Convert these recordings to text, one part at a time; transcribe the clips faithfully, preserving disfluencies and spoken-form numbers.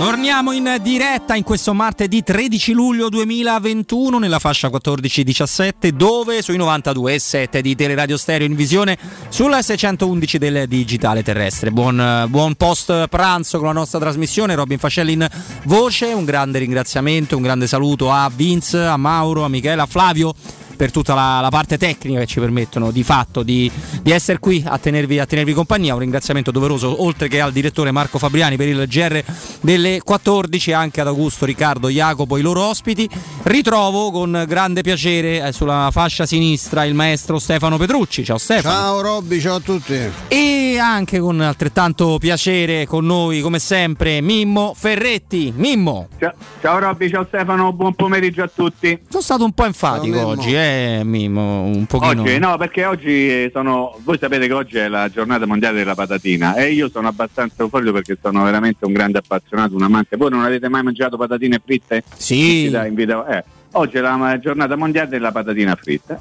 Torniamo in diretta in questo martedì tredici luglio duemilaventuno nella fascia quattordici diciassette, dove sui novantadue virgola sette di Teleradio Stereo in visione sulla seicentoundici del digitale terrestre. Buon, buon post pranzo con la nostra trasmissione. Robin Fascelli in voce, un grande ringraziamento, un grande saluto a Vince, a Mauro, a Michele, a Flavio per tutta la, la parte tecnica che ci permettono di fatto di, di essere qui a tenervi, a tenervi compagnia. Un ringraziamento doveroso oltre che al direttore Marco Fabriani per il G R delle quattordici, anche ad Augusto, Riccardo, Jacopo, i loro ospiti. Ritrovo con grande piacere eh, sulla fascia sinistra il maestro Stefano Petrucci. Ciao Stefano. Ciao Robby, ciao a tutti. E anche con altrettanto piacere con noi come sempre Mimmo Ferretti. Mimmo. Ciao, ciao Robby, ciao Stefano, buon pomeriggio a tutti. Sono stato un po' enfatico Ciao, oggi, eh Mimmo, un pochino. Oggi no, perché oggi sono, voi sapete che oggi è la giornata mondiale della patatina e io sono abbastanza euforico perché sono veramente un grande appassionato, un amante. Voi non avete mai mangiato patatine fritte? Sì. Invito, eh. Oggi è la giornata mondiale della patatina fritta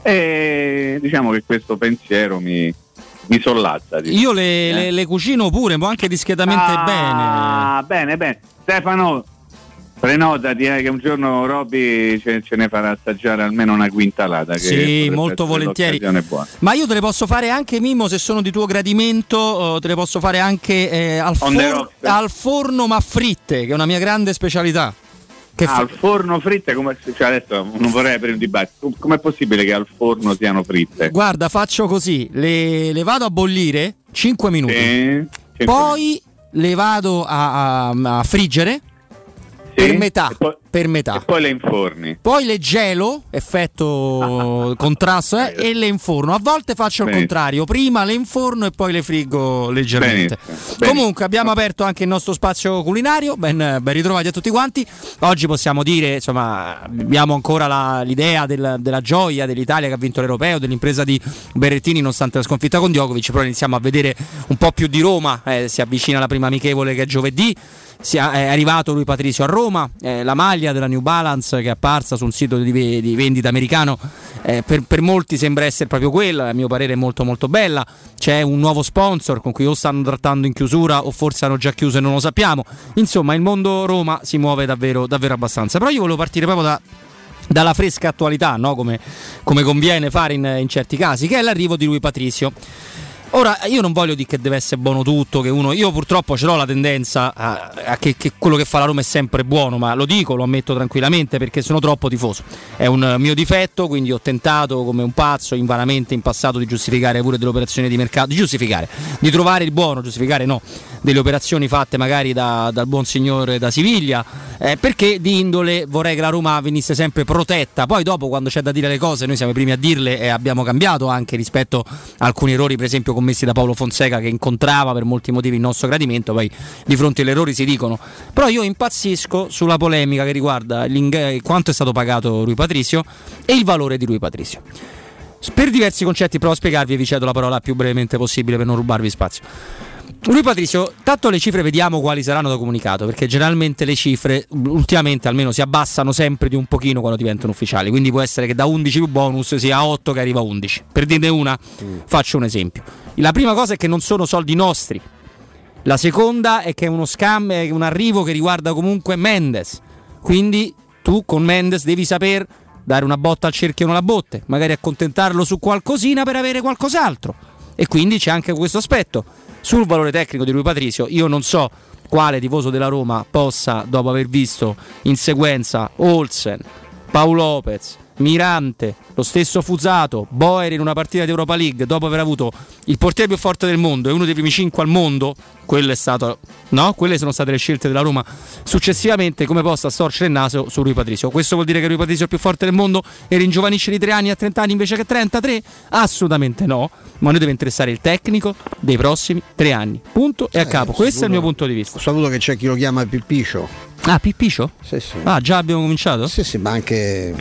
e diciamo che questo pensiero mi, mi sollazza. Diciamo. Io le, eh? le, le cucino pure, ma anche discretamente ah, bene. Ah, bene, bene. Stefano, prenotati eh, che un giorno Robby ce, ce ne farà assaggiare almeno una quintalata. Che sì, molto volentieri. Ma io te le posso fare anche, Mimmo, se sono di tuo gradimento, te le posso fare anche eh, al, for- al forno ma fritte, che è una mia grande specialità. Che ah, fa- al forno fritte, come, cioè adesso non vorrei aprire un dibattito, com'è possibile che al forno siano fritte? Guarda, faccio così, le, le vado a bollire cinque minuti, sì, poi le vado a, a, a friggere sì, per metà, poi, per metà. E poi le inforni. Poi le gelo, effetto contrasto, eh, e le inforno. A volte faccio il Benissimo. contrario, prima le inforno e poi le friggo leggermente. Benissimo. Comunque abbiamo aperto anche il nostro spazio culinario, ben, ben ritrovati a tutti quanti. Oggi possiamo dire, insomma, abbiamo ancora la, l'idea del, della gioia dell'Italia che ha vinto l'Europeo, dell'impresa di Berrettini nonostante la sconfitta con Djokovic, però iniziamo a vedere un po' più di Roma, eh, si avvicina la prima amichevole che è giovedì. È arrivato Rui Patricio a Roma, eh, la maglia della New Balance che è apparsa su un sito di, di vendita americano, eh, per, per molti sembra essere proprio quella, a mio parere è molto molto bella. C'è un nuovo sponsor con cui o stanno trattando in chiusura o forse hanno già chiuso e non lo sappiamo. Insomma, il mondo Roma si muove davvero, davvero abbastanza. Però io volevo partire proprio da dalla fresca attualità, no? come, come conviene fare in, in certi casi, che è l'arrivo di Rui Patricio. Ora, io non voglio dire che deve essere buono tutto, che uno, io purtroppo ce l'ho la tendenza a, a che, che quello che fa la Roma è sempre buono, ma lo dico, lo ammetto tranquillamente perché sono troppo tifoso. È un mio difetto, quindi ho tentato come un pazzo, invanamente in passato, di giustificare pure delle operazioni di mercato, di giustificare, di trovare il buono, giustificare no, delle operazioni fatte magari da, dal buon signore da Siviglia, eh, perché di indole vorrei che la Roma venisse sempre protetta. Poi dopo, quando c'è da dire le cose, noi siamo i primi a dirle e abbiamo cambiato anche rispetto a alcuni errori, per esempio commessi da Paolo Fonseca, che incontrava per molti motivi il nostro gradimento. Poi di fronte agli errori si dicono. Però io impazzisco sulla polemica che riguarda quanto è stato pagato Rui Patricio e il valore di Rui Patricio. Per diversi concetti provo a spiegarvi e vi cedo la parola più brevemente possibile per non rubarvi spazio. Rui Patricio, tanto le cifre vediamo quali saranno da comunicato, perché generalmente le cifre ultimamente almeno si abbassano sempre di un pochino quando diventano ufficiali, quindi può essere che da undici più bonus sia a otto che arriva a undici. Per dirne una, mm. faccio un esempio. La prima cosa è che non sono soldi nostri, la seconda è che è uno scam, è un arrivo che riguarda comunque Mendes, quindi tu con Mendes devi saper dare una botta al cerchio e non la botte, magari accontentarlo su qualcosina per avere qualcos'altro, e quindi c'è anche questo aspetto. Sul valore tecnico di Rui Patricio io non so quale tifoso della Roma possa, dopo aver visto in sequenza Olsen, Paolo Lopez, Mirante, lo stesso Fusato, Boer in una partita di Europa League, dopo aver avuto il portiere più forte del mondo e uno dei primi cinque al mondo, quello è stato, no? Quelle sono state le scelte della Roma successivamente, come possa storcere il naso su Rui Patricio. Questo vuol dire che Rui Patricio è il più forte del mondo e ringiovanisce di tre anni a trenta anni invece che trentatré? Assolutamente no, ma a noi deve interessare il tecnico dei prossimi tre anni, punto e a capo. Eh, questo saputo, è il mio punto di vista. Ho saputo che c'è chi lo chiama Pippicio. Ah, Pippicio? Sì, sì. Ah, già abbiamo cominciato? Sì, sì, ma anche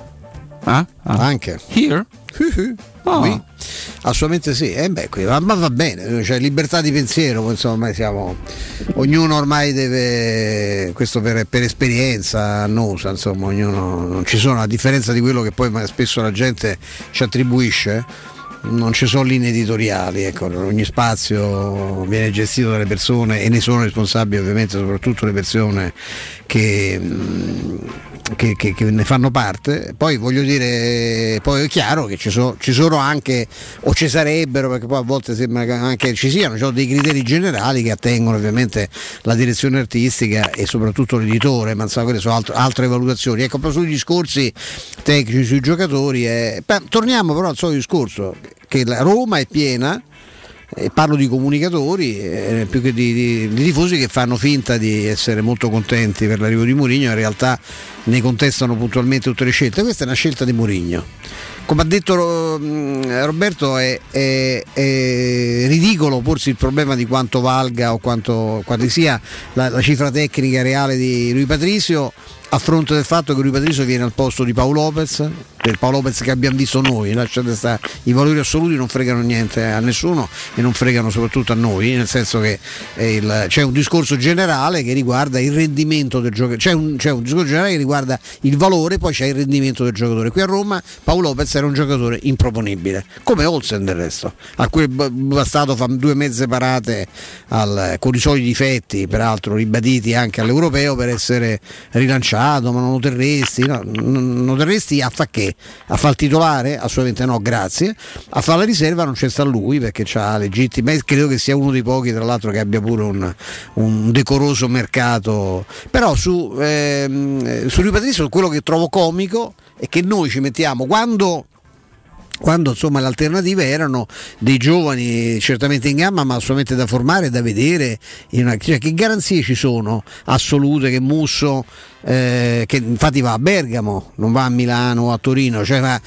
ah? Ah. anche Here? Oh. Qui? Assolutamente sì, eh beh, qui, ma, ma va bene, cioè libertà di pensiero, insomma, ormai siamo, ognuno ormai deve, questo per, per esperienza annosa, insomma, ognuno, non ci sono, a differenza di quello che poi spesso la gente ci attribuisce, non ci sono linee editoriali, ecco, ogni spazio viene gestito dalle persone e ne sono responsabili ovviamente soprattutto le persone che, che, che, che ne fanno parte. Poi voglio dire, poi è chiaro che ci sono, ci sono anche, o ci sarebbero, perché poi a volte sembra che anche ci siano, ci sono dei criteri generali che attengono ovviamente la direzione artistica e soprattutto l'editore, ma insomma quelle sono altro, altre valutazioni. Ecco, però sui discorsi tecnici sui giocatori, eh, beh, torniamo però al solito discorso che la Roma è piena, e parlo di comunicatori eh, più che di, di, di tifosi che fanno finta di essere molto contenti per l'arrivo di Mourinho, in realtà ne contestano puntualmente tutte le scelte. Questa è una scelta di Mourinho. Come ha detto Roberto, è, è, è ridicolo porsi il problema di quanto valga o quanto, quanto sia la, la cifra tecnica reale di Rui Patricio, a fronte del fatto che Rui Patricio viene al posto di Paolo Lopez, per Paolo Lopez che abbiamo visto noi, lasciate stare, i valori assoluti non fregano niente a nessuno e non fregano soprattutto a noi, nel senso che il, c'è un discorso generale che riguarda il rendimento del giocatore, c'è un, c'è un discorso generale che riguarda il valore, poi c'è il rendimento del giocatore. Qui a Roma Paolo Lopez era un giocatore improponibile, come Olsen del resto, a cui è bastato fare due mezze parate al, con i soliti difetti, peraltro ribaditi anche all'europeo, per essere rilanciato. Ma non lo terresti, no, non lo terresti a fa che? A far titolare? Assolutamente no, grazie. A fare la riserva non c'è sta lui perché c'ha legittima, e credo che sia uno dei pochi tra l'altro che abbia pure un, un decoroso mercato. Però su, ehm, su Rui Patricio quello che trovo comico è che noi ci mettiamo quando quando insomma le alternative erano dei giovani certamente in gamma ma assolutamente da formare e da vedere in una, cioè, che garanzie ci sono assolute che Musso eh, che infatti va a Bergamo, non va a Milano o a Torino, cioè ma,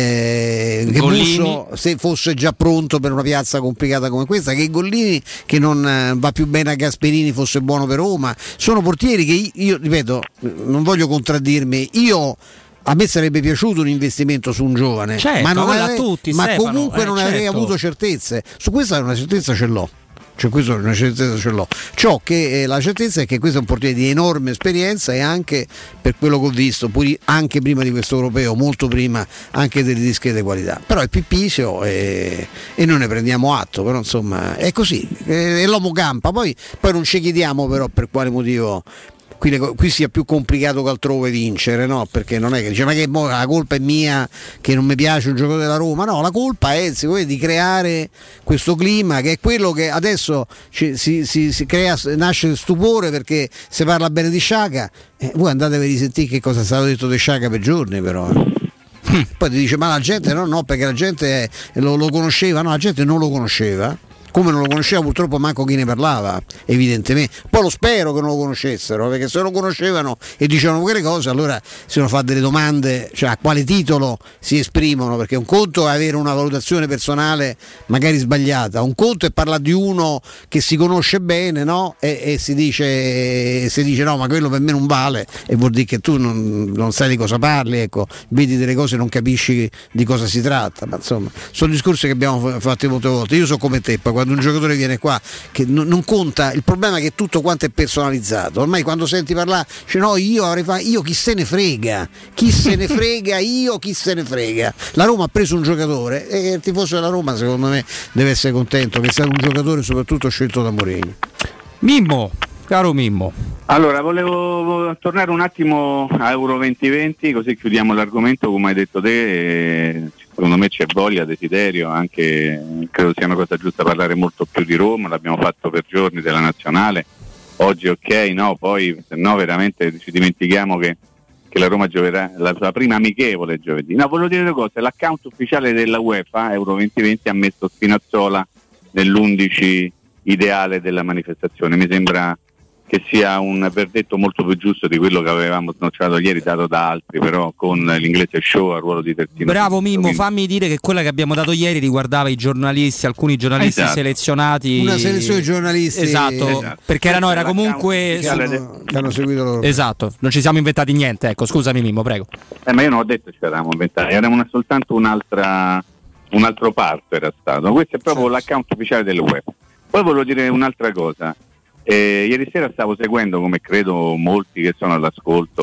eh, che Musso se fosse già pronto per una piazza complicata come questa, che Gollini che non eh, va più bene a Gasperini fosse buono per Roma, sono portieri che io, io ripeto, non voglio contraddirmi, io a me sarebbe piaciuto un investimento su un giovane, certo, ma, non ave- tutti, ma Stefano, comunque eh, non avrei certo. avuto certezze. Su questa una certezza ce l'ho. Cioè, questo una certezza ce l'ho. Ciò che eh, la certezza è che questo è un portiere di enorme esperienza e anche per quello che ho visto, pure anche prima di questo europeo, molto prima anche delle discrete qualità. Però è pippisio e, e noi ne prendiamo atto, però insomma è così. È, è l'uomo campa, poi, poi non ci chiediamo però per quale motivo. Qui, le, qui sia più complicato che altrove vincere, no? Perché non è che dice ma che mo, la colpa è mia che non mi piace un giocatore della Roma, no, la colpa è secondo me, di creare questo clima che è quello che adesso ci, si, si, si crea, nasce stupore perché si parla bene di Sciacca, eh, voi andatevi a risentire che cosa è stato detto di Sciacca per giorni però. Eh. Poi ti dice ma la gente no, no, perché la gente lo, lo conosceva, no, la gente non lo conosceva. Come non lo conosceva purtroppo manco chi ne parlava, evidentemente. Poi lo spero che non lo conoscessero, perché se lo conoscevano e dicevano quelle cose allora si devono fare delle domande, cioè a quale titolo si esprimono, perché un conto è avere una valutazione personale magari sbagliata, un conto è parlare di uno che si conosce bene, no? E, e si dice si dice no ma quello per me non vale e vuol dire che tu non, non sai di cosa parli, ecco, vedi delle cose e non capisci di cosa si tratta, ma insomma sono discorsi che abbiamo fatto molte volte. Io sono come te, poi quando un giocatore viene qua che non, non conta, il problema è che tutto quanto è personalizzato, ormai quando senti parlare cioè no io avrei fatto, io chi se ne frega chi se ne frega io chi se ne frega, la Roma ha preso un giocatore e il tifoso della Roma secondo me deve essere contento che sia un giocatore soprattutto scelto da Mourinho. Mimmo, caro Mimmo, allora volevo tornare un attimo a Euro duemilaventi così chiudiamo l'argomento. Come hai detto te, eh, secondo me c'è voglia, desiderio, anche credo sia una cosa giusta parlare molto più di Roma, l'abbiamo fatto per giorni della nazionale, oggi ok, no, poi se no veramente ci dimentichiamo che, che la Roma giocherà la sua prima amichevole giovedì. No, volevo dire due cose, l'account ufficiale della UEFA Euro duemilaventi ha messo Spinazzola nell'undici ideale della manifestazione, mi sembra che sia un verdetto molto più giusto di quello che avevamo snocciolato ieri, dato da altri, però con l'inglese Show al ruolo di terzino. Bravo Mimmo, quindi fammi dire che quella che abbiamo dato ieri riguardava i giornalisti, alcuni giornalisti esatto. selezionati. Una selezione di giornalisti. Esatto, esatto. perché era, no, era comunque che hanno, che hanno seguito loro. Esatto, non ci siamo inventati niente, ecco, scusami Mimmo, prego. Eh, ma io non ho detto che ci eravamo inventati, era una, soltanto un'altra un altro parto era stato. Questo è proprio certo. l'account ufficiale dell'UEFA. Poi volevo dire un'altra cosa. Eh, ieri sera stavo seguendo, come credo molti che sono all'ascolto,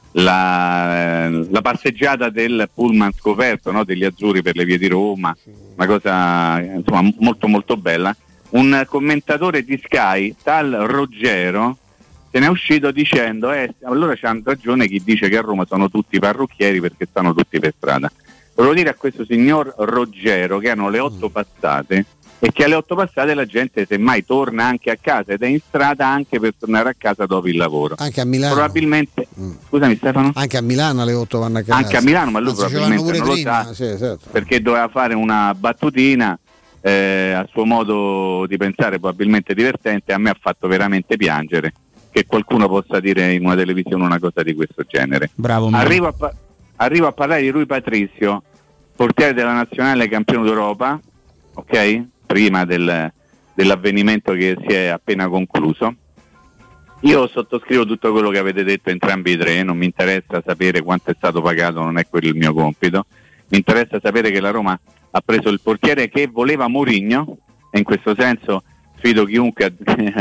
la, la passeggiata del pullman scoperto, no? Degli azzurri per le vie di Roma, una cosa insomma molto molto bella. Un commentatore di Sky, tal Ruggero, se ne è uscito dicendo eh, allora c'ha ragione chi dice che a Roma sono tutti parrucchieri perché stanno tutti per strada. Volevo dire a questo signor Ruggero che hanno le otto passate e che alle otto passate la gente semmai torna anche a casa ed è in strada anche per tornare a casa dopo il lavoro. Anche a Milano? Probabilmente, mm. scusami Stefano? Anche a Milano alle otto vanno a casa? Anche a Milano, ma lui Anzi, probabilmente non prima. lo sa, sì, esatto. perché doveva fare una battutina eh, a suo modo di pensare probabilmente divertente. A me ha fatto veramente piangere che qualcuno possa dire in una televisione una cosa di questo genere. Bravo. Arrivo a, pa- arrivo a parlare di Rui Patrizio, portiere della nazionale campione d'Europa, ok? Prima del, dell'avvenimento che si è appena concluso. Io sottoscrivo tutto quello che avete detto entrambi i tre, non mi interessa sapere quanto è stato pagato, non è quello il mio compito, mi interessa sapere che la Roma ha preso il portiere che voleva Mourinho, e in questo senso sfido chiunque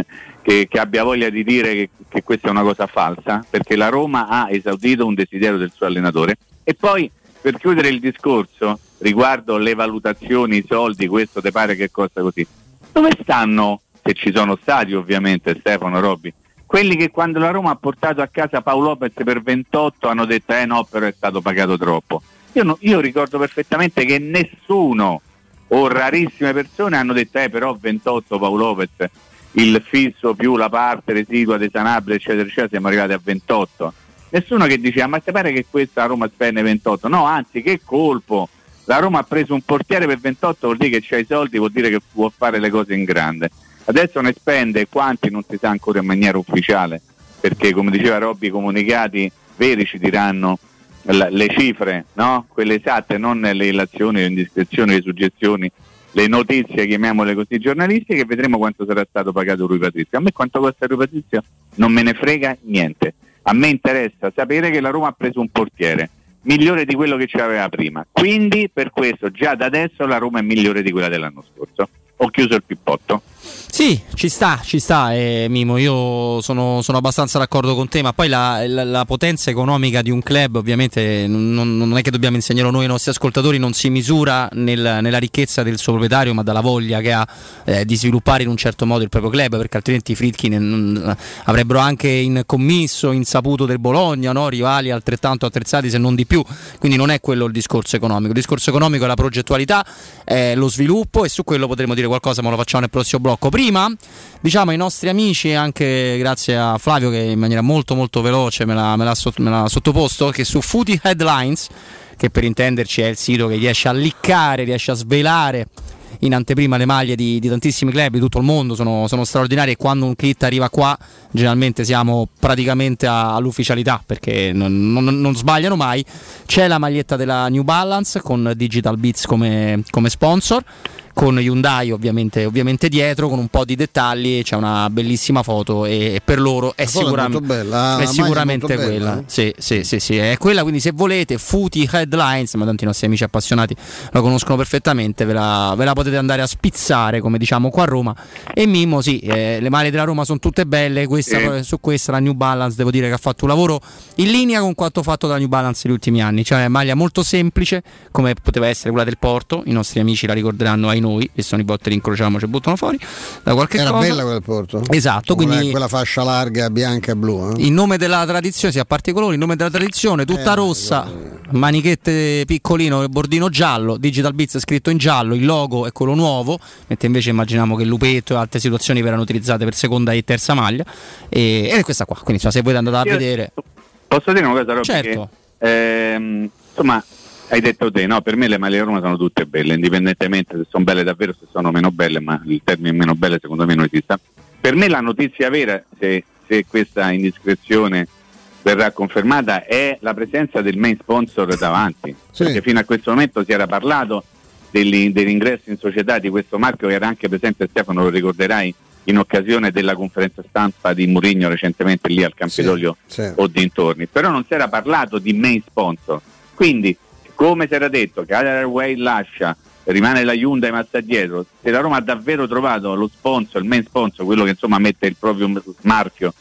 che, che abbia voglia di dire che, che questa è una cosa falsa, perché la Roma ha esaudito un desiderio del suo allenatore. E poi, per chiudere il discorso riguardo le valutazioni, i soldi, questo te pare che costa così, dove stanno, se ci sono stati ovviamente, Stefano, Robby, quelli che quando la Roma ha portato a casa Paolo Lopez per ventotto hanno detto eh no, però è stato pagato troppo. Io, no, io ricordo perfettamente che nessuno o rarissime persone hanno detto eh però ventotto Paolo Lopez, il fisso più la parte residua dei Sanabria eccetera eccetera, siamo arrivati a ventotto. Nessuno che diceva ma ti pare che questa Roma spende ventotto? No, anzi, che colpo, la Roma ha preso un portiere per ventotto, vuol dire che c'ha i soldi, vuol dire che può fare le cose in grande. Adesso ne spende quanti non si sa ancora in maniera ufficiale, perché come diceva Robby, i comunicati veri ci diranno l- le cifre, no? Quelle esatte, non le illazioni, le indiscrezioni, le suggestioni, le notizie, chiamiamole così, giornalistiche, e vedremo quanto sarà stato pagato Rui Patrizio. A me quanto costa Rui Patrizio non me ne frega niente. A me interessa sapere che la Roma ha preso un portiere migliore di quello che c'aveva prima, quindi per questo già da adesso la Roma è migliore di quella dell'anno scorso. Ho chiuso il pippotto. Sì, ci sta, ci sta, eh, Mimo, io sono, sono abbastanza d'accordo con te, ma poi la, la, la potenza economica di un club ovviamente non, non è che dobbiamo insegnarlo noi ai nostri ascoltatori, non si misura nel, nella ricchezza del suo proprietario, ma dalla voglia che ha eh, di sviluppare in un certo modo il proprio club, perché altrimenti i Friedkin non, avrebbero anche in commisso insaputo del Bologna, no? Rivali altrettanto attrezzati se non di più, quindi non è quello il discorso economico. Il discorso economico è la progettualità, è lo sviluppo, e su quello potremo dire qualcosa, ma lo facciamo nel prossimo blocco. Prima diciamo ai nostri amici, anche grazie a Flavio che in maniera molto molto veloce me l'ha, me l'ha, sott- me l'ha sottoposto, che su Footy Headlines, che per intenderci è il sito che riesce a liccare, riesce a svelare in anteprima le maglie di, di tantissimi club di tutto il mondo, sono, sono straordinari, e quando un kit arriva qua generalmente siamo praticamente a, all'ufficialità, perché non, non, non sbagliano mai. C'è la maglietta della New Balance con Digital Beats come, come sponsor, con Hyundai ovviamente, ovviamente dietro, con un po' di dettagli, c'è una bellissima foto, e per loro è, sicuramente, bella, è sicuramente molto quella. bella, eh? Sì, sì, sì, sì, è quella, quindi se volete Footy Headlines, ma tanti i nostri amici appassionati la conoscono perfettamente, ve la, ve la potete andare a spizzare, come diciamo qua a Roma. E Mimmo, sì, eh, le maglie della Roma sono tutte belle, questa, Eh. su questa la New Balance devo dire che ha fatto un lavoro in linea con quanto fatto dalla New Balance negli ultimi anni, cioè una maglia molto semplice come poteva essere quella del Porto, i nostri amici la ricorderanno ai noi, e sono i botte li incrociamo, ci buttano fuori da qualche Era cosa. bella quel Porto, esatto, quella, quindi quella fascia larga bianca e blu, eh? in nome della tradizione, sì, a parte i colori, in nome della tradizione, tutta Eh, rossa, eh. manichette piccolino e bordino giallo, Digital Beats scritto in giallo, il logo è quello nuovo, mentre invece immaginiamo che il lupetto e altre situazioni verranno utilizzate per seconda e terza maglia, e, ed è questa qua, quindi cioè, se volete andate a Io vedere. Posso dire una cosa, Robby? Certo. Che, ehm, insomma, hai detto te, no? Per me le maglie di Roma sono tutte belle, indipendentemente se sono belle davvero o se sono meno belle, ma il termine meno belle secondo me non esiste. Per me la notizia vera, se, se questa indiscrezione verrà confermata, è la presenza del main sponsor davanti, Sì. perché fino a questo momento si era parlato degli, dell'ingresso in società di questo marchio, che era anche presente, Stefano, lo ricorderai, in occasione della conferenza stampa di Mourinho recentemente lì al Campidoglio, Sì, sì. o dintorni, però non si era parlato di main sponsor. Quindi, come si era detto che Airway lascia, rimane la Hyundai ma sta dietro, se la Roma ha davvero trovato lo sponsor, il main sponsor, quello che insomma mette il proprio marchio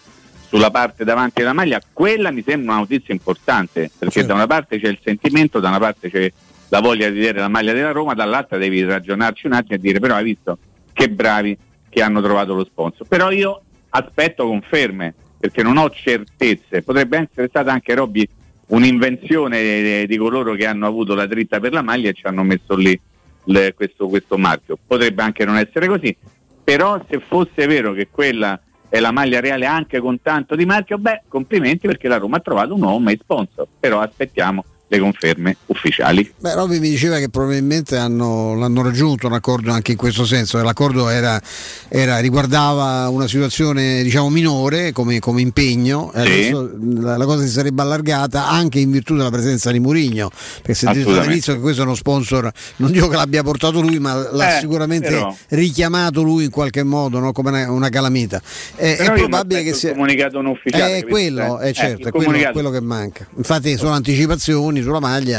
sulla parte davanti della maglia, quella mi sembra una notizia importante, perché sì. Da una parte c'è il sentimento, da una parte c'è la voglia di vedere la maglia della Roma, dall'altra devi ragionarci un attimo e dire però hai visto che bravi che hanno trovato lo sponsor. Però io aspetto conferme, perché non ho certezze, potrebbe essere stata anche Robby un'invenzione di coloro che hanno avuto la dritta per la maglia e ci hanno messo lì le, questo, questo marchio, potrebbe anche non essere così, però se fosse vero che quella è la maglia reale anche con tanto di marchio, beh, complimenti, perché la Roma ha trovato un nuovo main sponsor, però aspettiamo le conferme ufficiali. Beh, Robby mi diceva che probabilmente hanno, l'hanno raggiunto un accordo anche in questo senso, l'accordo era, era riguardava una situazione diciamo minore come, come impegno, sì. Adesso la, la cosa si sarebbe allargata anche in virtù della presenza di Mourinho, perché si è detto all'inizio che questo è uno sponsor, non dico che l'abbia portato lui, ma l'ha eh, sicuramente però richiamato lui in qualche modo, no? Come una, una calamita. Eh, è probabile che sia comunicato non ufficiale, è quello, è certo, eh, è quello, quello che manca. Infatti sono anticipazioni sulla maglia,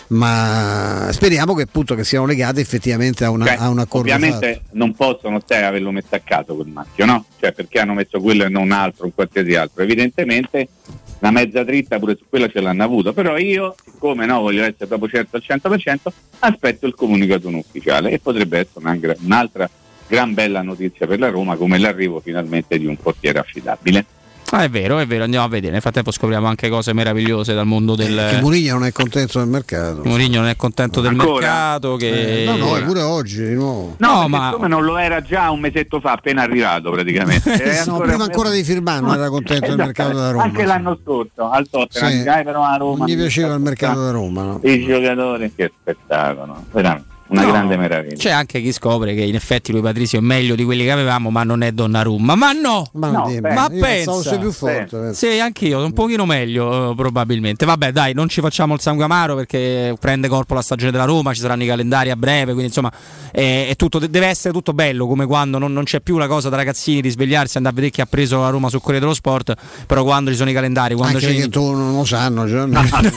ma speriamo che appunto che siano legate effettivamente a, una, cioè, a un accordo. Ovviamente fatto. Non possono stai averlo messo a caso quel marchio, no? Cioè perché hanno messo quello e non un altro, un qualsiasi altro. Evidentemente una mezza dritta pure su quella ce l'hanno avuto, però io, siccome no voglio essere proprio certo al cento per cento, aspetto il comunicato non ufficiale e potrebbe essere una, un'altra gran bella notizia per la Roma, come l'arrivo finalmente di un portiere affidabile. Ah, è vero, è vero, andiamo a vedere. Nel frattempo scopriamo anche cose meravigliose dal mondo del. Eh, che Mourinho non è contento del mercato. Mourinho non è contento del Ancora? mercato. Che... Eh, no, no, pure oggi di nuovo. No, no ma come non lo era già un mesetto fa, appena arrivato praticamente. Eh, no, prima ancora di firmare non era contento esatto, del mercato della Roma. Anche sì. L'anno scorso al Tottenham, sì. Dai, però a Roma. Non gli piaceva il mercato della Roma, no? I giocatori, che spettacolo, veramente. Una no, grande meraviglia. C'è anche chi scopre che in effetti lui Patrizio è meglio di quelli che avevamo, ma non è Donnarumma. Ma no, ma, no, beh, ma pensa più forte. Sì, anch'io, un pochino meglio uh, probabilmente. Vabbè, dai, non ci facciamo il sangue amaro perché prende corpo la stagione della Roma, ci saranno i calendari a breve, quindi insomma è, è tutto, deve essere tutto bello, come quando non, non c'è più la cosa da ragazzini di svegliarsi e andare a vedere chi ha preso la Roma sul Corriere dello Sport, però quando ci sono i calendari, quando anche c'è che tu non lo sanno, cioè,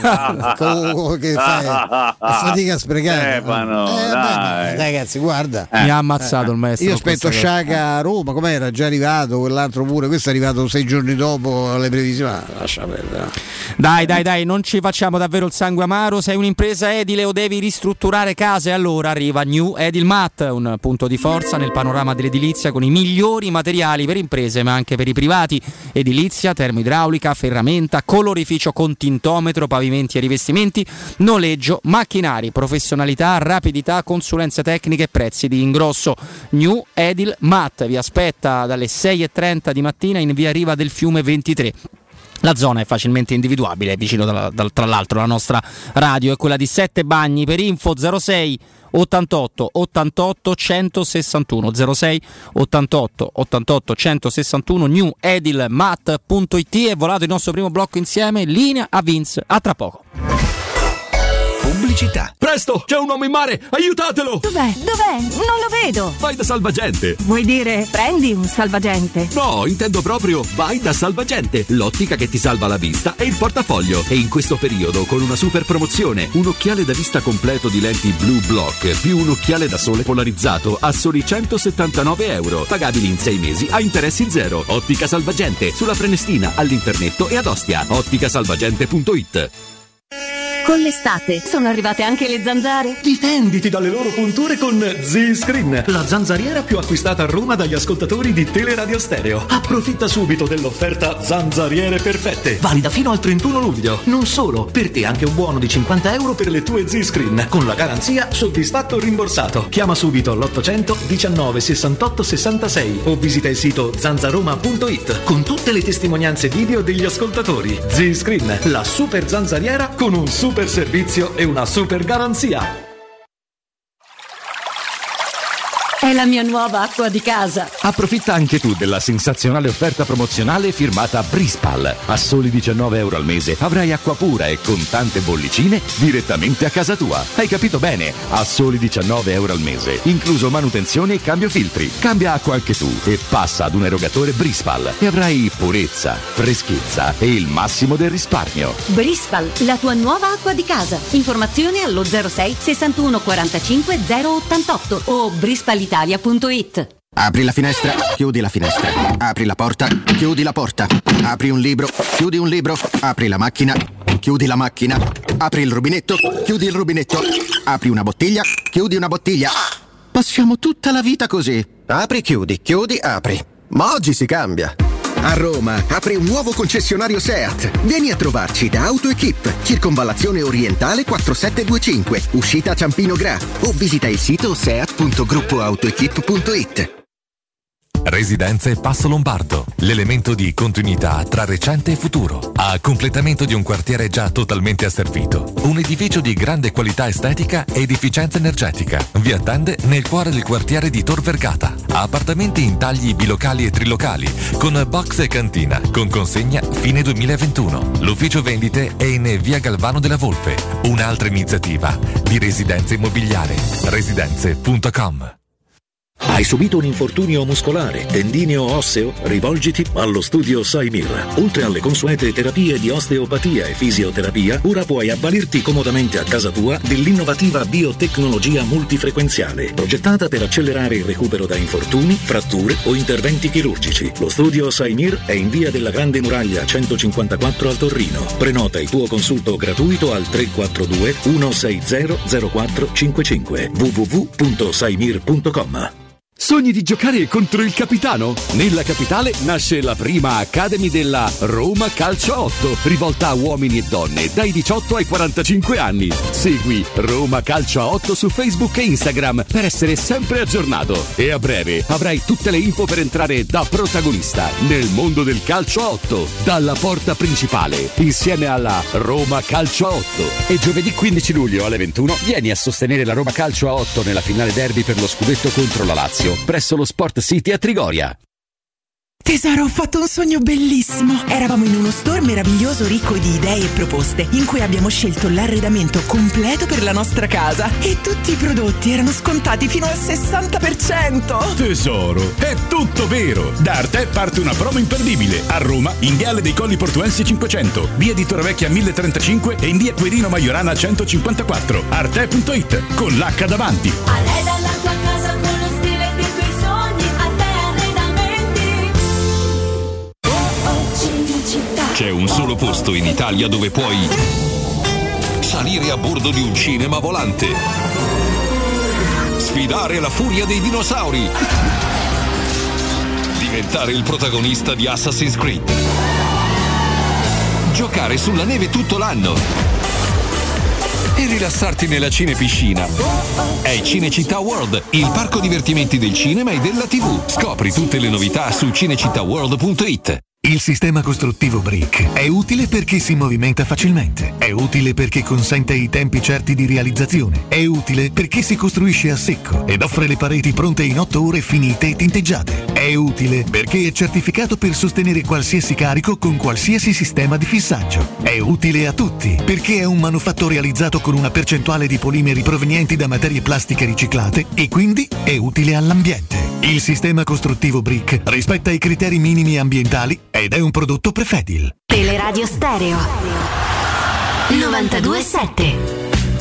che fai, fatica a sprecare. Eh, ma no, eh, dai. Ragazzi, guarda, eh. mi ha ammazzato eh. il maestro. Io aspetto Sciaga a Roma, com'era? Già arrivato, quell'altro pure, questo è arrivato sei giorni dopo le previsioni. Ah, lascia perdere. Dai, dai, dai, non ci facciamo davvero il sangue amaro. Sei un'impresa edile o devi ristrutturare case? Allora arriva New Edilmat, un punto di forza nel panorama dell'edilizia con i migliori materiali per imprese ma anche per i privati. Edilizia, termoidraulica, ferramenta, colorificio con tintometro, pavimenti e rivestimenti, noleggio, macchinari, professionalità, rapidità, consulenze tecniche e prezzi di ingrosso. New Edil Mat vi aspetta dalle sei e trenta di mattina in via Riva del Fiume ventitré. La zona è facilmente individuabile, è vicino tra, tra l'altro la nostra radio è quella di Sette Bagni. Per info zero sei ottantotto ottantotto centosessantuno zero sei ottantotto ottantotto centosessantuno new edil mat punto it. È volato il nostro primo blocco insieme, linea a Vince, a tra poco. Pubblicità. Presto, c'è un uomo in mare, aiutatelo! Dov'è? Dov'è? Non lo vedo! Vai da Salvagente! Vuoi dire prendi un salvagente? No, intendo proprio vai da Salvagente, l'ottica che ti salva la vista e il portafoglio. E in questo periodo con una super promozione, un occhiale da vista completo di lenti Blue Block più un occhiale da sole polarizzato a soli centosettantanove euro, pagabili in sei mesi a interessi zero. Ottica Salvagente, sulla Prenestina, all'Internetto e ad Ostia. ottica salvagente punto it. Con l'estate sono arrivate anche le zanzare. Difenditi dalle loro punture con Z-Screen, la zanzariera più acquistata a Roma dagli ascoltatori di Teleradio Stereo. Approfitta subito dell'offerta Zanzariere Perfette, valida fino al trentuno luglio. Non solo, per te anche un buono di cinquanta euro per le tue Z-Screen, con la garanzia soddisfatto o rimborsato. Chiama subito l'ottocento diciannove sessantotto sessantasei o visita il sito zanzaroma punto it con tutte le testimonianze video degli ascoltatori. Z-Screen, la super zanzariera con un super servizio e una super garanzia. È la mia nuova acqua di casa. Approfitta anche tu della sensazionale offerta promozionale firmata Brispal. A soli diciannove euro al mese avrai acqua pura e con tante bollicine direttamente a casa tua. Hai capito bene? A soli diciannove euro al mese, incluso manutenzione e cambio filtri. Cambia acqua anche tu e passa ad un erogatore Brispal e avrai purezza, freschezza e il massimo del risparmio. Brispal, la tua nuova acqua di casa. Informazioni allo zero sei sessantuno quarantacinque zero ottantotto o brispal italia punto it. Apri la finestra, chiudi la finestra. Apri la porta, chiudi la porta. Apri un libro, chiudi un libro. Apri la macchina, chiudi la macchina. Apri il rubinetto, chiudi il rubinetto. Apri una bottiglia, chiudi una bottiglia. Passiamo tutta la vita così. Apri, chiudi, chiudi, apri. Ma oggi si cambia. A Roma apre un nuovo concessionario Seat. Vieni a trovarci da AutoEquip, Circonvallazione Orientale quattro sette due cinque, uscita Ciampino Gra, o visita il sito seat punto gruppo autoequip punto it. Residenze Passo Lombardo, l'elemento di continuità tra recente e futuro. A completamento di un quartiere già totalmente asservito. Un edificio di grande qualità estetica ed efficienza energetica. Vi attende nel cuore del quartiere di Tor Vergata. Appartamenti in tagli bilocali e trilocali, con box e cantina, con consegna fine duemilaventuno. L'ufficio vendite è in via Galvano della Volpe. Un'altra iniziativa di Residenze Immobiliare. Residenze punto com. Hai subito un infortunio muscolare, tendineo o osseo? Rivolgiti allo studio Saimir. Oltre alle consuete terapie di osteopatia e fisioterapia, ora puoi avvalerti comodamente a casa tua dell'innovativa biotecnologia multifrequenziale, progettata per accelerare il recupero da infortuni, fratture o interventi chirurgici. Lo studio Saimir è in via della Grande Muraglia centocinquantaquattro al Torino. Prenota il tuo consulto gratuito al tre quattro due uno sei zero zero quattro cinque cinque w w w punto saimir punto com. Sogni di giocare contro il capitano? Nella capitale nasce la prima Academy della Roma Calcio otto, rivolta a uomini e donne dai diciotto ai quarantacinque anni. Segui Roma Calcio otto su Facebook e Instagram per essere sempre aggiornato. E a breve avrai tutte le info per entrare da protagonista nel mondo del calcio otto, dalla porta principale, insieme alla Roma Calcio otto. E giovedì quindici luglio alle ventuno vieni a sostenere la Roma Calcio otto nella finale derby per lo scudetto contro la Lazio presso lo Sport City a Trigoria. Tesoro, ho fatto un sogno bellissimo. Eravamo in uno store meraviglioso ricco di idee e proposte, in cui abbiamo scelto l'arredamento completo per la nostra casa e tutti i prodotti erano scontati fino al sessanta per cento. Tesoro, è tutto vero. Da Arte parte una promo imperdibile. A Roma, in Viale dei Colli Portuensi cinquecento, via di Torrevecchia mille trentacinque e in via Quirino Maiorana centocinquantaquattro. Arte punto it con l'H davanti. Arreda la tua casa con lo stile dei tuoi sogni. Arte Arredamenti. C'è un solo posto in Italia dove puoi salire a bordo di un cinema volante, sfidare la furia dei dinosauri, diventare il protagonista di Assassin's Creed, giocare sulla neve tutto l'anno e rilassarti nella cinepiscina. È Cinecittà World, il parco divertimenti del cinema e della tivù. Scopri tutte le novità su cinecittà world punto it. Il sistema costruttivo Brick è utile perché si movimenta facilmente, è utile perché consente i tempi certi di realizzazione, è utile perché si costruisce a secco ed offre le pareti pronte in otto ore finite e tinteggiate, è utile perché è certificato per sostenere qualsiasi carico con qualsiasi sistema di fissaggio, è utile a tutti perché è un manufatto realizzato con una percentuale di polimeri provenienti da materie plastiche riciclate e quindi è utile all'ambiente. Il sistema costruttivo Brick rispetta i criteri minimi ambientali ed è un prodotto Prefedil. Teleradio Stereo novantadue sette.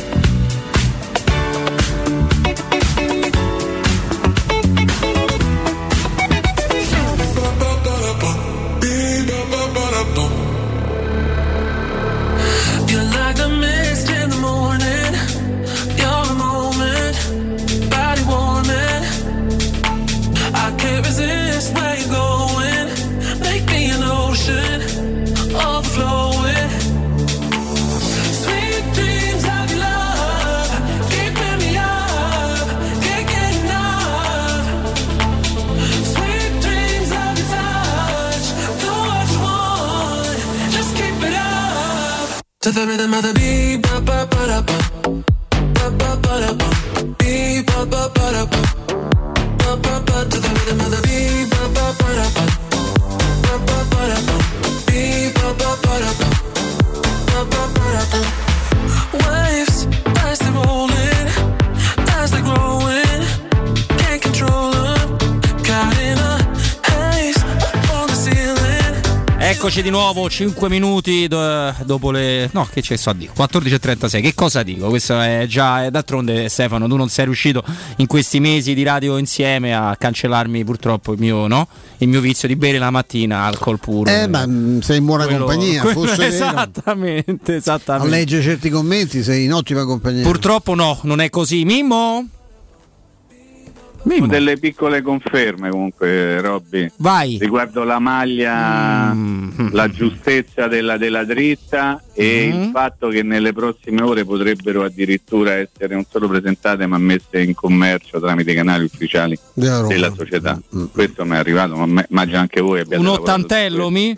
To the rhythm of the beat, ba ba ba da ba, ba ba ba da ba, beat ba ba ba da ba, ba ba ba. To the rhythm of the beat, ba ba ba da ba, ba ba ba da ba, beat ba ba ba da ba, ba ba ba da ba. Waves as they rolling, as they growing, can't control them, caught in a haze on the ceiling. Eccoci Eccoci di nuovo, cinque minuti do, dopo le... No, che c'è so a dire? quattordici e trentasei, che cosa dico? Questo è già... È, d'altronde Stefano, tu non sei riuscito in questi mesi di radio insieme a cancellarmi purtroppo il mio, no? Il mio vizio di bere la mattina alcol puro. Eh, ma sei in buona quello, compagnia, quello, fosse esattamente, vero. esattamente. A leggere certi commenti sei in ottima compagnia. Purtroppo no, non è così. Mimmo? Mimmo. Delle piccole conferme comunque, Robby. Vai. Riguardo la maglia, mm. la giustezza della, della dritta e mm. il fatto che nelle prossime ore potrebbero addirittura essere non solo presentate ma messe in commercio tramite i canali ufficiali della, della società. Mm. Questo mi è arrivato, ma immagino anche voi abbiate un ottantello mi?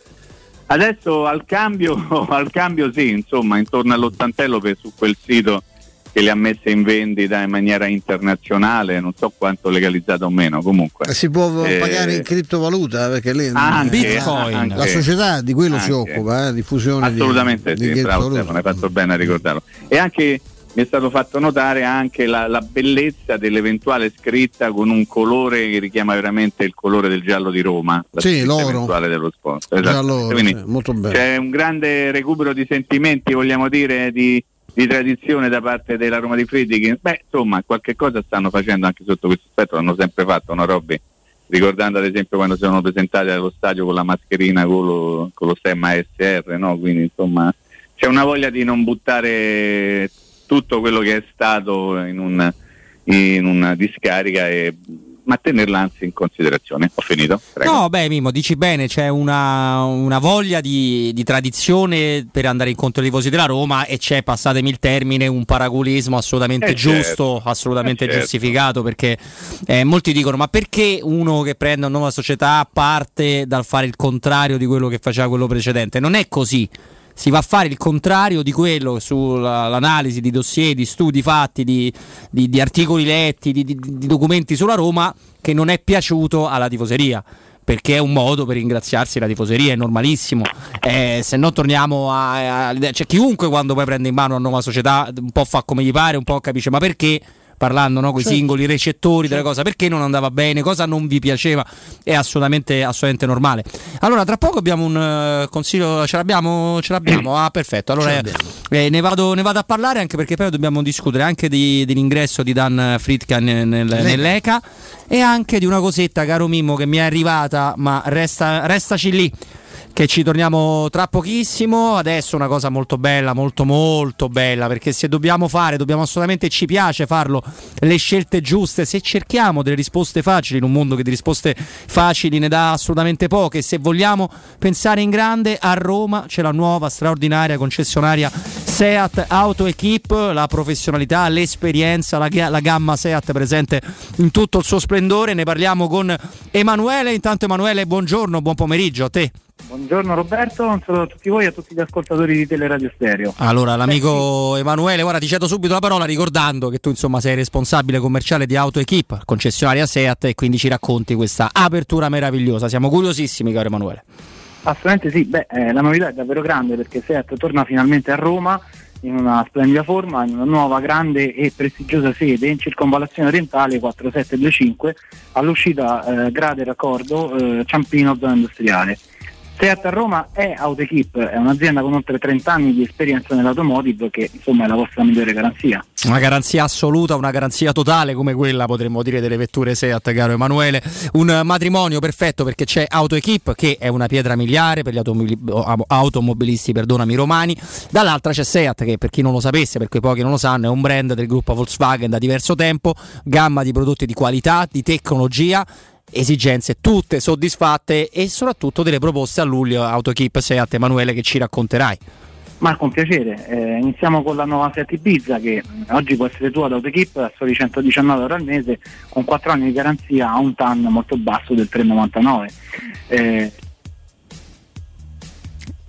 Adesso al cambio, al cambio sì, insomma, intorno all'ottantello per su quel sito che le ha messe in vendita in maniera internazionale, non so quanto legalizzato o meno, comunque. Si può eh, pagare in criptovaluta perché lì anche, Bitcoin. Anche, la società di quello anche, si occupa, eh, diffusione assolutamente di, sì, di bravo Stefano, hai fatto bene a ricordarlo. E anche mi è stato fatto notare anche la, la bellezza dell'eventuale scritta con un colore che richiama veramente il colore del giallo di Roma, la sì, l'oro eventuale dello sponsor. Esatto. Quindi sì, molto bello. C'è un grande recupero di sentimenti, vogliamo dire, di di tradizione da parte della Roma di Freddi che, beh, insomma, qualche cosa stanno facendo anche sotto questo aspetto, l'hanno sempre fatto, no Robby? Ricordando ad esempio quando si sono presentati allo stadio con la mascherina con lo, con lo stemma S R, no? Quindi insomma c'è una voglia di non buttare tutto quello che è stato in, un, in una discarica e ma tenerla anzi in considerazione. Ho finito? Prego. No, beh Mimmo, dici bene, c'è una, una voglia di, di tradizione per andare incontro ai tifosi della Roma e c'è, passatemi il termine, un paraculismo assolutamente eh giusto, certo. assolutamente eh certo. giustificato, perché eh, molti dicono ma perché uno che prende una nuova società parte dal fare il contrario di quello che faceva quello precedente? Non è così. Si va a fare il contrario di quello sull'analisi di dossier, di studi fatti, di, di, di articoli letti, di, di, di documenti sulla Roma, che non è piaciuto alla tifoseria, perché è un modo per ringraziarsi la tifoseria, è normalissimo. Eh, se no torniamo a, a cioè, chiunque quando poi prende in mano una nuova società un po' fa come gli pare, un po' capisce ma perché, parlando no, con i certo. singoli recettori certo. delle cose, perché non andava bene, cosa non vi piaceva, è assolutamente, assolutamente normale. Allora tra poco abbiamo un uh, consiglio, ce l'abbiamo, ce l'abbiamo, ah perfetto, allora eh, ne, vado, ne vado a parlare anche perché poi dobbiamo discutere anche di, dell'ingresso di Dan Friedkin nel, nel, nell'E C A e anche di una cosetta, caro Mimmo, che mi è arrivata, ma resta, restaci lì, che ci torniamo tra pochissimo. Adesso una cosa molto bella, molto molto bella, perché se dobbiamo fare, dobbiamo assolutamente, ci piace farlo, le scelte giuste, se cerchiamo delle risposte facili in un mondo che di risposte facili ne dà assolutamente poche, se vogliamo pensare in grande, a Roma c'è la nuova straordinaria concessionaria Seat Auto Equip, la professionalità, l'esperienza, la, la gamma Seat presente in tutto il suo splendore. Ne parliamo con Emanuele. Intanto Emanuele, buongiorno, buon pomeriggio a te. Buongiorno Roberto, un saluto a tutti voi e a tutti gli ascoltatori di Teleradio Stereo. Allora, l'amico Emanuele, ora ti cedo subito la parola ricordando che tu insomma sei responsabile commerciale di Auto Equip, concessionaria Seat, e quindi ci racconti questa apertura meravigliosa. Siamo curiosissimi, caro Emanuele. Assolutamente sì, beh, eh, la novità è davvero grande perché Seat torna finalmente a Roma in una splendida forma, in una nuova grande e prestigiosa sede in circonvallazione orientale quattro sette due cinque all'uscita eh, Grade Raccordo eh, Ciampino zona industriale. Seat a Roma è Auto Equip, è un'azienda con oltre trenta anni di esperienza nell'automotive che insomma è la vostra migliore garanzia. Una garanzia assoluta, una garanzia totale come quella potremmo dire delle vetture Seat, caro Emanuele. Un matrimonio perfetto perché c'è Auto Equip che è una pietra miliare per gli automobili- automobilisti, perdonami, romani. Dall'altra c'è Seat che, per chi non lo sapesse, per quei pochi non lo sanno, è un brand del gruppo Volkswagen da diverso tempo, gamma di prodotti di qualità, di tecnologia, esigenze tutte soddisfatte e soprattutto delle proposte a luglio. Auto Equip Seat, Emanuele, che ci racconterai. Ma con piacere, eh, iniziamo con la nuova Seat Ibiza che oggi può essere tua ad Auto Equip a soli centodiciannove euro al mese con quattro anni di garanzia a un TAN molto basso del tre virgola novantanove. Eh,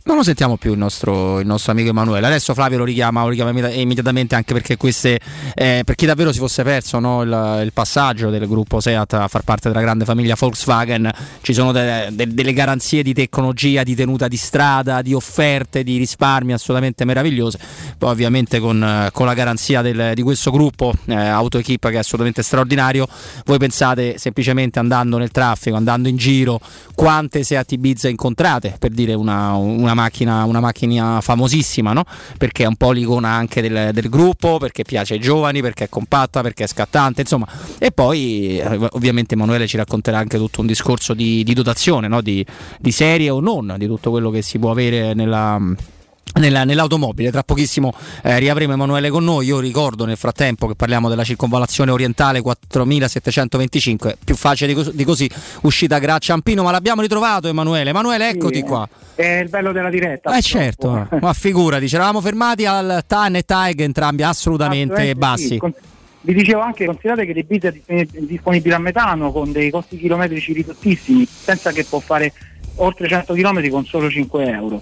Non lo sentiamo più il nostro, il nostro amico Emanuele. Adesso Flavio lo richiama, lo richiama immediatamente, anche perché queste eh, per chi davvero si fosse perso, no, il, il passaggio del gruppo Seat a far parte della grande famiglia Volkswagen, ci sono de, de, delle garanzie di tecnologia, di tenuta di strada, di offerte, di risparmi assolutamente meravigliose. Poi ovviamente con, con la garanzia del, di questo gruppo eh, AutoEquip, che è assolutamente straordinario. Voi pensate semplicemente andando nel traffico, andando in giro, quante Seat Ibiza incontrate, per dire una, una macchina una macchina famosissima, no? Perché è un po' l'icona anche del, del gruppo, perché piace ai giovani, perché è compatta, perché è scattante, insomma. E poi eh, ovviamente Emanuele ci racconterà anche tutto un discorso di, di dotazione, no? di, di serie o non, di tutto quello che si può avere nella Nella, nell'automobile. Tra pochissimo eh, riavremo Emanuele con noi. Io ricordo nel frattempo che parliamo della circonvallazione orientale quattromilasettecentoventicinque, più facile di, cos- di così, uscita Gra Ciampino, ma l'abbiamo ritrovato Emanuele. Emanuele, eccoti sì, qua. È il bello della diretta. Eh certo, ma figurati, ci eravamo fermati al Tan e Taig, entrambi assolutamente, assolutamente bassi. Sì. Con- vi dicevo anche, considerate che l'Ibiza è disponibile a metano con dei costi chilometrici ridottissimi, pensa che può fare oltre cento chilometri con solo cinque euro.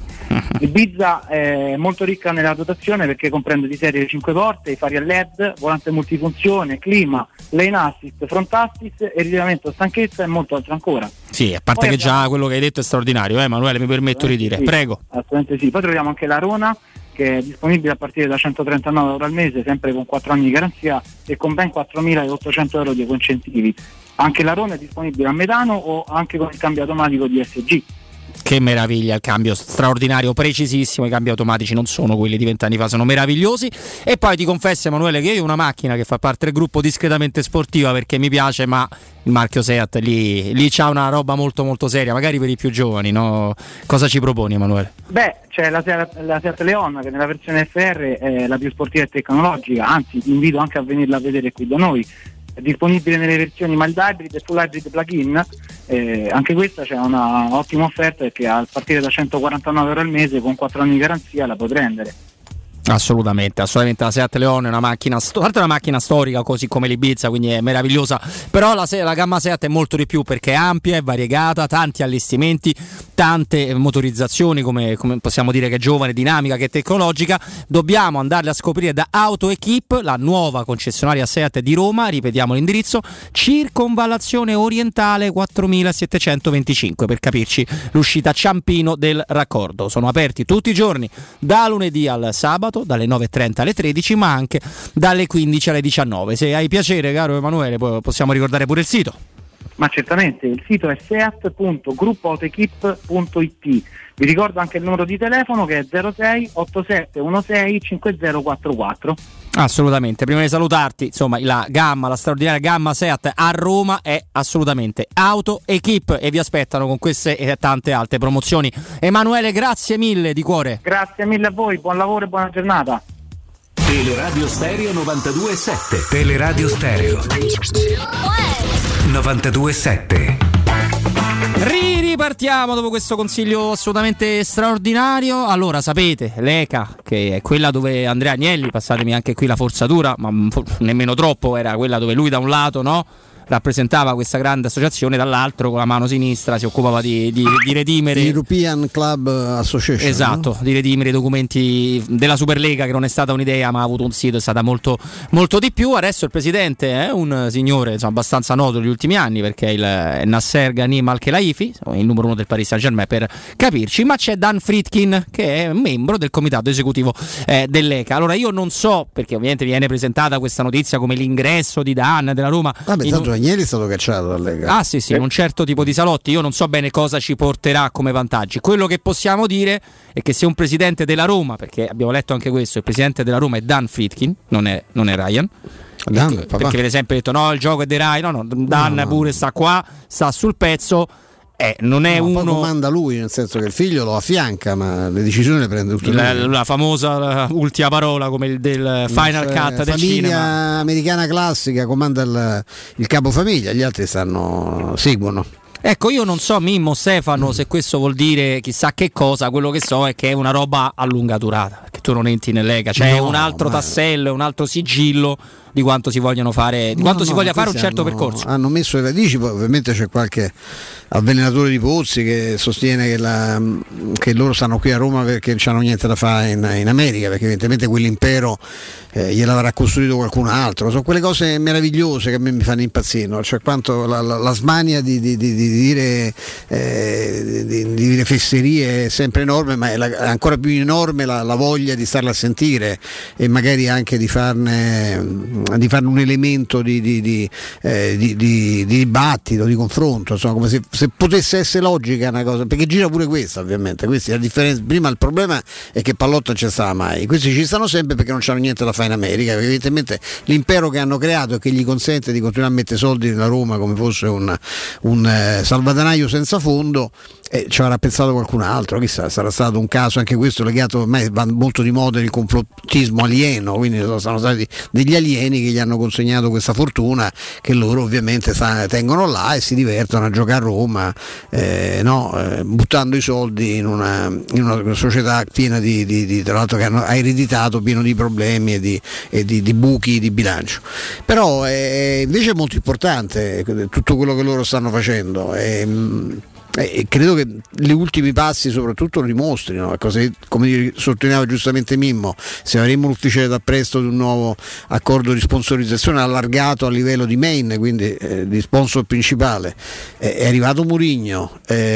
Ibiza è molto ricca nella dotazione perché comprende di serie cinque porte, i fari a L E D, volante multifunzione, clima, lane assist, front assist e rilevamento stanchezza e molto altro ancora. Sì, a parte Poi che abbiamo... già quello che hai detto è straordinario, eh Emanuele, mi permetto di dire, sì, prego. Assolutamente sì. Poi troviamo anche l'Arona, che è disponibile a partire da centotrentanove euro al mese, sempre con quattro anni di garanzia e con ben quattromilaottocento euro di ecoincentivi. Anche l'Arona è disponibile a metano o anche con il cambio automatico di S G. Che meraviglia, il cambio straordinario, precisissimo. I cambi automatici non sono quelli di vent'anni fa, sono meravigliosi. E poi ti confesso, Emanuele, che io ho una macchina che fa parte del gruppo discretamente sportiva perché mi piace, ma il marchio Seat lì, lì c'ha una roba molto molto seria, magari per i più giovani, no? Cosa ci proponi, Emanuele? Beh, c'è la Seat, la Seat Leon, che nella versione F R è la più sportiva e tecnologica, anzi ti invito anche a venirla a vedere qui da noi. È disponibile nelle versioni mild hybrid e full hybrid plug-in, eh, anche questa c'è una ottima offerta che a partire da centoquarantanove euro al mese con quattro anni di garanzia la puoi prendere. Assolutamente, assolutamente la Seat Leon è una macchina, sto- una macchina storica così come l'Ibiza, quindi è meravigliosa, però la, la gamma Seat è molto di più perché è ampia, è variegata, tanti allestimenti, tante motorizzazioni, come, come possiamo dire che è giovane, dinamica, che è tecnologica. Dobbiamo andarle a scoprire da AutoEquip, la nuova concessionaria Seat di Roma. Ripetiamo l'indirizzo: circonvallazione orientale quattromilasettecentoventicinque, per capirci l'uscita Ciampino del raccordo. Sono aperti tutti i giorni da lunedì al sabato dalle nove e trenta alle tredici, ma anche dalle quindici alle diciannove. Se hai piacere, caro Emanuele, possiamo ricordare pure il sito. Ma certamente, il sito è seat punto gruppo autoequip punto it. Vi ricordo anche il numero di telefono che è zero sei ottantasette diciassei cinquemilaquarantaquattro. Assolutamente, prima di salutarti, insomma, la gamma, la straordinaria gamma Seat a Roma è assolutamente AutoEquip e vi aspettano con queste e tante altre promozioni. Emanuele, grazie mille di cuore. Grazie mille a voi, buon lavoro e buona giornata. Teleradio Stereo novantadue virgola sette. Teleradio Stereo novantadue virgola sette. Ripartiamo dopo questo consiglio assolutamente straordinario. Allora, sapete, l'E C A, che è quella dove Andrea Agnelli, passatemi anche qui la forzatura, ma nemmeno troppo, era quella dove lui da un lato, no, rappresentava questa grande associazione, dall'altro con la mano sinistra si occupava di, di, di redimere European Club Association, esatto, no? Di redimere i documenti della Superlega, che non è stata un'idea ma ha avuto un sito, è stata molto, molto di più. Adesso il presidente è un signore, insomma, abbastanza noto negli ultimi anni, perché è, il, è Nasser Ghanim Al-Khelaifi, il numero uno del Paris Saint-Germain per capirci, ma c'è Dan Friedkin che è membro del comitato esecutivo eh, dell'E C A. Allora io non so, perché ovviamente viene presentata questa notizia come l'ingresso di Dan della Roma. Vabbè, in... tanto Agnelli è stato cacciato dalla Lega. Ah sì sì, un certo tipo di salotti. Io non so bene cosa ci porterà come vantaggi. Quello che possiamo dire è che se un presidente della Roma, perché abbiamo letto anche questo, il presidente della Roma è Dan Friedkin, non è, non è Ryan. Dan, perché, perché per esempio ha detto no, il gioco è dei Rai, no no, Dan no, no. pure sta qua, sta sul pezzo. Eh, non è no, uno. Poi comanda lui, nel senso che il figlio lo affianca, ma le decisioni le prende tutte la, lui. La famosa la ultima parola, come il del Final cioè, Cut del famiglia cinema americana classica, comanda il, il capofamiglia, gli altri stanno seguono. Ecco, io non so, Mimmo, Stefano, mm. se questo vuol dire chissà che cosa. Quello che so è che è una roba a lunga durata, perché che tu non entri nell'Ega, c'è No, un altro ma- tassello, un altro sigillo di quanto si vogliono fare, di No, quanto si no, voglia fare un questi certo hanno, percorso. Hanno messo le radici, poi ovviamente c'è qualche avvelenatore di pozzi che sostiene che, la, che loro stanno qui a Roma perché non hanno niente da fare in, in America, perché evidentemente quell'impero eh, gliel'avrà costruito qualcun altro. Sono quelle cose meravigliose che a me mi fanno impazzire, no? Cioè quanto la, la, la smania di, di, di, di, dire, eh, di, di dire fesserie è sempre enorme, ma è, la, è ancora più enorme la, la voglia di starla a sentire e magari anche di farne di farne un elemento di, di, di, eh, di, di, di dibattito, di confronto, insomma, come se, se potesse essere logica una cosa, perché gira pure questa ovviamente. Questi, la differenza, prima il problema è che Pallotta non c'è stava mai, questi ci stanno sempre perché non hanno niente da fare in America, perché evidentemente l'impero che hanno creato e che gli consente di continuare a mettere soldi nella Roma come fosse un, un eh, salvadanaio senza fondo, eh, ci avrà pensato qualcun altro, chissà, sarà stato un caso anche questo legato, ormai va molto di moda il complottismo alieno, quindi sono stati degli alieni che gli hanno consegnato questa fortuna che loro ovviamente sta, tengono là e si divertono a giocare a Roma, eh, no? eh, buttando i soldi in una, in una società piena di, di, di tra l'altro che hanno, ha ereditato, pieno di problemi e di, e di, di buchi di bilancio. Però è, invece è molto importante tutto quello che loro stanno facendo. È, E credo che gli ultimi passi soprattutto lo dimostrino, ecco, se, come sottolineava giustamente Mimmo, se avremo l'ufficiale d'appresto di un nuovo accordo di sponsorizzazione allargato a livello di main, quindi eh, di sponsor principale, eh, è arrivato Mourinho,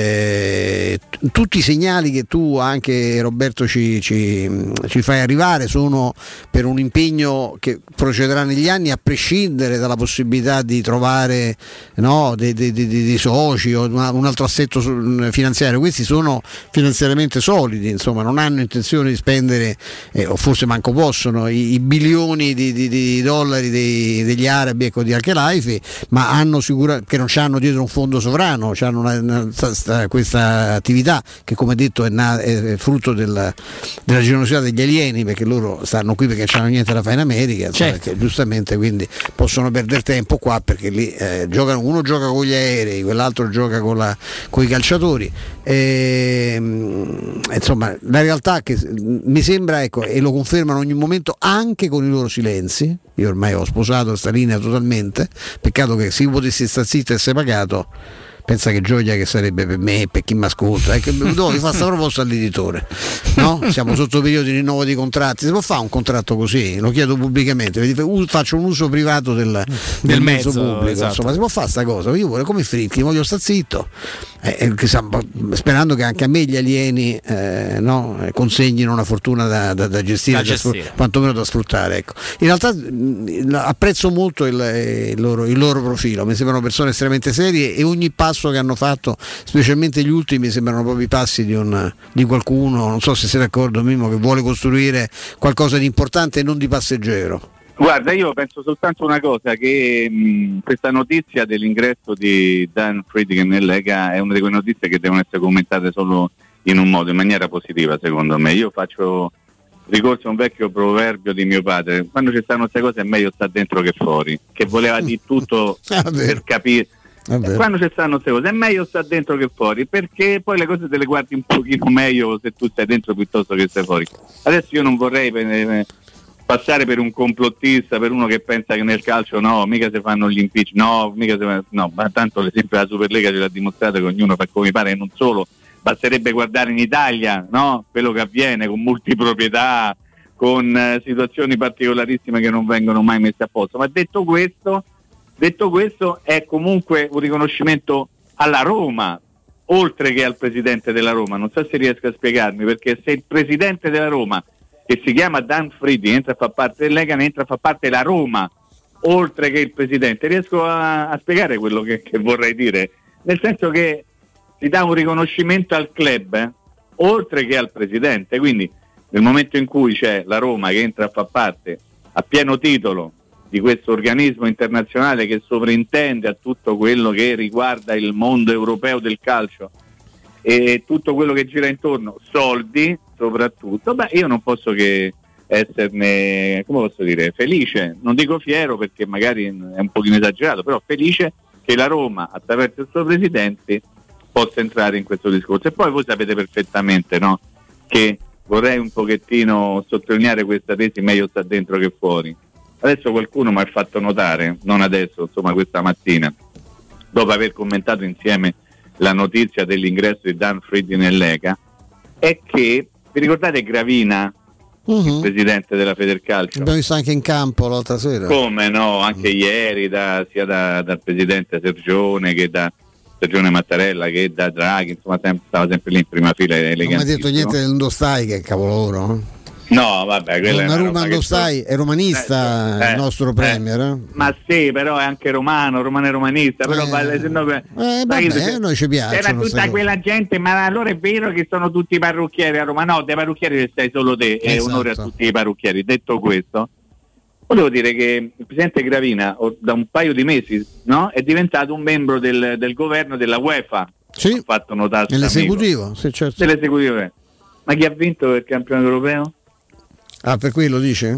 eh, t- tutti i segnali che tu anche Roberto ci, ci, ci fai arrivare sono per un impegno che procederà negli anni a prescindere dalla possibilità di trovare, no, dei, dei, dei, dei soci o una, un altro assetto finanziario. Questi sono finanziariamente solidi, insomma, non hanno intenzione di spendere, eh, o forse manco possono, i, i bilioni di, di, di dollari dei, degli arabi, ecco, di Al-Khelaifi, ma hanno sicura che non hanno dietro un fondo sovrano, hanno una, una, sta, questa attività che, come detto, è, na, è frutto del, della generosità degli alieni, perché loro stanno qui perché non hanno niente da fare in America, insomma, certo. Perché giustamente quindi possono perdere tempo qua perché lì eh, giocano, uno gioca con gli aerei, quell'altro gioca con la con i calciatori, e, insomma la realtà che mi sembra, ecco, e lo confermano ogni momento anche con i loro silenzi. Io ormai ho sposato questa linea totalmente, peccato che se io potessi stare zitto e essere pagato, pensa che gioia che sarebbe per me e per chi mi ascolta, è che devo fare questa proposta all'editore, no? Siamo sotto periodo di rinnovo di contratti, si può fare un contratto così? Lo chiedo pubblicamente, faccio un uso privato del, del, del mezzo, mezzo pubblico, esatto. Insomma, si può fare sta cosa? Io vorrei, come Fritti, voglio sta zitto, eh, sperando che anche a me gli alieni eh, no, consegnino una fortuna da, da, da gestire, da gestire. Da, quantomeno da sfruttare, ecco. In realtà mh, apprezzo molto il, il, loro, il loro profilo, mi sembrano persone estremamente serie e ogni passo che hanno fatto, specialmente gli ultimi, sembrano proprio i passi di, un, di qualcuno, non so se sei d'accordo Mimmo, che vuole costruire qualcosa di importante e non di passeggero. Guarda, io penso soltanto una cosa, che mh, questa notizia dell'ingresso di Dan Friedkin nel Lega è una di quelle notizie che devono essere commentate solo in un modo, in maniera positiva, secondo me. Io faccio ricorso a un vecchio proverbio di mio padre: quando ci stanno queste cose è meglio sta dentro che fuori, che voleva di tutto per capire. Quando ci stanno queste cose è meglio stare dentro che fuori, perché poi le cose te le guardi un pochino meglio se tu stai dentro piuttosto che stai fuori. Adesso io non vorrei eh, passare per un complottista, per uno che pensa che nel calcio no, mica si fanno gli impicci, no, mica si fanno, no, ma tanto l'esempio della Superlega ce l'ha dimostrato che ognuno fa come pare, e non solo, basterebbe guardare in Italia, no? Quello che avviene con multiproprietà, con eh, situazioni particolarissime che non vengono mai messe a posto. Ma detto questo, Detto questo, è comunque un riconoscimento alla Roma, oltre che al presidente della Roma. Non so se riesco a spiegarmi, perché se il presidente della Roma, che si chiama Dan Friedkin, entra a far parte del Lega, ne entra a far parte la Roma, oltre che il presidente. Riesco a, a spiegare quello che, che vorrei dire? Nel senso che si dà un riconoscimento al club, eh, oltre che al presidente. Quindi nel momento in cui c'è la Roma che entra a far parte a pieno titolo di questo organismo internazionale che sovrintende a tutto quello che riguarda il mondo europeo del calcio e tutto quello che gira intorno, soldi soprattutto, beh, io non posso che esserne, come posso dire, felice, non dico fiero perché magari è un pochino esagerato, però felice che la Roma attraverso il suo presidente possa entrare in questo discorso. E poi voi sapete perfettamente, no, che vorrei un pochettino sottolineare questa tesi, meglio sta dentro che fuori. Adesso qualcuno mi ha fatto notare, non adesso, insomma questa mattina, dopo aver commentato insieme la notizia dell'ingresso di Dan Friedrich nel Lega, è che, vi ricordate Gravina, uh-huh. il presidente della Federcalcio? Abbiamo visto anche in campo l'altra sera. Come no, anche uh-huh. ieri, da, sia da, dal presidente Sergione che da Sergione Mattarella che da Draghi, insomma sempre, stava sempre lì in prima fila. Non mi ha detto niente del Ndostai, che è capolavoro. No, vabbè, quella è una Roma Ndostai è romanista, eh, il nostro eh, premier. Eh. Ma sì, però è anche romano, romano e romanista, però eh, vale, se no, eh, vabbè, noi ci piace. C'era tutta quella gente, ma allora è vero che sono tutti parrucchieri a Roma? No, dei parrucchieri ne stai solo te, esatto. E onore a tutti i parrucchieri. Detto questo, volevo dire che il presidente Gravina da un paio di mesi, no, è diventato un membro del, del governo della UEFA. Sì, ho fatto notare dell'esecutivo, sì, certo. Dell'esecutivo. Ma chi ha vinto il campionato europeo? Ah, per quello dice?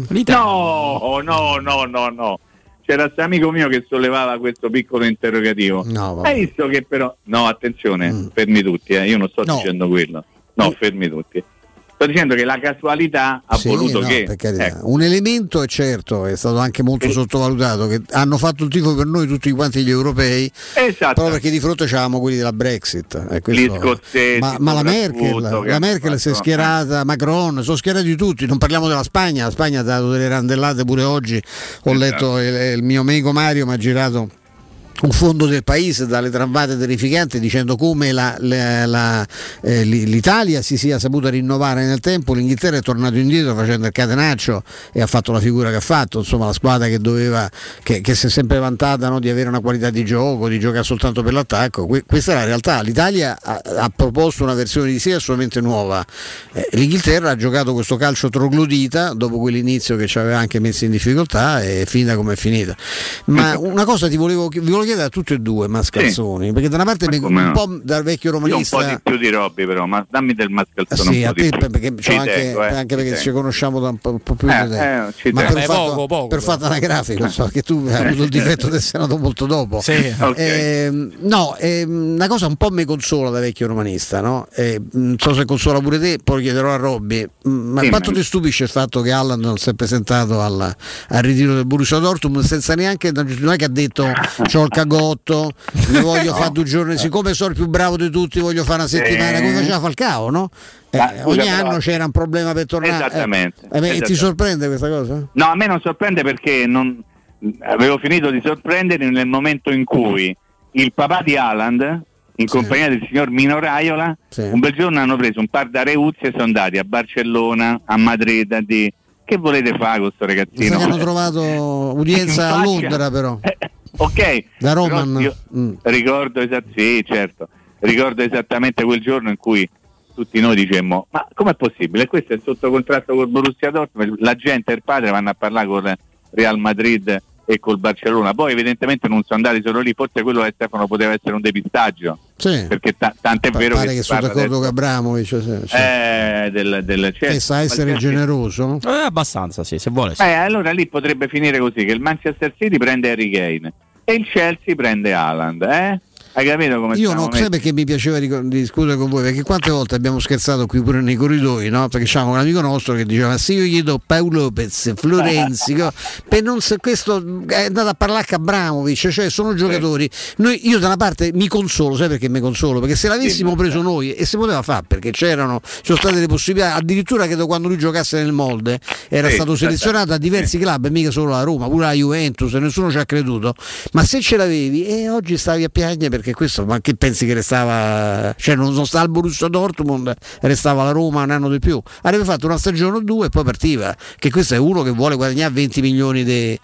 No, no, no, no, no. C'era questo amico mio che sollevava questo piccolo interrogativo. No, hai visto che però... No, attenzione, mm. fermi tutti, eh. Io non sto no. dicendo quello. No, fermi tutti. Sto dicendo che la casualità ha sì, voluto no, che ecco. Un elemento è certo, è stato anche molto sì. sottovalutato, che hanno fatto il tifo per noi tutti quanti gli europei, esatto. proprio perché di fronte c'avevamo quelli della Brexit, eh, gli scozzesi, ma, ma la Merkel, la Merkel si è schierata, Macron, sono schierati tutti, non parliamo della Spagna, la Spagna ha dato delle randellate pure oggi, ho esatto. letto il, il mio amico Mario mi ha girato un fondo del paese dalle tramvate terrificanti dicendo come la, la, la, eh, l'Italia si sia saputa rinnovare nel tempo, l'Inghilterra è tornato indietro facendo il catenaccio e ha fatto la figura che ha fatto, insomma la squadra che doveva che, che si è sempre vantata, no, di avere una qualità di gioco, di giocare soltanto per l'attacco. Que- questa è la realtà, l'Italia ha, ha proposto una versione di sé assolutamente nuova, eh, l'Inghilterra ha giocato questo calcio troglodita dopo quell'inizio che ci aveva anche messo in difficoltà e è finita come è finita. Ma una cosa ti volevo, vi volevo chiedere a tutti e due mascalzoni, sì. perché da una parte mi, un no? po' dal vecchio romanista, io un po' di più di Robby però, ma dammi del mascalzone. Sì, un a po' te di più. perché ci anche, tengo, eh, anche perché ci ci conosciamo da un po', un po' più eh, di tempo. Eh, ma per, Beh, fatto, poco, poco, per fatto anagrafico, so che tu hai avuto il difetto di essere nato molto dopo. Sì. Okay. Eh, no, eh, una cosa un po' mi consola da vecchio romanista, no? Eh, non so se consola pure te, poi chiederò a Robby. Ma sì, quanto ma... ti stupisce il fatto che Haaland non si è presentato al, al ritiro del Borussia Dortmund senza neanche, non è che ha detto c'ho il cagotto, ne voglio no. fare due giorni, siccome sono il più bravo di tutti voglio fare una settimana, eh. come faceva Falcao, no? Eh, scusa, ogni però... anno c'era un problema per tornare. Esattamente. Eh, eh, esattamente. Ti sorprende questa cosa? No, a me non sorprende perché non avevo finito di sorprendere nel momento in cui il papà di Haaland in compagnia sì. del signor Mino Raiola sì. un bel giorno hanno preso un par da reuzzi e sono andati a Barcellona, a Madrid a dire che volete fare con questo ragazzino? Che hanno trovato udienza a Londra però. Eh, ok, da Roma io mm. ricordo esat- sì, certo. ricordo esattamente quel giorno in cui tutti noi dicemmo ma com'è possibile? Questo è sotto contratto col Borussia Dortmund, la gente e il padre vanno a parlare con Real Madrid e col Barcellona, poi evidentemente non sono andati solo lì, forse quello che Stefano poteva essere un depistaggio, sì. perché t- tant'è pa- vero pare che, che sono d'accordo con Abramovic, sì, sì. Eh, del, del Chelsea, che sa essere generoso eh, abbastanza, sì, se vuole sì. Eh, allora lì potrebbe finire così, che il Manchester City prende Harry Kane e il Chelsea prende Haaland, eh? Hai capito come io non so perché mi piaceva discutere con voi, perché quante volte abbiamo scherzato qui pure nei corridoi, no? Perché c'era un amico nostro che diceva sì, io gli do Paolo Lopez, Florenzi per non se questo è andato a parlare a Abramovic, cioè sono giocatori noi, io da una parte mi consolo, sai perché mi consolo? Perché se l'avessimo preso noi, e si poteva fare perché c'erano ci sono state le possibilità, addirittura credo quando lui giocasse nel Molde era sì, stato selezionato a diversi club, mica solo la Roma, pure la Juventus, nessuno ci ha creduto, ma se ce l'avevi e oggi stavi a piangere perché questo, ma che pensi che restava, cioè non, non sta al Borussia Dortmund, restava la Roma un anno di più, avrebbe fatto una stagione o due e poi partiva, che questo è uno che vuole guadagnare venti milioni di,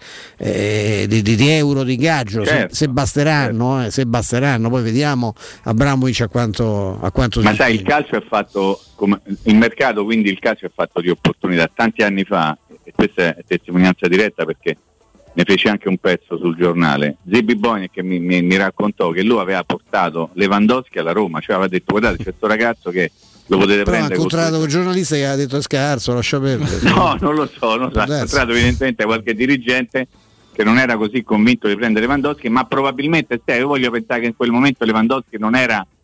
eh, di, di, di euro di ingaggio, certo, se, se basteranno certo. eh, se basteranno, poi vediamo Abramovic a quanto, a quanto ma sai, il calcio è fatto come il mercato, quindi il calcio è fatto di opportunità. Tanti anni fa, e questa è testimonianza diretta perché ne fece anche un pezzo sul giornale, Zebi Boni che mi, mi, mi raccontò che lui aveva portato Lewandowski alla Roma, cioè aveva detto guardate c'è questo ragazzo che lo potete però prendere. Ha incontrato un giornalista che ha detto è scarso, lascia perdere. No, non lo so, non so. Ha incontrato evidentemente qualche dirigente che non era così convinto di prendere Lewandowski, ma probabilmente, io voglio pensare che in quel momento Lewandowski non era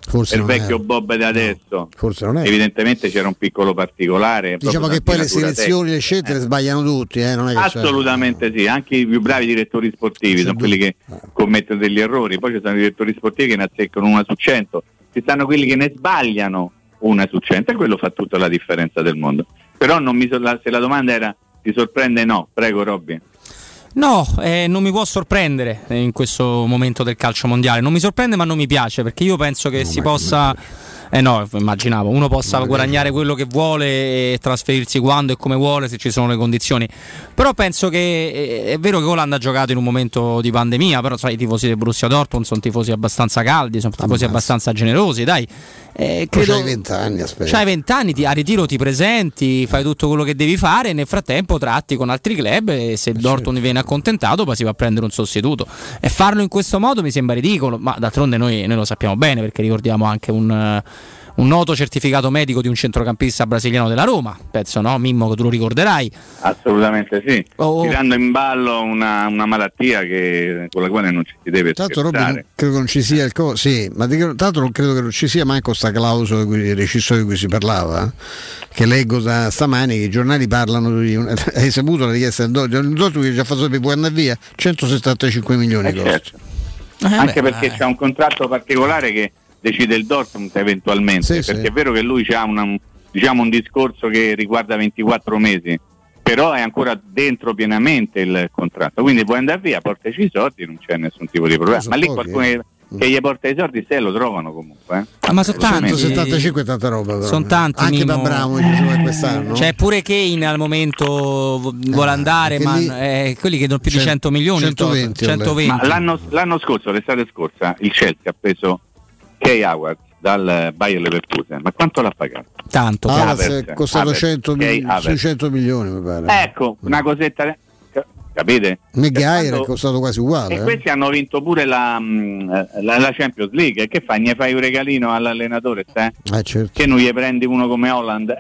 Forse il non vecchio era. Bob da adesso. No, forse non è. Evidentemente c'era un piccolo particolare. Diciamo che poi le selezioni, le scelte le sbagliano tutti, eh? Non è che assolutamente sì, anche i più bravi direttori sportivi sono quelli che commettono degli errori, poi ci sono i direttori sportivi che ne azzeccano una su cento, ci stanno quelli che ne sbagliano una su cento e quello fa tutta la differenza del mondo. Però non mi so- la, se la domanda era ti sorprende, no, prego Robby. No, eh, non mi può sorprendere in questo momento del calcio mondiale, non mi sorprende ma non mi piace, perché io penso che no, si possa... Eh no, immaginavo, uno possa guadagnare quello che vuole e trasferirsi quando e come vuole se ci sono le condizioni. Però penso che è vero che Haaland ha giocato in un momento di pandemia, però sai, i tifosi del Borussia Dortmund sono tifosi abbastanza caldi, sono tifosi abbastanza generosi, dai. Eh, credo... C'hai vent'anni, aspetta. C'hai vent'anni, ti, a ritiro ti presenti, fai tutto quello che devi fare e nel frattempo tratti con altri club e se Dortmund viene accontentato poi si va a prendere un sostituto. E farlo in questo modo mi sembra ridicolo, ma d'altronde noi, noi lo sappiamo bene, perché ricordiamo anche un... un noto certificato medico di un centrocampista brasiliano della Roma, penso, no Mimmo, che tu lo ricorderai. Assolutamente sì, oh. tirando in ballo una, una malattia che, con la quale non ci si deve tanto scherzare. Robby, credo che non ci sia il co- sì, ma dico, tanto non credo che non ci sia manco sta clausola di rescissione di cui si parlava, eh? Che leggo da stamani che i giornali parlano di un, hai saputo la richiesta del Dortmund che già fatto sapere può andare via centosettantacinque milioni eh costa. certo. eh anche beh, perché eh. c'è un contratto particolare che decide il Dortmund eventualmente, sì, perché sì. È vero che lui ha una, diciamo, un discorso che riguarda ventiquattro mesi, però è ancora dentro pienamente il contratto, quindi puoi andare via, portaci i soldi, non c'è nessun tipo di problema, ma lì qualcuno eh. che gli porta i soldi se lo trovano comunque, eh. ah, ma sono tanti, settantacinque tanta roba però, sono tanti, anche Mimmo. per Abramovic quest'anno, c'è pure Kane al momento vuole ah, andare, ma lì... eh, quelli che danno più di cento milioni, centoventi, centoventi. Ma l'anno, l'anno scorso, l'estate scorsa, il Chelsea ha preso Kai Havertz dal Bayer Leverkusen, ma quanto l'ha pagato? Tanto, ah, è costato cento, sui cento milioni mi pare. Ecco, una cosetta, capite? Maguire è costato quasi uguale. E eh? questi hanno vinto pure la, la, la Champions League, e che fai? Ne fai un regalino all'allenatore, te? Eh, certo. Che non gli prendi uno come Haaland?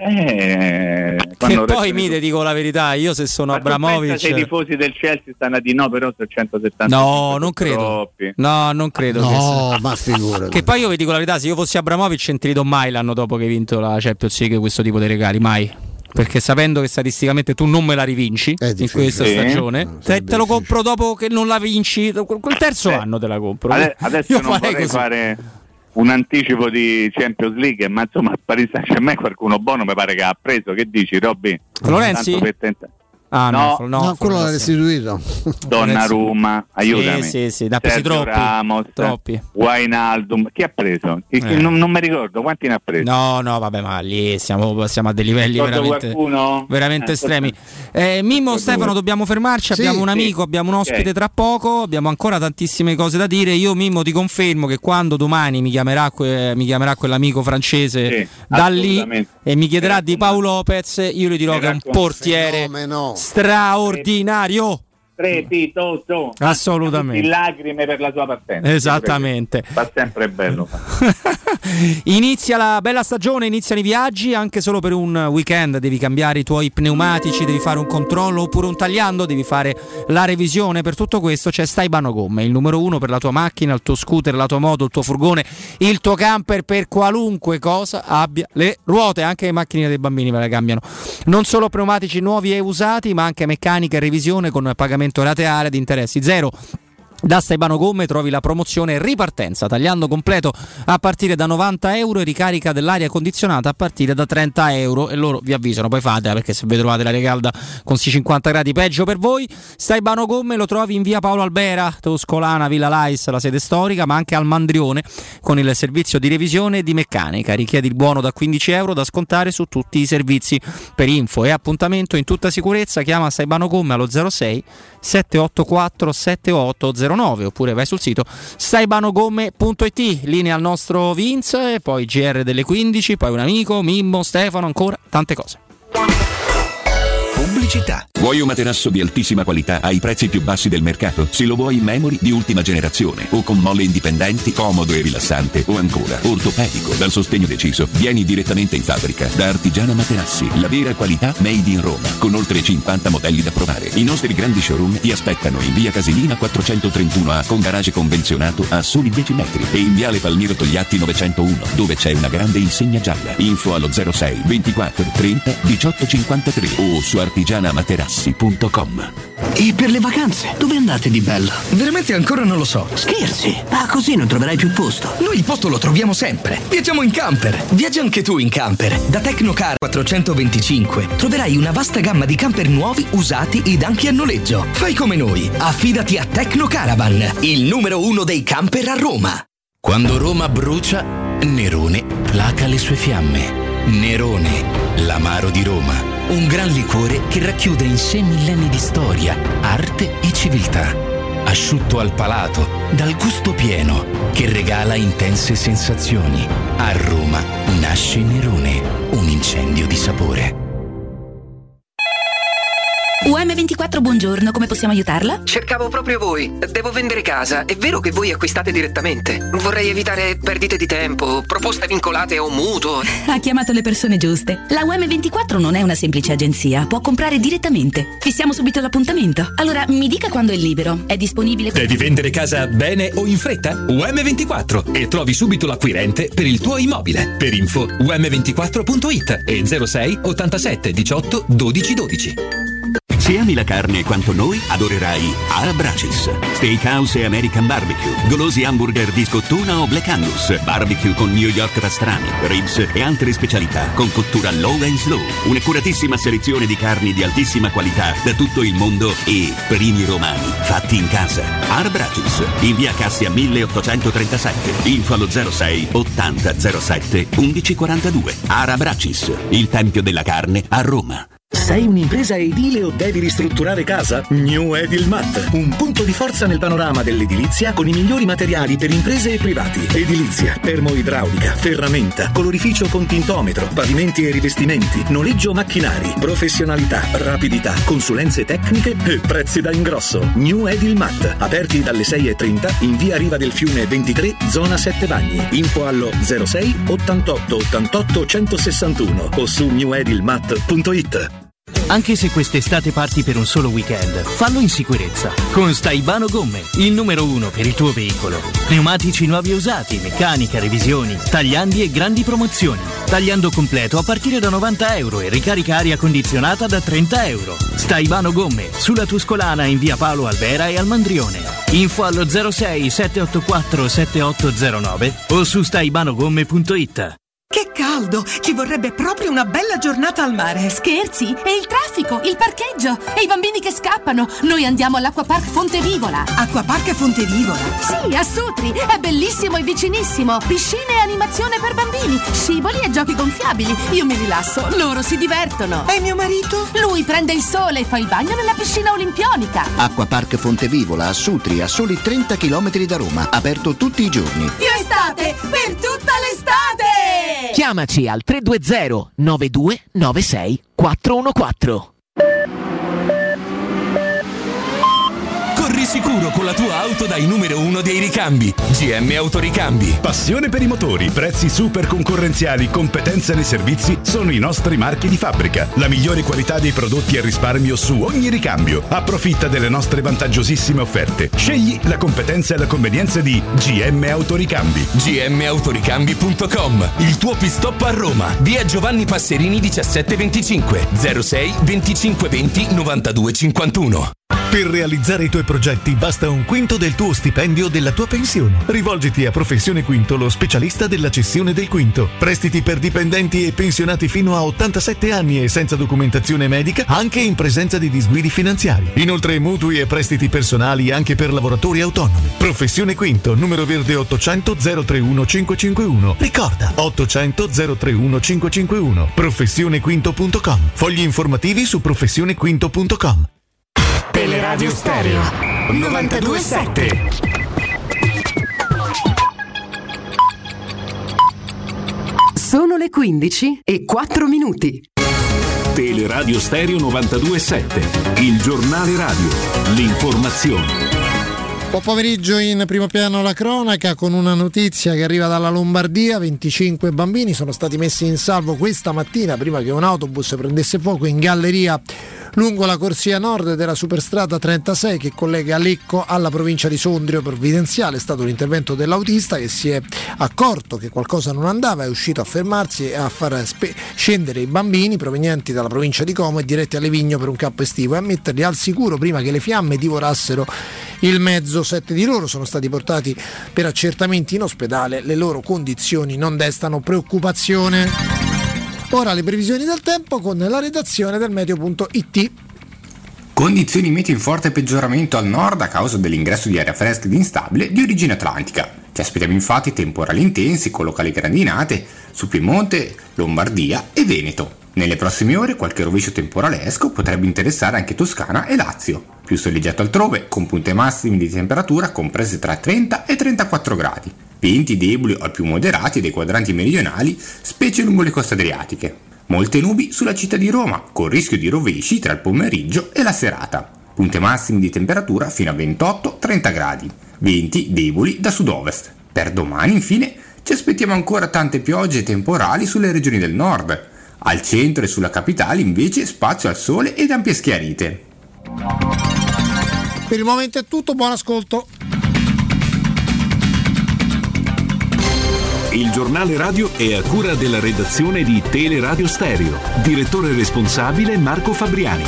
Eh, che poi mi ti dico la verità, io se sono ma Abramovic, se i tifosi del Chelsea stanno a di no, però sono centosettanta. No, non credo. Troppi. No, non credo. No, che ma figurati. Che poi io vi dico la verità, se io fossi Abramovic non ti ridò mai l'anno dopo che hai vinto la Champions League questo tipo di regali, mai. Perché sapendo che statisticamente tu non me la rivinci in questa sì. stagione, no, te, te lo compro dopo che non la vinci, quel terzo eh. anno te la compro. Adesso, adesso io non vorrei così. fare un anticipo di Champions League, ma insomma Paris Saint-Germain qualcuno buono mi pare che ha preso. Che dici, Robby? Florenzi? Ah, no, no, no, no, quello l'ha restituito. Donnarumma, aiutami. Sì, sì, sì, da presi troppi. Ramos, troppi. Wijnaldum, chi ha preso? Chi, eh. non, non mi ricordo quanti ne ha preso. No, no, vabbè, ma lì siamo, siamo a dei livelli veramente, veramente eh, estremi. Eh, Mimmo, Stefano, dobbiamo fermarci. Sì, abbiamo un sì. amico, abbiamo un ospite okay. tra poco. Abbiamo ancora tantissime cose da dire. Io, Mimmo, ti confermo che quando domani mi chiamerà, que- mi chiamerà quell'amico francese sì, da lì e mi chiederà di Paolo Lopez, io gli dirò che è un portiere fenomeno. straordinario. Strepitoso, assolutamente, lacrime per la sua partenza. Esattamente, fa sempre bello. Inizia la bella stagione, iniziano i viaggi. Anche solo per un weekend devi cambiare i tuoi pneumatici, devi fare un controllo oppure un tagliando, devi fare la revisione. Per tutto questo c'è Staibano Gomme, il numero uno per la tua macchina, il tuo scooter, la tua moto, il tuo furgone, il tuo camper, per qualunque cosa abbia le ruote. Anche le macchine dei bambini ve le cambiano. Non solo pneumatici nuovi e usati, ma anche meccanica e revisione con pagamento rateale di interessi zero. Da Staibano Gomme trovi la promozione ripartenza, tagliando completo a partire da novanta euro e ricarica dell'aria condizionata a partire da trenta euro, e loro vi avvisano, poi fatela, perché se vi trovate l'aria calda con sti cinquanta gradi peggio per voi. Staibano Gomme lo trovi in via Paolo Albera, Toscolana, Villa Lais, la sede storica, ma anche al Mandrione con il servizio di revisione e di meccanica. Richiedi il buono da quindici euro da scontare su tutti i servizi. Per info e appuntamento in tutta sicurezza chiama Staibano Gomme allo zero sei sette otto quattro sette otto zero nove oppure vai sul sito staibanogomme punto it. Linea al nostro Vince e poi G R delle quindici, poi un amico, Mimmo, Stefano, ancora tante cose. Pubblicità. Vuoi un materasso di altissima qualità ai prezzi più bassi del mercato? Se lo vuoi in memory di ultima generazione o con molle indipendenti, comodo e rilassante, o ancora ortopedico dal sostegno deciso, vieni direttamente in fabbrica da Artigiana Materassi, la vera qualità made in Roma, con oltre cinquanta modelli da provare. I nostri grandi showroom ti aspettano in via Casilina quattrocentotrentuno A con garage convenzionato a soli dieci metri e in viale Palmiro Togliatti novecentouno, dove c'è una grande insegna gialla. Info allo zero sei ventiquattro trenta diciotto cinquantatré o su artigiana materassi punto com. E per le vacanze, dove andate di bello? Veramente ancora non lo so. Scherzi? Ma così non troverai più posto. Noi il posto lo troviamo sempre. Viaggiamo in camper. Viaggia anche tu in camper. Da Tecnocar quattrocentoventicinque troverai una vasta gamma di camper nuovi, usati ed anche a noleggio. Fai come noi. Affidati a Tecnocaravan, il numero uno dei camper a Roma. Quando Roma brucia, Nerone placa le sue fiamme. Nerone, l'amaro di Roma. Un gran liquore che racchiude in sé millenni di storia, arte e civiltà. Asciutto al palato, dal gusto pieno, che regala intense sensazioni. A Roma nasce Nerone, un incendio di sapore. U M ventiquattro, buongiorno, come possiamo aiutarla? Cercavo proprio voi. Devo vendere casa. È vero che voi acquistate direttamente? Vorrei evitare perdite di tempo, proposte vincolate o mutuo. Ha chiamato le persone giuste. La U M ventiquattro non è una semplice agenzia, può comprare direttamente. Fissiamo subito l'appuntamento. Allora, mi dica quando è libero. È disponibile? Devi vendere casa bene o in fretta? U M ventiquattro e trovi subito l'acquirente per il tuo immobile. Per info u m ventiquattro punto it e zero sei ottantasette diciotto dodici dodici. Se ami la carne quanto noi, adorerai Arabracis. Steakhouse e American Barbecue, golosi hamburger di scottuna o Black Angus, barbecue con New York pastrami, ribs e altre specialità con cottura low and slow. Un'accuratissima selezione di carni di altissima qualità da tutto il mondo e primi romani fatti in casa. Arabracis, in via Cassia milleottocentotrentasette. Info allo zero sei ottanta zero sette undici quarantadue. Arabracis, il tempio della carne a Roma. Sei un'impresa edile o devi ristrutturare casa? New Edilmat, un punto di forza nel panorama dell'edilizia con i migliori materiali per imprese e privati. Edilizia, termoidraulica, ferramenta, colorificio con tintometro, pavimenti e rivestimenti, noleggio macchinari, professionalità, rapidità, consulenze tecniche e prezzi da ingrosso. New Edilmat, aperti dalle sei e trenta in via Riva del Fiume ventitré, zona Sette Bagni. Info allo zero sei ottantotto ottantotto centosessantuno o su new edilmat punto it. Anche se quest'estate parti per un solo weekend, fallo in sicurezza. Con Staibano Gomme, il numero uno per il tuo veicolo. Pneumatici nuovi e usati, meccanica, revisioni, tagliandi e grandi promozioni. Tagliando completo a partire da novanta euro e ricarica aria condizionata da trenta euro. Staibano Gomme, sulla Tuscolana in via Paolo Albera e al Mandrione. Info allo zero sei sette otto quattro sette otto zero nove o su staibanogomme punto it. Che caldo! Ci vorrebbe proprio una bella giornata al mare. Scherzi? E il traffico, il parcheggio e i bambini che scappano. Noi andiamo all'Acquapark Fontevivola. Acquapark Fontevivola? Sì, a Sutri. È bellissimo e vicinissimo. Piscine e animazione per bambini, scivoli e giochi gonfiabili. Io mi rilasso, loro si divertono. E mio marito? Lui prende il sole e fa il bagno nella piscina olimpionica. Acquapark Fontevivola a Sutri, a soli trenta chilometri da Roma. Aperto tutti i giorni. Più estate per tutta l'estate! Chiamaci al tre due zero nove due nove sei quattro uno quattro. Corri sicuro con la tua auto dai numero uno dei ricambi. G M Autoricambi. Passione per i motori, prezzi super concorrenziali, competenza nei servizi sono i nostri marchi di fabbrica. La migliore qualità dei prodotti e risparmio su ogni ricambio. Approfitta delle nostre vantaggiosissime offerte. Scegli la competenza e la convenienza di G M Autoricambi. G M Autoricambi punto com. Il tuo pit stop a Roma. Via Giovanni Passerini diciassette venticinque zero sei venticinque venti novantadue cinquantuno. Per realizzare i tuoi progetti basta un quinto del tuo stipendio o della tua pensione. Rivolgiti a Professione Quinto, lo specialista della cessione del quinto. Prestiti per dipendenti e pensionati fino a ottantasette anni e senza documentazione medica, anche in presenza di disguidi finanziari. Inoltre mutui e prestiti personali anche per lavoratori autonomi. Professione Quinto, numero verde ottocento zero trentuno cinquecentocinquantuno. Ricorda, ottocento zero trentuno cinquecentocinquantuno. professione quinto punto com. Fogli informativi su professione quinto punto com. Teleradio Stereo novantadue sette. Sono le quindici e quattro minuti. Teleradio Stereo novantadue sette, il giornale radio, l'informazione. Buon pomeriggio, in primo piano la cronaca con una notizia che arriva dalla Lombardia. venticinque bambini sono stati messi in salvo questa mattina prima che un autobus prendesse fuoco in galleria lungo la corsia nord della superstrada trentasei che collega Lecco alla provincia di Sondrio. Provvidenziale è stato l'intervento dell'autista che si è accorto che qualcosa non andava, è uscito a fermarsi e a far spe- scendere i bambini provenienti dalla provincia di Como e diretti a Levigno per un campo estivo e a metterli al sicuro prima che le fiamme divorassero il mezzo. Sette di loro sono stati portati per accertamenti in ospedale, le loro condizioni non destano preoccupazione. Ora le previsioni del tempo con la redazione del meteo punto it. Condizioni meteo in forte peggioramento al nord a causa dell'ingresso di aria fresca ed instabile di origine atlantica. Ci aspettiamo infatti temporali intensi con locali grandinate su Piemonte, Lombardia e Veneto. Nelle prossime ore qualche rovescio temporalesco potrebbe interessare anche Toscana e Lazio. Più soleggiato altrove, con punte massime di temperatura comprese tra trenta e trentaquattro gradi. Venti deboli o più moderati dei quadranti meridionali, specie lungo le coste adriatiche. Molte nubi sulla città di Roma, con rischio di rovesci tra il pomeriggio e la serata. Punte massime di temperatura fino a ventotto trenta gradi. Venti deboli da sud-ovest. Per domani, infine, ci aspettiamo ancora tante piogge e temporali sulle regioni del nord. Al centro e sulla capitale, invece, spazio al sole ed ampie schiarite. Per il momento è tutto, buon ascolto. Il giornale radio è a cura della redazione di Teleradio Stereo. Direttore responsabile Marco Fabriani.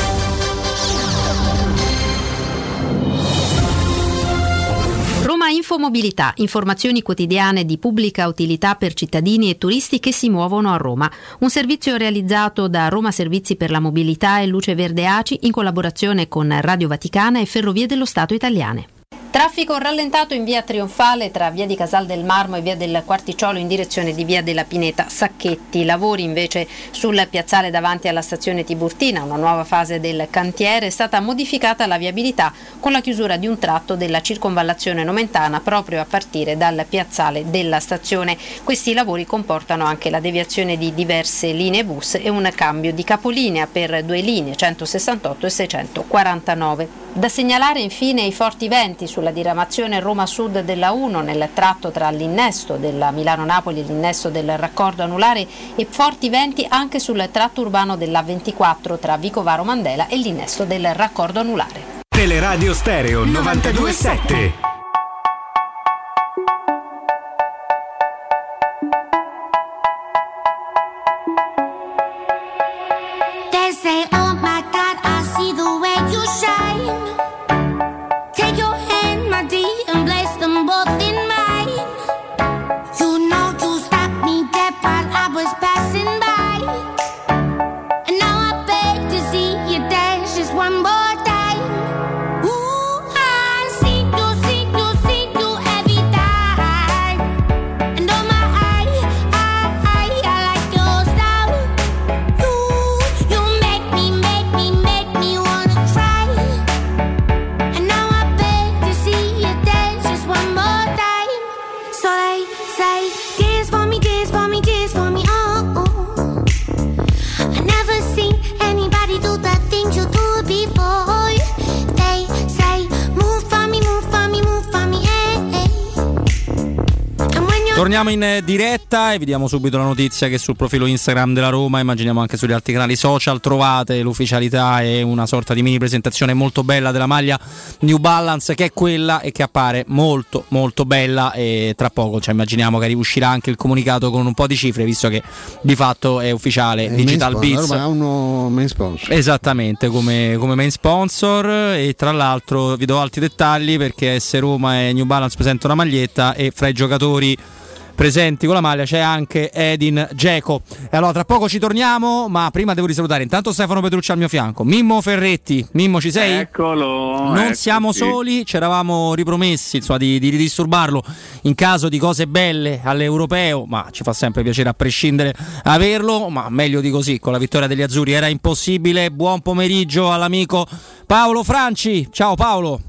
Roma Infomobilità, informazioni quotidiane di pubblica utilità per cittadini e turisti che si muovono a Roma. Un servizio realizzato da Roma Servizi per la Mobilità e Luce Verde A C I in collaborazione con Radio Vaticana e Ferrovie dello Stato italiane. Traffico rallentato in via Trionfale tra via di Casal del Marmo e via del Quarticciolo in direzione di via della Pineta Sacchetti. Lavori invece sul piazzale davanti alla stazione Tiburtina, una nuova fase del cantiere. È stata modificata la viabilità con la chiusura di un tratto della circonvallazione nomentana proprio a partire dal piazzale della stazione. Questi lavori comportano anche la deviazione di diverse linee bus e un cambio di capolinea per due linee centosessantotto e seicentoquarantanove. Da segnalare infine i forti venti sulla diramazione Roma Sud della uno nel tratto tra l'innesto della Milano-Napoli e l'innesto del raccordo anulare e forti venti anche sul tratto urbano della ventiquattro tra Vicovaro Mandela e l'innesto del raccordo anulare. Teleradio Stereo novantadue sette. Torniamo in diretta e vi diamo subito la notizia che sul profilo Instagram della Roma, immaginiamo anche sugli altri canali social, trovate l'ufficialità e una sorta di mini presentazione molto bella della maglia New Balance, che è quella e che appare molto molto bella, e tra poco cioè, immaginiamo che uscirà anche il comunicato con un po' di cifre, visto che di fatto è ufficiale. È Digital Beats, Roma ha uno main sponsor. Esattamente, come, come main sponsor, e tra l'altro vi do altri dettagli perché S Roma e New Balance presentano una maglietta e fra i giocatori presenti con la maglia c'è anche Edin Dzeko. E allora tra poco ci torniamo, ma prima devo risalutare intanto Stefano Petrucci al mio fianco, Mimmo Ferretti. Mimmo, ci sei? Eccolo. Non eccoci. Siamo soli, ci eravamo ripromessi insomma, di, di ridisturbarlo in caso di cose belle all'Europeo, ma ci fa sempre piacere a prescindere averlo, ma meglio di così, con la vittoria degli azzurri era impossibile. Buon pomeriggio all'amico Paolo Franci. Ciao Paolo.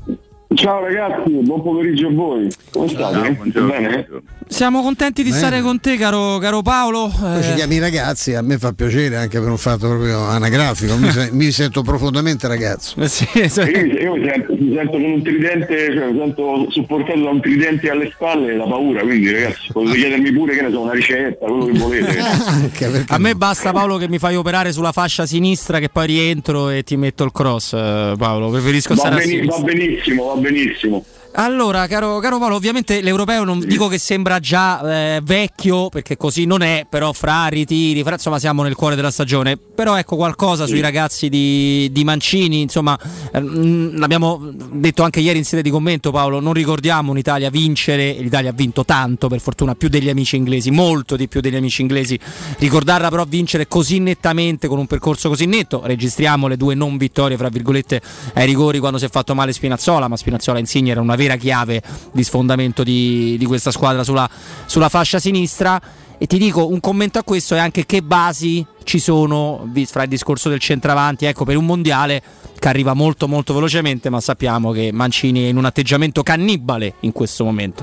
Ciao ragazzi, buon pomeriggio a voi. Come state? Bene? Siamo contenti di Bene. stare con te, caro, caro Paolo. Poi Eh, ci chiami ragazzi, a me fa piacere anche per un fatto proprio anagrafico, mi, se- mi sento profondamente ragazzo. sì, Io, mi- io mi, sento, mi sento con un tridente, cioè mi sento supportato da un tridente alle spalle e la paura, quindi ragazzi potete chiedermi pure che ne so, una ricetta, quello che volete. A me basta, Paolo, che mi fai operare sulla fascia sinistra, che poi rientro e ti metto il cross, eh, Paolo. Preferisco Va, stare a beni- sinistra. va benissimo, va benissimo. Allora, caro, caro Paolo, ovviamente l'europeo non dico che sembra già eh, vecchio, perché così non è, però fra ritiri, fra, insomma siamo nel cuore della stagione. Però ecco qualcosa sui ragazzi di, di Mancini, insomma, ehm, l'abbiamo detto anche ieri in sede di commento, Paolo, non ricordiamo un'Italia vincere, e l'Italia ha vinto tanto, per fortuna, più degli amici inglesi, molto di più degli amici inglesi. Ricordarla però vincere così nettamente, con un percorso così netto, registriamo le due non vittorie, fra virgolette, ai rigori quando si è fatto male Spinazzola, ma Spinazzola e Insigne era una vera chiave di sfondamento di, di questa squadra sulla, sulla fascia sinistra. E ti dico, un commento a questo è anche che basi ci sono vi- fra il discorso del centravanti, ecco, per un mondiale che arriva molto molto velocemente, ma sappiamo che Mancini è in un atteggiamento cannibale in questo momento.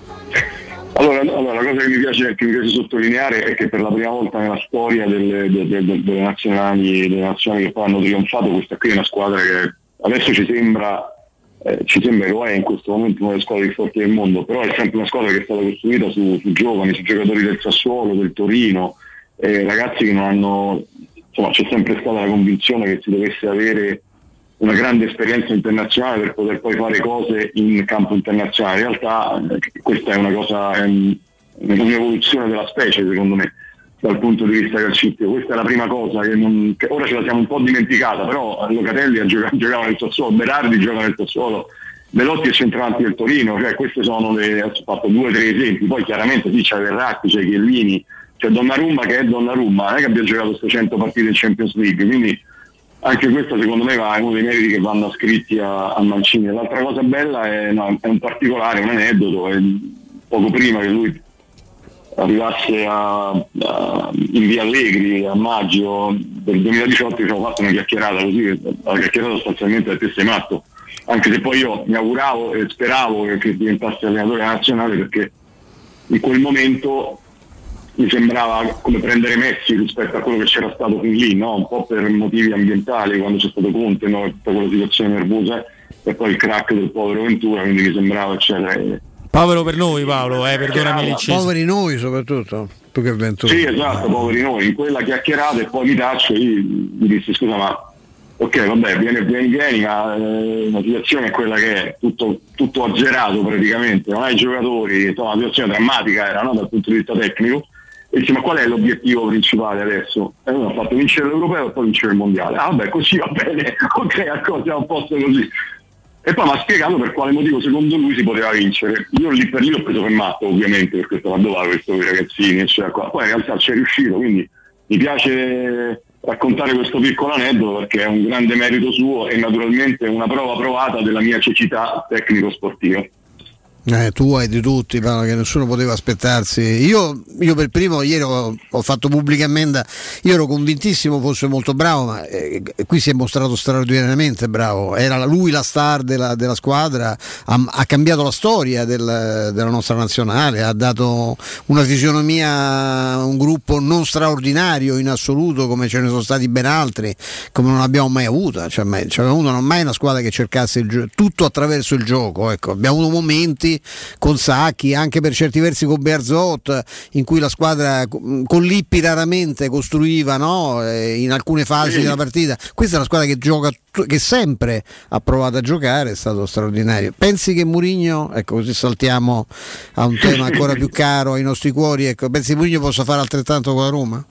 Allora, allora, la cosa che mi piace, che mi piace sottolineare è che per la prima volta nella storia delle, delle, delle, delle nazionali, delle nazionali che poi hanno trionfato, questa qui è una squadra che adesso ci sembra Eh, ci sembra che lo è in questo momento una delle squadre più forti del mondo, però è sempre una squadra che è stata costruita su, su giovani, su giocatori del Sassuolo, del Torino, eh, ragazzi che non hanno, insomma, c'è sempre stata la convinzione che si dovesse avere una grande esperienza internazionale per poter poi fare cose in campo internazionale. In realtà eh, questa è una cosa, è un- un'evoluzione della specie, secondo me, dal punto di vista calcistico. Questa è la prima cosa che, non, che ora ce la siamo un po' dimenticata, però Locatelli ha giocato, giocava nel Sassuolo, Berardi gioca nel Sassuolo, Belotti è centravanti del Torino, cioè queste sono le, ho fatto due o tre esempi, poi chiaramente sì, c'è Verratti, c'è Chiellini, c'è Donnarumma che è Donnarumma, non è che abbia giocato settecento partite in Champions League, quindi anche questo secondo me va, è uno dei meriti che vanno ascritti a, a Mancini. L'altra cosa bella è, no, è un particolare, un aneddoto, è poco prima che lui arrivasse a, a, in via Allegri a maggio del duemiladiciotto, ci avevo fatto una chiacchierata così, la chiacchierata sostanzialmente da te sei matto, anche se poi io mi auguravo e speravo che, che diventasse allenatore nazionale, perché in quel momento mi sembrava come prendere Messi rispetto a quello che c'era stato fin lì, no? Un po' per motivi ambientali, quando c'è stato Conte, no? Tutta quella situazione nervosa e poi il crack del povero Ventura, quindi mi sembrava eccetera. Povero per noi, Paolo, eh, perdonami l'inciso. Poveri noi soprattutto, più che Ventura. Sì, esatto, poveri noi, in quella chiacchierata e poi mi taccio, io gli dissi scusa ma ok vabbè vieni vieni, vieni ma eh, la situazione è quella che è, tutto, tutto azzerato praticamente, non hai giocatori, insomma una situazione drammatica era, no, dal punto di vista tecnico, e dici ma qual è l'obiettivo principale adesso? E uno ha fatto vincere l'Europeo e poi vincere il Mondiale, ah vabbè così va bene, ok, ecco siamo a posto così. E poi mi ha spiegato per quale motivo secondo lui si poteva vincere. Io lì per lì l'ho preso per matto, ovviamente, perché stava dove questo con i ragazzini, eccetera. Poi in realtà ci è riuscito, quindi mi piace raccontare questo piccolo aneddoto perché è un grande merito suo e naturalmente una prova provata della mia cecità tecnico-sportiva. Eh, tu hai di tutti, Paolo, che nessuno poteva aspettarsi. Io, io per primo ieri ho, ho fatto pubblicamente, io ero convintissimo fosse molto bravo, ma eh, qui si è mostrato straordinariamente bravo. Era lui la star della, della squadra, ha, ha cambiato la storia del, della nostra nazionale, ha dato una fisionomia a un gruppo non straordinario in assoluto come ce ne sono stati ben altri, come non abbiamo mai avuto. Cioè, mai, cioè, abbiamo avuto non mai una squadra che cercasse il gio- tutto attraverso il gioco. Ecco, abbiamo avuto momenti con Sacchi, anche per certi versi con Bearzot, in cui la squadra con Lippi raramente costruiva, no? In alcune fasi sì. della partita. Questa è una squadra che gioca, che sempre ha provato a giocare, è stato straordinario. Pensi che Mourinho, ecco così saltiamo a un tema ancora più caro ai nostri cuori, ecco, pensi che Mourinho possa fare altrettanto con la Roma?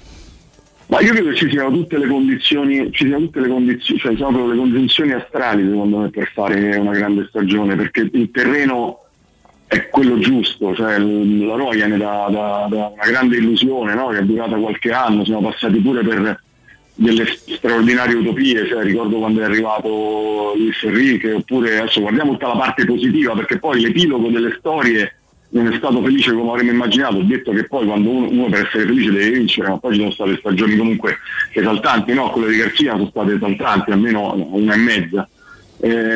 Ma io credo che ci siano tutte le condizioni, ci siano tutte le condizioni, cioè sono proprio le condizioni astrali secondo me per fare una grande stagione, perché il terreno è quello giusto, cioè la Roma viene da, da, da una grande illusione, no? Che è durata qualche anno, siamo passati pure per delle straordinarie utopie, cioè ricordo quando è arrivato Luis Enrique, oppure adesso guardiamo tutta la parte positiva, perché poi l'epilogo delle storie non è stato felice come avremmo immaginato. Ho detto che poi quando uno, uno per essere felice deve vincere, ma poi ci sono state stagioni comunque esaltanti, no? Quelle di Garcia sono state esaltanti, almeno una e mezza. Ehm,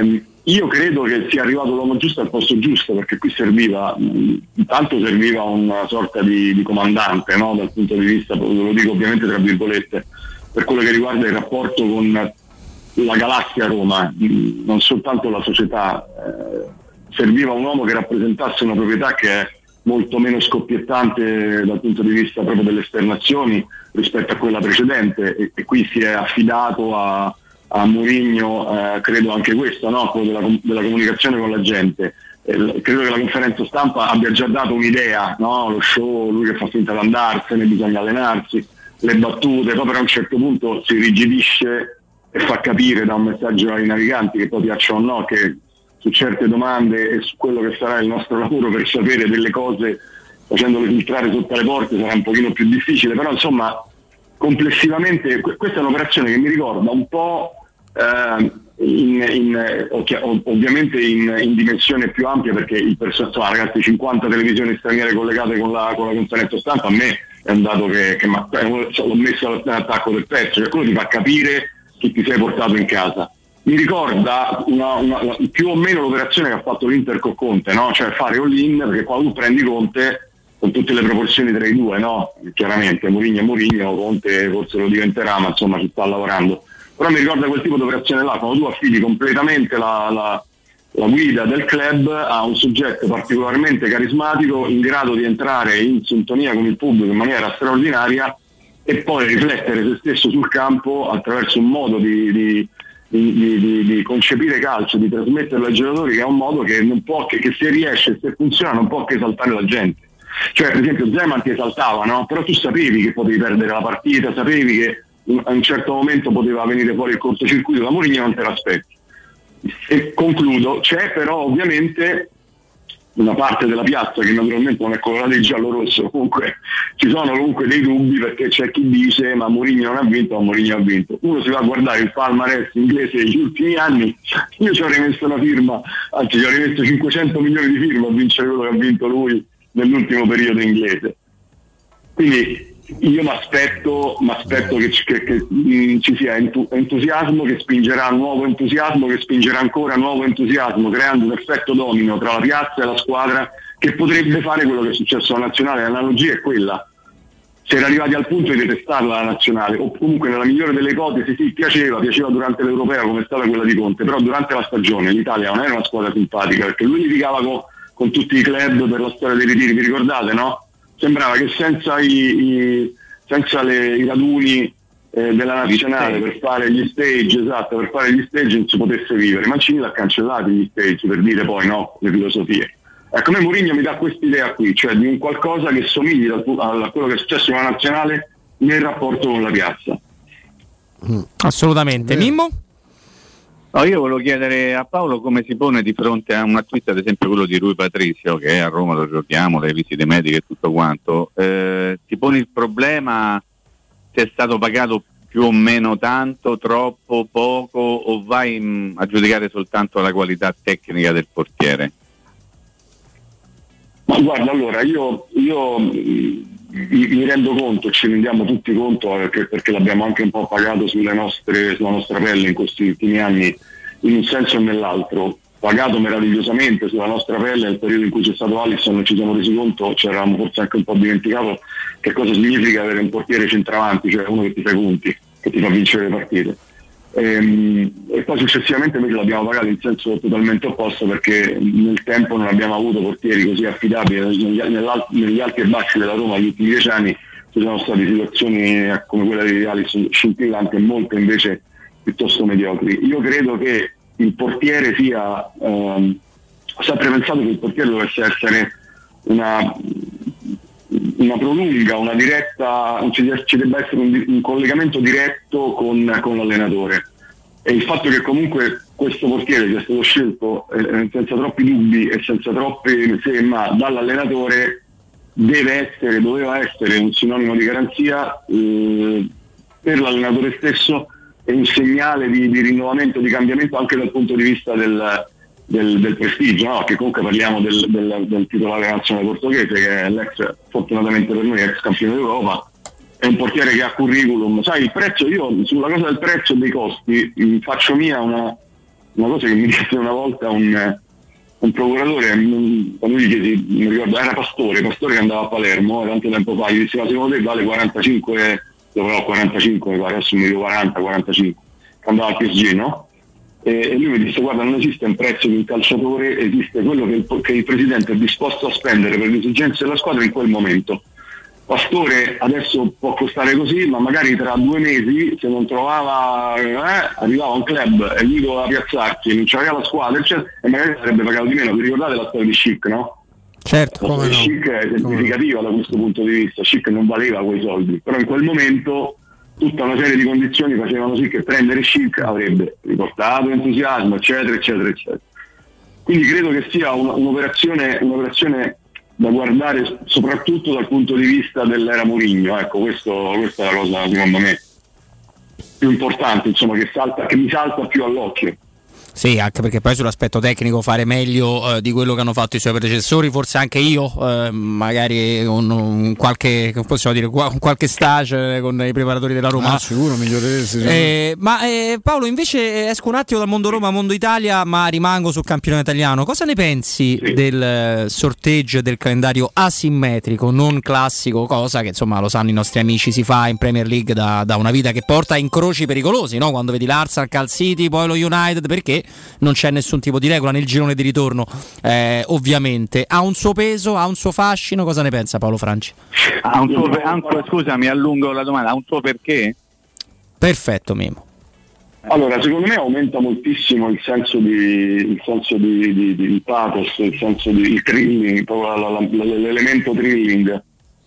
io credo che sia arrivato l'uomo giusto al posto giusto, perché qui serviva, intanto serviva una sorta di, di comandante, no? Dal punto di vista, lo dico ovviamente tra virgolette, per quello che riguarda il rapporto con la galassia Roma, non soltanto la società. Eh, serviva un uomo che rappresentasse una proprietà che è molto meno scoppiettante dal punto di vista proprio delle esternazioni rispetto a quella precedente, e, e qui si è affidato a, a Mourinho, eh, credo anche questo, no? Quello della, della comunicazione con la gente. Eh, credo che la conferenza stampa abbia già dato un'idea, no? Lo show, lui che fa finta di andarsene, bisogna allenarsi, le battute, poi però a un certo punto si rigidisce e fa capire da un messaggio ai naviganti, che poi piacciono o no, che su certe domande e su quello che sarà il nostro lavoro per sapere delle cose, facendole filtrare sotto le porte, sarà un pochino più difficile, però insomma complessivamente questa è un'operazione che mi ricorda un po' eh, in, in, ov- ovviamente in, in dimensione più ampia, perché il personaggio, ragazzi, cinquanta televisioni straniere collegate con la, con la conferenza stampa, a me è un dato che, che l'ho messo all'attacco del pezzo, cioè quello ti fa capire chi ti sei portato in casa. Mi ricorda una, una, più o meno l'operazione che ha fatto l'Inter con Conte, no? Cioè fare all-in, perché quando tu prendi Conte con tutte le proporzioni tra i due, no? Chiaramente Mourinho e Mourinho, Conte forse lo diventerà, ma insomma ci sta lavorando. Però mi ricorda quel tipo di operazione là, quando tu affidi completamente la, la, la guida del club a un soggetto particolarmente carismatico, in grado di entrare in sintonia con il pubblico in maniera straordinaria e poi riflettere se stesso sul campo attraverso un modo di, di Di, di, di concepire calcio, di trasmetterlo ai giocatori, che è un modo che non può che, che se riesce, se funziona, non può che esaltare la gente. Cioè per esempio Zeman ti esaltava, no? Però tu sapevi che potevi perdere la partita, sapevi che a un certo momento poteva venire fuori il cortocircuito, da Mourinho non te l'aspetti. E concludo, c'è però ovviamente una parte della piazza che naturalmente non è colorata di giallo-rosso, comunque ci sono comunque dei dubbi, perché c'è chi dice ma Mourinho non ha vinto, ma Mourinho ha vinto. Uno si va a guardare il palmarès inglese degli ultimi anni, io ci avrei messo una firma, anzi ci avrei messo cinquecento milioni di firme a vincere quello che ha vinto lui nell'ultimo periodo inglese. Quindi io mi aspetto che, che, che mh, ci sia entu- entusiasmo che spingerà nuovo entusiasmo, che spingerà ancora nuovo entusiasmo, creando un effetto domino tra la piazza e la squadra, che potrebbe fare quello che è successo alla nazionale. L'analogia è quella: si era arrivati al punto di detestarla la nazionale, o comunque nella migliore delle ipotesi sì, piaceva, piaceva durante l'Europea come è stata quella di Conte, però durante la stagione l'Italia non era una squadra simpatica, perché lui litigava con, con tutti i club per la storia dei ritiri, vi ricordate, no? Sembrava che senza i, i, senza le, i raduni eh, della nazionale per fare gli stage, esatto, per fare gli stage non si potesse vivere. Mancini l'ha cancellati gli stage per dire poi no, le filosofie. Ecco, a me Mourinho mi dà quest'idea qui, cioè di un qualcosa che somigli a, a quello che è successo nella nazionale nel rapporto con la piazza. Assolutamente. Mimmo? No, io volevo chiedere a Paolo come si pone di fronte a un acquisto, ad esempio quello di Rui Patricio, che è a Roma, lo giochiamo, le visite mediche e tutto quanto. Eh, ti pone il problema se è stato pagato più o meno tanto, troppo, poco, o vai mh, a giudicare soltanto la qualità tecnica del portiere? Ma guarda, allora io, io mi, mi rendo conto, ci rendiamo tutti conto, perché, perché l'abbiamo anche un po' pagato sulle nostre, sulla nostra pelle in questi ultimi anni, in un senso o nell'altro, pagato meravigliosamente sulla nostra pelle nel periodo in cui c'è stato Alisson, non ci siamo resi conto, ci eravamo forse anche un po' dimenticato che cosa significa avere un portiere centravanti, cioè uno che ti fa i punti, che ti fa vincere le partite. E, e poi successivamente invece l'abbiamo pagato in senso totalmente opposto, perché nel tempo non abbiamo avuto portieri così affidabili. Negli, negli alti e bassi della Roma negli ultimi dieci anni ci sono state situazioni come quella di Alisson scintillanti e molte invece piuttosto mediocri. Io credo che il portiere sia ehm, ho sempre pensato che il portiere dovesse essere una una prolunga, una diretta, ci, ci debba essere un, un collegamento diretto con, con l'allenatore, e il fatto che comunque questo portiere sia stato scelto eh, senza troppi dubbi e senza troppe se ma dall'allenatore deve essere, doveva essere un sinonimo di garanzia eh, per l'allenatore stesso, e un segnale di, di rinnovamento, di cambiamento anche dal punto di vista del Del, del prestigio, no? Che comunque parliamo del, del, del titolare nazionale portoghese, che è l'ex, fortunatamente per noi, ex campione d'Europa, è un portiere che ha curriculum. Sai, il prezzo, io sulla cosa del prezzo e dei costi faccio mia una, una cosa che mi disse una volta un, un procuratore, quando gli chiesi, mi ricordo, era Pastore, Pastore che andava a Palermo, era tanto tempo fa, gli disse: ma secondo te vale quarantacinque, no, quarantacinque mi pare, adesso mi dico quaranta, quarantacinque, che andava al P S G, no? E lui mi disse: guarda, non esiste un prezzo di un calciatore, esiste quello che il, che il presidente è disposto a spendere per le esigenze della squadra in quel momento. Pastore adesso può costare così, ma magari tra due mesi, se non trovava, eh, arrivava un club e lui doveva piazzarsi, non c'aveva la squadra, eccetera, e magari sarebbe pagato di meno. Vi ricordate la storia di Schick, no? Certo, la storia di Schick è significativa da questo punto di vista. Schick non valeva quei soldi, però in quel momento tutta una serie di condizioni facevano sì che prendere Schick avrebbe riportato entusiasmo, eccetera, eccetera, eccetera. Quindi credo che sia un, un'operazione, un'operazione da guardare soprattutto dal punto di vista dell'era Mourinho. Ecco, questo, questa è la cosa secondo me più importante, insomma, che, salta, che mi salta più all'occhio. Sì, anche perché poi sull'aspetto tecnico fare meglio eh, di quello che hanno fatto i suoi predecessori, forse anche io, eh, magari con un qualche, possiamo dire, con qualche stage con i preparatori della Roma. Ah, sicuro, miglioreresti. Eh, ma eh, Paolo, invece esco un attimo dal mondo Roma, mondo Italia, ma rimango sul campionato italiano. Cosa ne pensi sì. del sorteggio e del calendario asimmetrico, non classico, cosa che insomma lo sanno i nostri amici, si fa in Premier League da, da una vita, che porta a incroci pericolosi, no? Quando vedi l'Arsenal, Cal City, poi lo United, perché non c'è nessun tipo di regola nel girone di ritorno, eh, ovviamente ha un suo peso, ha un suo fascino. Cosa ne pensa Paolo Franci? Ha un suo, ha un, scusami, allungo la domanda, ha un suo perché? Perfetto, Mimo. Allora, secondo me aumenta moltissimo il senso di il senso di, di, di, di pathos, il senso di il thrilling, proprio la, la, l'elemento thrilling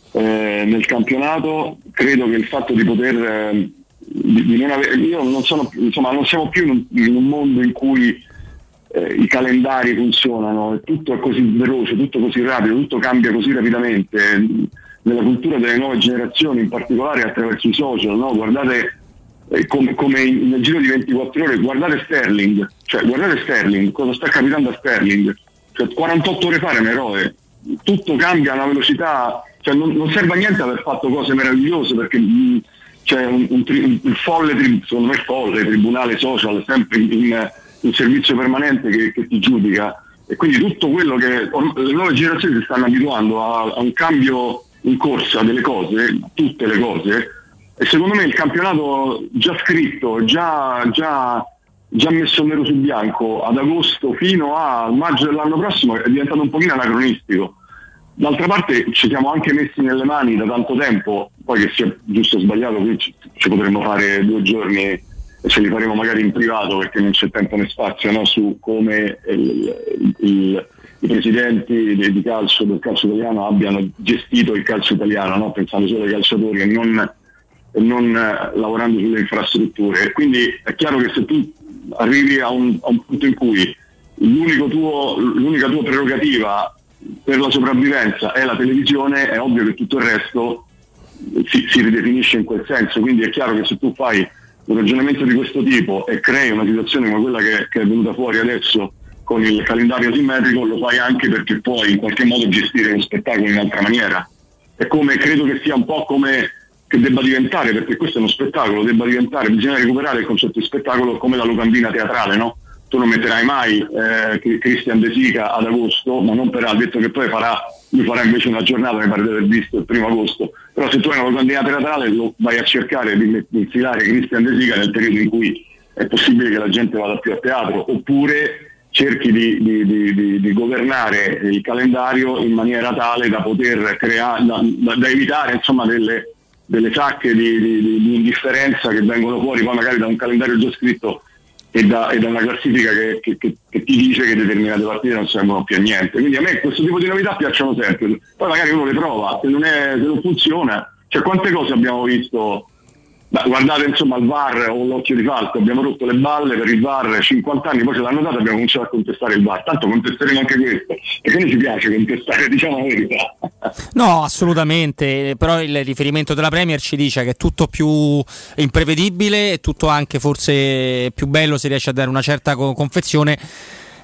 eh, nel campionato. Credo che il fatto di poter eh, Di, di non avere, io non sono, insomma, non siamo più in un, in un mondo in cui eh, i calendari funzionano, tutto è così veloce, tutto così rapido, tutto cambia così rapidamente. Nella cultura delle nuove generazioni, in particolare attraverso i social, no? Guardate eh, come, come in, nel giro di ventiquattro ore, guardate Sterling, cioè guardate Sterling, cosa sta capitando a Sterling, cioè, quarantotto ore fa era un eroe, tutto cambia a una velocità, cioè, non, non serve a niente aver fatto cose meravigliose, perché mh, c'è un, un, un, un folle, secondo me folle, tribunale social, sempre in, in, in servizio permanente che, che ti giudica, e quindi tutto quello che le nuove generazioni si stanno abituando a, a un cambio in corsa delle cose, tutte le cose, e secondo me il campionato già scritto, già, già, già messo nero su bianco ad agosto fino a maggio dell'anno prossimo è diventato un pochino anacronistico. D'altra parte ci siamo anche messi nelle mani da tanto tempo, poi che sia giusto o sbagliato, qui ci, ci potremmo fare due giorni e ce li faremo magari in privato, perché non c'è tempo né spazio, no? Su come il, il, i presidenti di, di calcio del calcio italiano abbiano gestito il calcio italiano, no? Pensando solo ai calciatori e non, e non eh, lavorando sulle infrastrutture. Quindi è chiaro che se tu arrivi a un, a un punto in cui l'unico tuo, l'unica tua prerogativa per la sopravvivenza è la televisione, è ovvio che tutto il resto si, si ridefinisce in quel senso. Quindi è chiaro che se tu fai un ragionamento di questo tipo e crei una situazione come quella che, che è venuta fuori adesso con il calendario simmetrico, lo fai anche perché puoi in qualche modo gestire lo spettacolo in un'altra maniera. È come, credo che sia un po' come che debba diventare, perché questo è uno spettacolo, debba diventare, bisogna recuperare il concetto di spettacolo come la locandina teatrale, no? Tu non metterai mai eh, Christian De Sica ad agosto, ma non per ha detto che poi farà, lui farà invece una giornata, mi pare di aver visto il primo agosto, però se tu hai una locandina teatrale lo vai a cercare di, di infilare Christian De Sica nel periodo in cui è possibile che la gente vada più a teatro, oppure cerchi di, di, di, di, di governare il calendario in maniera tale da poter creare, da, da, da evitare insomma delle, delle sacche di, di, di indifferenza che vengono fuori poi magari da un calendario già scritto e da, e da una classifica che, che, che, che ti dice che determinate partite non servono più a niente. Quindi a me questo tipo di novità piacciono sempre, poi magari uno le prova, se non, è, se non funziona, cioè quante cose abbiamo visto. Beh, guardate insomma il V A R o l'occhio di falco, abbiamo rotto le balle per il V A R cinquanta anni, poi ce l'hanno dato e abbiamo cominciato a contestare il V A R, tanto contesteremo anche questo, perché a noi ci piace contestare, diciamo la verità. No, assolutamente, però il riferimento della Premier ci dice che è tutto più imprevedibile e tutto anche forse più bello se riesce a dare una certa confezione.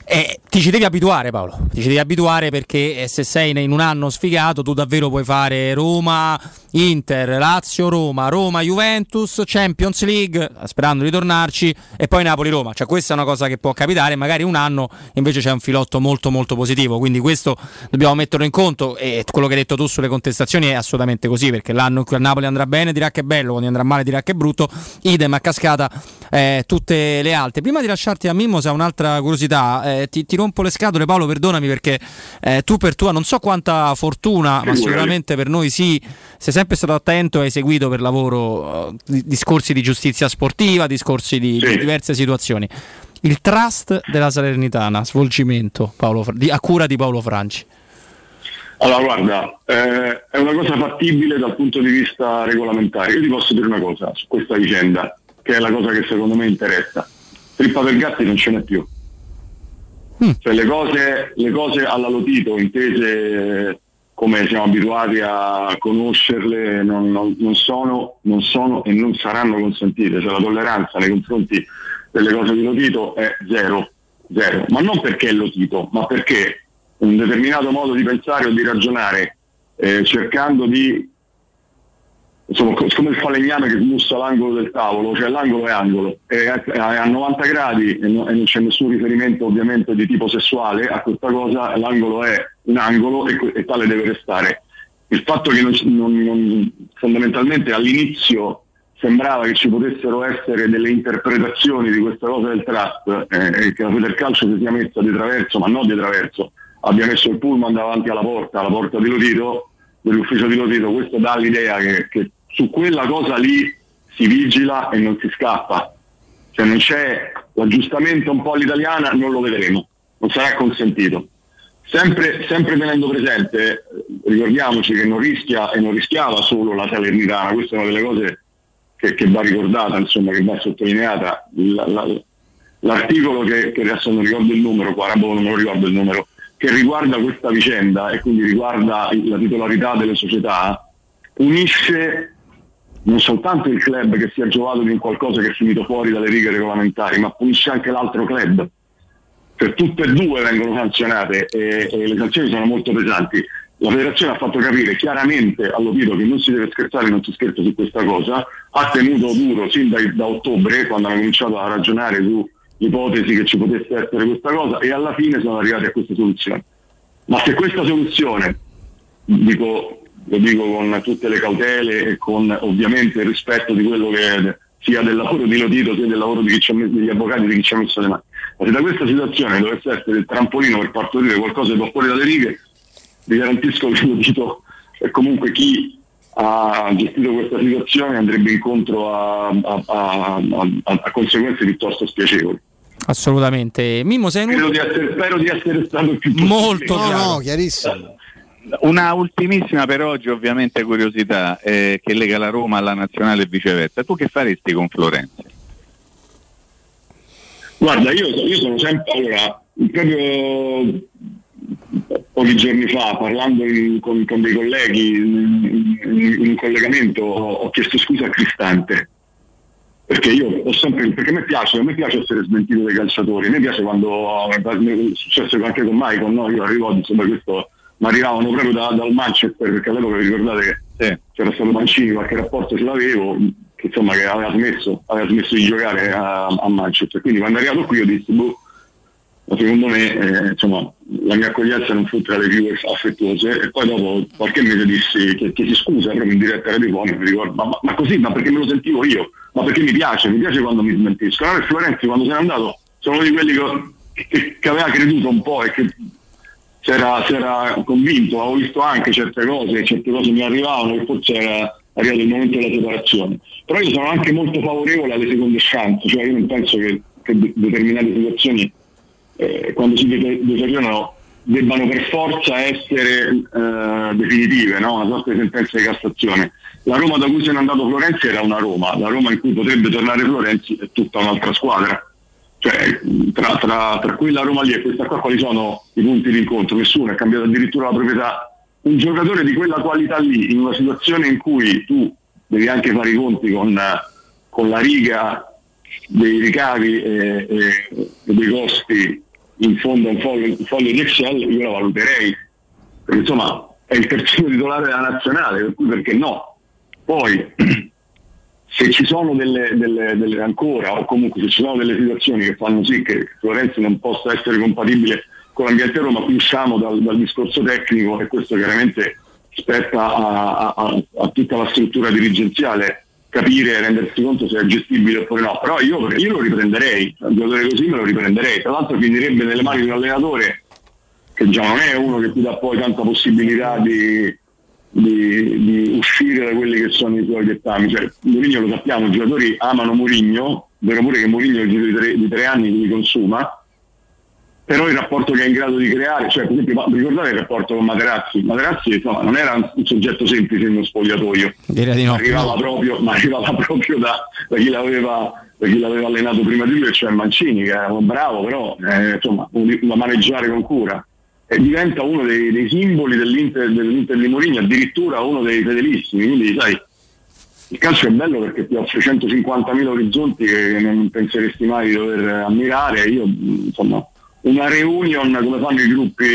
Eh, ti ci devi abituare, Paolo, ti ci devi abituare, perché eh, se sei in un anno sfigato tu davvero puoi fare Roma, Inter, Lazio, Roma, Roma, Juventus, Champions League, sperando di tornarci, e poi Napoli-Roma. Cioè questa è una cosa che può capitare, magari un anno invece c'è un filotto molto molto positivo, quindi questo dobbiamo metterlo in conto, e quello che hai detto tu sulle contestazioni è assolutamente così, perché l'anno in cui al Napoli andrà bene dirà che è bello, quando andrà male dirà che è brutto, idem a cascata eh, tutte le altre. Prima di lasciarti a Mimmosa un'altra curiosità, eh, ti, ti rompo le scatole, Paolo, perdonami, perché eh, tu per tua non so quanta fortuna, ma sicuramente per noi sì, sei sempre stato attento e hai seguito per lavoro uh, discorsi di giustizia sportiva, discorsi di, sì. di diverse situazioni. Il trust della Salernitana, svolgimento, Paolo, di, a cura di Paolo Franci. Allora guarda, eh, è una cosa fattibile dal punto di vista regolamentare. Io ti posso dire una cosa su questa vicenda, che è la cosa che secondo me interessa. Trippa per gatti non ce n'è più. Mm. Cioè le cose, le cose alla Lotito, intese come siamo abituati a conoscerle, non, non, non, sono, non sono e non saranno consentite. Cioè la tolleranza nei confronti delle cose di Lotito è zero, zero. Ma non perché è Lotito, ma perché un determinato modo di pensare o di ragionare, eh, cercando di, insomma, come il falegname che smussa l'angolo del tavolo, cioè l'angolo è angolo, è a novanta gradi e, no, e non c'è nessun riferimento ovviamente di tipo sessuale a questa cosa, l'angolo è un angolo e, e tale deve restare. Il fatto che non, non, non, fondamentalmente all'inizio sembrava che ci potessero essere delle interpretazioni di questa cosa del trust, eh, e che la Federcalcio si sia messa di traverso, ma non di traverso, abbia messo il pullman davanti alla porta, alla porta di Lotito, dell'ufficio di Lotito. Questo dà l'idea che, che su quella cosa lì si vigila e non si scappa. Cioè non c'è l'aggiustamento un po' all'italiana, non lo vedremo, non sarà consentito. Sempre, sempre tenendo presente, ricordiamoci che non rischia e non rischiava solo la Salernitana, questa è una delle cose che, che va ricordata, insomma, che va sottolineata. La, la, l'articolo che, che adesso non ricordo il numero, qua non me lo ricordo il numero, che riguarda questa vicenda e quindi riguarda la titolarità delle società, unisce non soltanto il club che si è giovato di un qualcosa che è finito fuori dalle righe regolamentari, ma punisce anche l'altro club. Cioè tutte e due vengono sanzionate e, e le sanzioni sono molto pesanti. La federazione ha fatto capire chiaramente a Lotito che non si deve scherzare, non si scherza su questa cosa, ha tenuto duro sin da, da ottobre, quando hanno cominciato a ragionare su l'ipotesi che ci potesse essere questa cosa, e alla fine sono arrivati a questa soluzione. Ma se questa soluzione, dico, lo dico con tutte le cautele e con ovviamente il rispetto di quello che è, sia del lavoro di Lotito sia del lavoro di chi ci ha messo, degli avvocati, di chi ci ha messo le mani, ma se da questa situazione dovesse essere il trampolino per partorire qualcosa che va fuori dalle righe, vi garantisco che Lotito e comunque chi ha gestito questa situazione andrebbe incontro a, a, a, a, a conseguenze piuttosto spiacevoli. Assolutamente. Mimmo, sei Credo di essere, spero di essere stato il più molto no, chiaro. no, chiarissimo. Una ultimissima per oggi, ovviamente, curiosità eh, che lega la Roma alla nazionale e viceversa. Tu che faresti con Florenzi? Guarda, io, io sono sempre, allora, proprio pochi giorni fa, parlando in, con, con dei colleghi in, in, in un collegamento, ho, ho chiesto scusa a Cristante, perché io ho sempre, perché a me piace, a me piace essere smentito dai calciatori, a me piace quando è successo anche con Michael, no? Io arrivo, insomma, questo mi arrivavano proprio da, dal Manchester, perché all'epoca vi ricordate che sì, c'era stato Mancini, qualche rapporto ce l'avevo, che insomma che aveva smesso, aveva smesso di giocare a, a Manchester, quindi quando è arrivato qui io dissi, boh, secondo me eh, insomma la mia accoglienza non fu tra le più affettuose, e poi dopo qualche mese dissi che, che si scusa proprio in diretta radiofonica, mi ricordo, ma, ma, ma così, ma perché me lo sentivo io, ma perché mi piace, mi piace quando mi smentiscono. Allora Florenzi, quando se n'è andato, sono uno di quelli che, che, che aveva creduto un po' e che si era convinto, avevo visto anche certe cose, certe cose mi arrivavano, e forse era arrivato il momento della separazione. Però io sono anche molto favorevole alle seconde chance, cioè io non penso che, che determinate situazioni eh, quando si deteriorano debbano per forza essere eh, definitive, no? Una sorta di sentenza di Cassazione. La Roma da cui se n'è andato Florenzi era una Roma, la Roma in cui potrebbe tornare Florenzi è tutta un'altra squadra. Cioè, tra, tra, tra quella Roma lì e questa qua, quali sono i punti di incontro? Nessuno, è cambiato addirittura la proprietà. Un giocatore di quella qualità lì, in una situazione in cui tu devi anche fare i conti con, con la riga dei ricavi e, e, e dei costi in fondo a un foglio, un foglio di Excel, io la valuterei, perché insomma è il terzino titolare della nazionale, per cui perché no? Poi se ci sono delle, delle, delle ancora, o comunque se ci sono delle situazioni che fanno sì che Florenzi non possa essere compatibile con l'ambiente Roma, qui usciamo dal, dal discorso tecnico, e questo chiaramente spetta a, a, a tutta la struttura dirigenziale capire e rendersi conto se è gestibile oppure no. Però io, io lo riprenderei, un giocatore così me lo riprenderei, tra l'altro finirebbe nelle mani di un allenatore che già non è uno che ti dà poi tanta possibilità di, di, di uscire da quelli che sono i suoi dettami. Cioè, Mourinho lo sappiamo, i giocatori amano Mourinho, vero pure che Mourinho è il giro di tre, di tre anni che li consuma, però il rapporto che è in grado di creare, cioè per esempio ricordate il rapporto con Materazzi, Materazzi insomma, non era un soggetto semplice in uno spogliatoio, direi di no. arrivava proprio, ma arrivava proprio da, da chi l'aveva da chi l'aveva allenato prima di lui, cioè Mancini, che era un bravo, però eh, insomma da maneggiare con cura, e diventa uno dei, dei simboli dell'Inter, dell'Inter di Mourinho, addirittura uno dei fedelissimi. Quindi sai, il calcio è bello perché ti offre centocinquantamila orizzonti che non penseresti mai di dover ammirare. Io insomma, una reunion come fanno i gruppi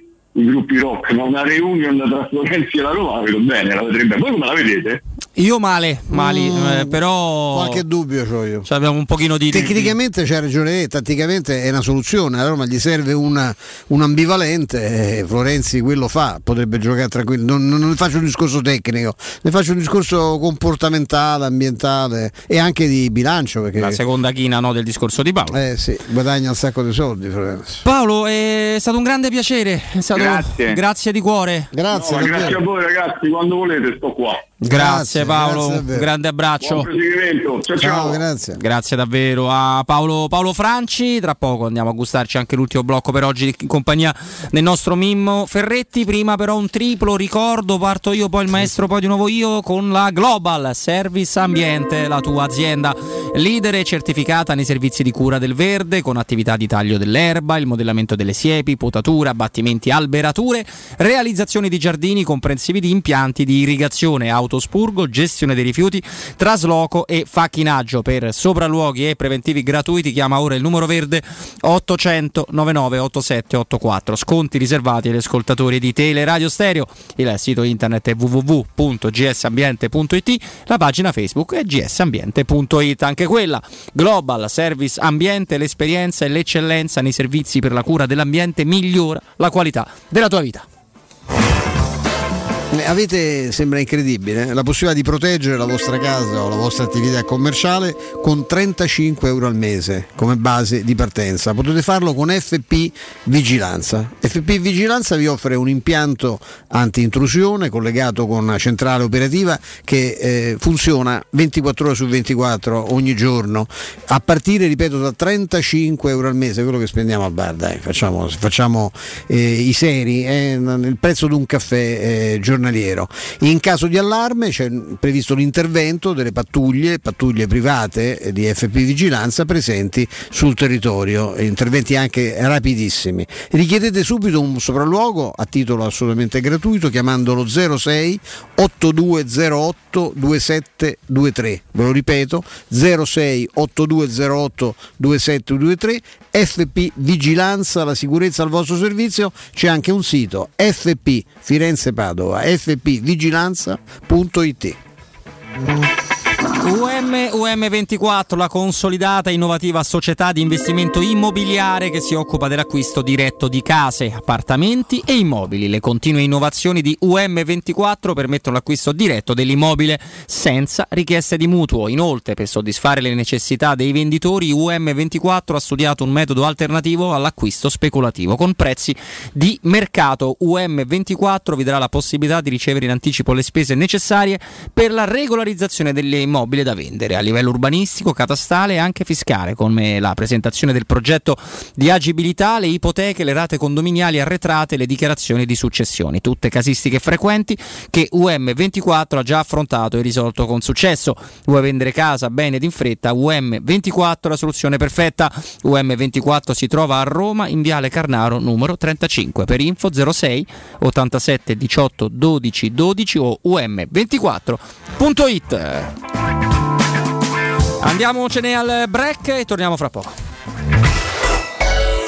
i gruppi rock, ma una reunion tra Florenzi e la Roma la vedo bene, la vedrebbe. Voi come la vedete? Io male, mali, Mm, eh, però Qualche dubbio c'ho io. cioè, abbiamo un pochino di Tecnicamente c'è ragione, tatticamente è una soluzione. A Roma gli serve una, un ambivalente, eh, Florenzi quello fa, potrebbe giocare tranquillo. Non, non ne faccio un discorso tecnico, ne faccio un discorso comportamentale, ambientale e anche di bilancio, perché la seconda china, no, del discorso di Paolo. Eh sì, guadagna un sacco di soldi Florenzi. Paolo, è stato un grande piacere, è stato... Grazie. grazie di cuore. Grazie, No, ma grazie a voi ragazzi, quando volete sto qua. Grazie, Paolo, grazie un davvero. grande abbraccio. Buon proseguimento. Ciao, ciao. grazie. Grazie davvero a Paolo, Paolo Franci. Tra poco andiamo a gustarci anche l'ultimo blocco per oggi in compagnia del nostro Mimmo Ferretti. Prima però un triplo ricordo, parto io, poi il maestro, poi di nuovo io con la Global Service Ambiente, la tua azienda leader e certificata nei servizi di cura del verde, con attività di taglio dell'erba, il modellamento delle siepi, potatura, abbattimenti, alberature, realizzazione di giardini comprensivi di impianti di irrigazione, autospurgo, gestione dei rifiuti, trasloco e facchinaggio. Per sopralluoghi e preventivi gratuiti chiama ora il numero verde ottocento novantanove ottantasette ottantaquattro. Sconti riservati agli ascoltatori di Teleradio Stereo. Il sito internet è w w w punto g s ambiente punto i t, la pagina Facebook è g s ambiente punto i t, anche quella. Global Service Ambiente, l'esperienza e l'eccellenza nei servizi per la cura dell'ambiente migliora la qualità della tua vita. Avete, sembra incredibile, la possibilità di proteggere la vostra casa o la vostra attività commerciale con trentacinque euro al mese come base di partenza. Potete farlo con F P Vigilanza. F P Vigilanza vi offre un impianto anti-intrusione collegato con una centrale operativa che eh, funziona ventiquattro ore su ventiquattro ogni giorno, a partire, ripeto, da trentacinque euro al mese, quello che spendiamo al bar, dai, facciamo, facciamo eh, i seri, è il prezzo di un caffè eh, giornaliero. In caso di allarme c'è previsto l'intervento delle pattuglie, pattuglie private di F P Vigilanza presenti sul territorio, interventi anche rapidissimi. Richiedete subito un sopralluogo a titolo assolutamente gratuito chiamando lo zero sei ottantadue zero otto ventisette ventitré, ve lo ripeto, zero sei ottantadue zero otto ventisette ventitré. F P Vigilanza, la sicurezza al vostro servizio. C'è anche un sito F P Firenze Padova, f p vigilanza punto i t. U M, U M ventiquattro, la consolidata e innovativa società di investimento immobiliare che si occupa dell'acquisto diretto di case, appartamenti e immobili. Le continue innovazioni di U M ventiquattro permettono l'acquisto diretto dell'immobile senza richieste di mutuo. Inoltre, per soddisfare le necessità dei venditori, U M ventiquattro ha studiato un metodo alternativo all'acquisto speculativo con prezzi di mercato. U M ventiquattro vi darà la possibilità di ricevere in anticipo le spese necessarie per la regolarizzazione delle immobili da vendere a livello urbanistico, catastale e anche fiscale, come la presentazione del progetto di agibilità, le ipoteche, le rate condominiali arretrate, le dichiarazioni di successioni, tutte casistiche frequenti che U M ventiquattro ha già affrontato e risolto con successo. Vuoi vendere casa bene ed in fretta? U M ventiquattro è la soluzione perfetta. U M ventiquattro si trova a Roma in Viale Carnaro numero trentacinque. Per info zero sei ottantasette diciotto dodici dodici o u m ventiquattro punto i t. Andiamocene al break e torniamo fra poco.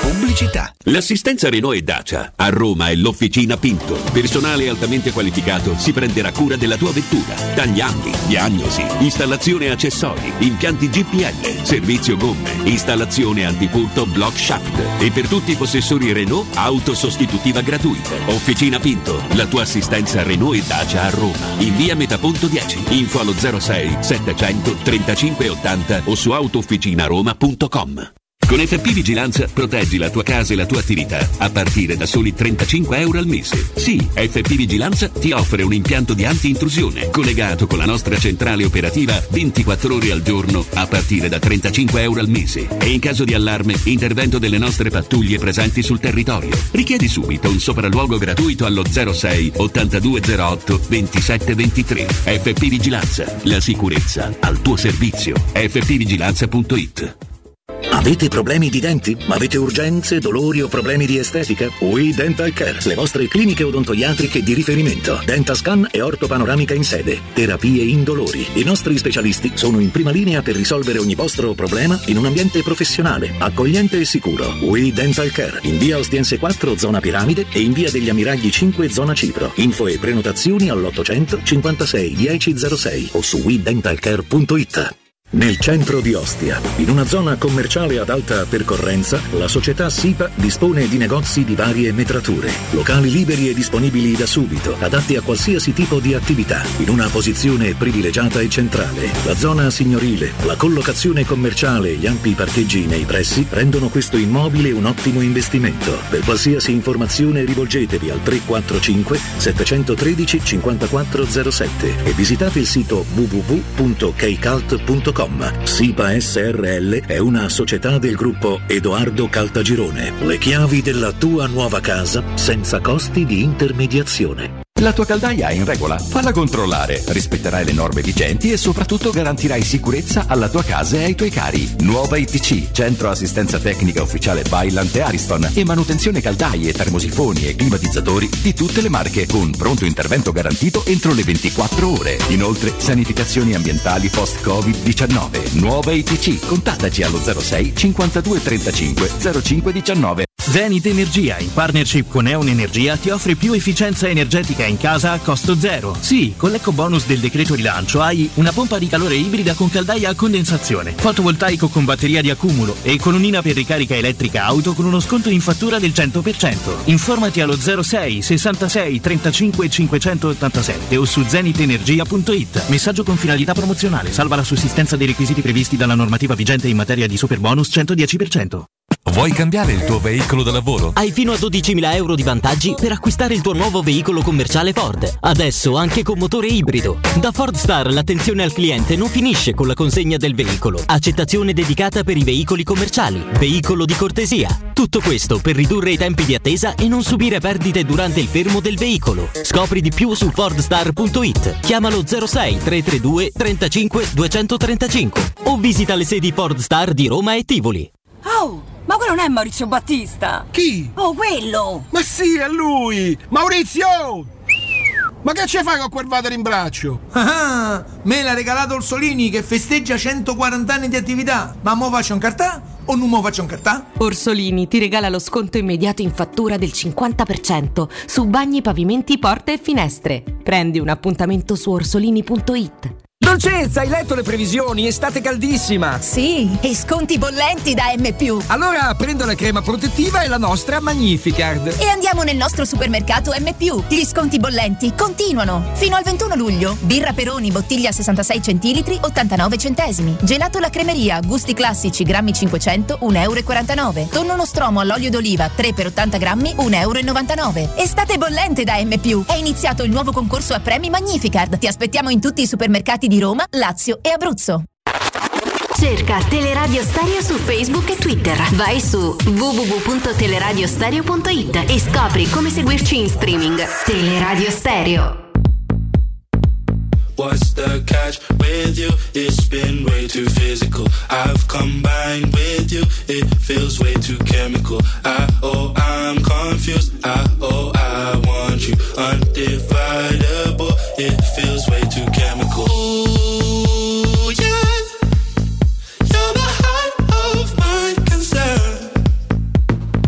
Pubblicità. L'assistenza Renault e Dacia a Roma è l'Officina Pinto. Personale altamente qualificato si prenderà cura della tua vettura. Tagliandi, diagnosi, installazione e accessori, impianti G P L, servizio gomme, installazione antifurto block shaft. E per tutti i possessori Renault, auto sostitutiva gratuita. Officina Pinto, la tua assistenza Renault e Dacia a Roma. In via Metaponto dieci. Info allo zero sei settecento trentacinque ottanta o su autofficinaroma punto com. Con F P Vigilanza proteggi la tua casa e la tua attività a partire da soli trentacinque euro al mese. Sì, F P Vigilanza ti offre un impianto di anti-intrusione collegato con la nostra centrale operativa ventiquattro ore al giorno a partire da trentacinque euro al mese. E in caso di allarme, intervento delle nostre pattuglie presenti sul territorio. Richiedi subito un sopralluogo gratuito allo zero sei ottantadue zero otto ventisette ventitré. F P Vigilanza, la sicurezza al tuo servizio. F P vigilanza punto it. Avete problemi di denti? Avete urgenze, dolori o problemi di estetica? We Dental Care, le vostre cliniche odontoiatriche di riferimento. Dentascan e ortopanoramica in sede. Terapie indolori. I nostri specialisti sono in prima linea per risolvere ogni vostro problema in un ambiente professionale, accogliente e sicuro. We Dental Care, in via Ostiense quattro, zona Piramide, e in via degli Ammiragli cinque, zona Cipro. Info e prenotazioni all'ottocento cinquantasei dieci zero sei o su we dental care punto it. Nel centro di Ostia, in una zona commerciale ad alta percorrenza, la società SIPA dispone di negozi di varie metrature, locali liberi e disponibili da subito, adatti a qualsiasi tipo di attività, in una posizione privilegiata e centrale. La zona signorile, la collocazione commerciale e gli ampi parcheggi nei pressi rendono questo immobile un ottimo investimento. Per qualsiasi informazione rivolgetevi al tre quattro cinque sette uno tre cinquantaquattro zero sette e visitate il sito w w w punto keicalt punto com. SIPA S R L è una società del gruppo Edoardo Caltagirone. Le chiavi della tua nuova casa senza costi di intermediazione. La tua caldaia è in regola? Falla controllare, rispetterai le norme vigenti e soprattutto garantirai sicurezza alla tua casa e ai tuoi cari. Nuova I T C, centro assistenza tecnica ufficiale Vaillant e Ariston, e manutenzione caldaie, termosifoni e climatizzatori di tutte le marche, con pronto intervento garantito entro le ventiquattro ore. Inoltre, sanificazioni ambientali post-covid diciannove. Nuova I T C, contattaci allo zero sei cinquantadue trentacinque zero cinque diciannove. Zenith Energia, in partnership con Eon Energia, ti offre più efficienza energetica in casa a costo zero. Sì, con l'eco bonus del decreto rilancio hai una pompa di calore ibrida con caldaia a condensazione, fotovoltaico con batteria di accumulo e colonnina per ricarica elettrica auto con uno sconto in fattura del cento per cento. Informati allo zero sei sessantasei trentacinque cinquecentottantasette o su zenith energia punto it. Messaggio con finalità promozionale, salva la sussistenza dei requisiti previsti dalla normativa vigente in materia di super bonus centodieci per cento. Vuoi cambiare il tuo veicolo da lavoro? Hai fino a dodicimila euro di vantaggi per acquistare il tuo nuovo veicolo commerciale Ford. Adesso anche con motore ibrido. Da Ford Star l'attenzione al cliente non finisce con la consegna del veicolo. Accettazione dedicata per i veicoli commerciali. Veicolo di cortesia. Tutto questo per ridurre i tempi di attesa e non subire perdite durante il fermo del veicolo. Scopri di più su fordstar punto it. Chiamalo zero sei trecentotrentadue trentacinque duecentotrentacinque o visita le sedi Ford Star di Roma e Tivoli. Oh! Ma quello non è Maurizio Battista? Chi? Oh, quello! Ma sì, è lui! Maurizio! Ma che ci fai con quel water in braccio? Ah, me l'ha regalato Orsolini che festeggia centoquaranta anni di attività. Ma mo faccio un cartà o non mo faccio un cartà? Orsolini ti regala lo sconto immediato in fattura del cinquanta per cento su bagni, pavimenti, porte e finestre. Prendi un appuntamento su orsolini punto it. Dolcezza, hai letto le previsioni? Estate caldissima! Sì, e sconti bollenti da M più. Allora prendo la crema protettiva e la nostra Magnificard. E andiamo nel nostro supermercato M più. Gli sconti bollenti continuano. Fino al ventuno luglio. Birra Peroni, bottiglia sessantasei centilitri, ottantanove centesimi. Gelato La Cremeria, gusti classici, grammi cinquecento, un euro e quarantanove. Tonno Nostromo all'olio d'oliva, tre per ottanta grammi, un euro e novantanove. Estate bollente da M più. È iniziato il nuovo concorso a premi Magnificard. Ti aspettiamo in tutti i supermercati di Roma, Lazio e Abruzzo. Cerca Teleradio Stereo su Facebook e Twitter. Vai su w w w punto teleradiostereo punto it e scopri come seguirci in streaming. Teleradio Stereo. What's the catch with you? It's been way too physical. I've combined with you. It feels way too chemical. I, oh, I'm confused. I, oh, I want you undividable. It feels way too chemical. Ooh, yeah. You're the heart of my concern.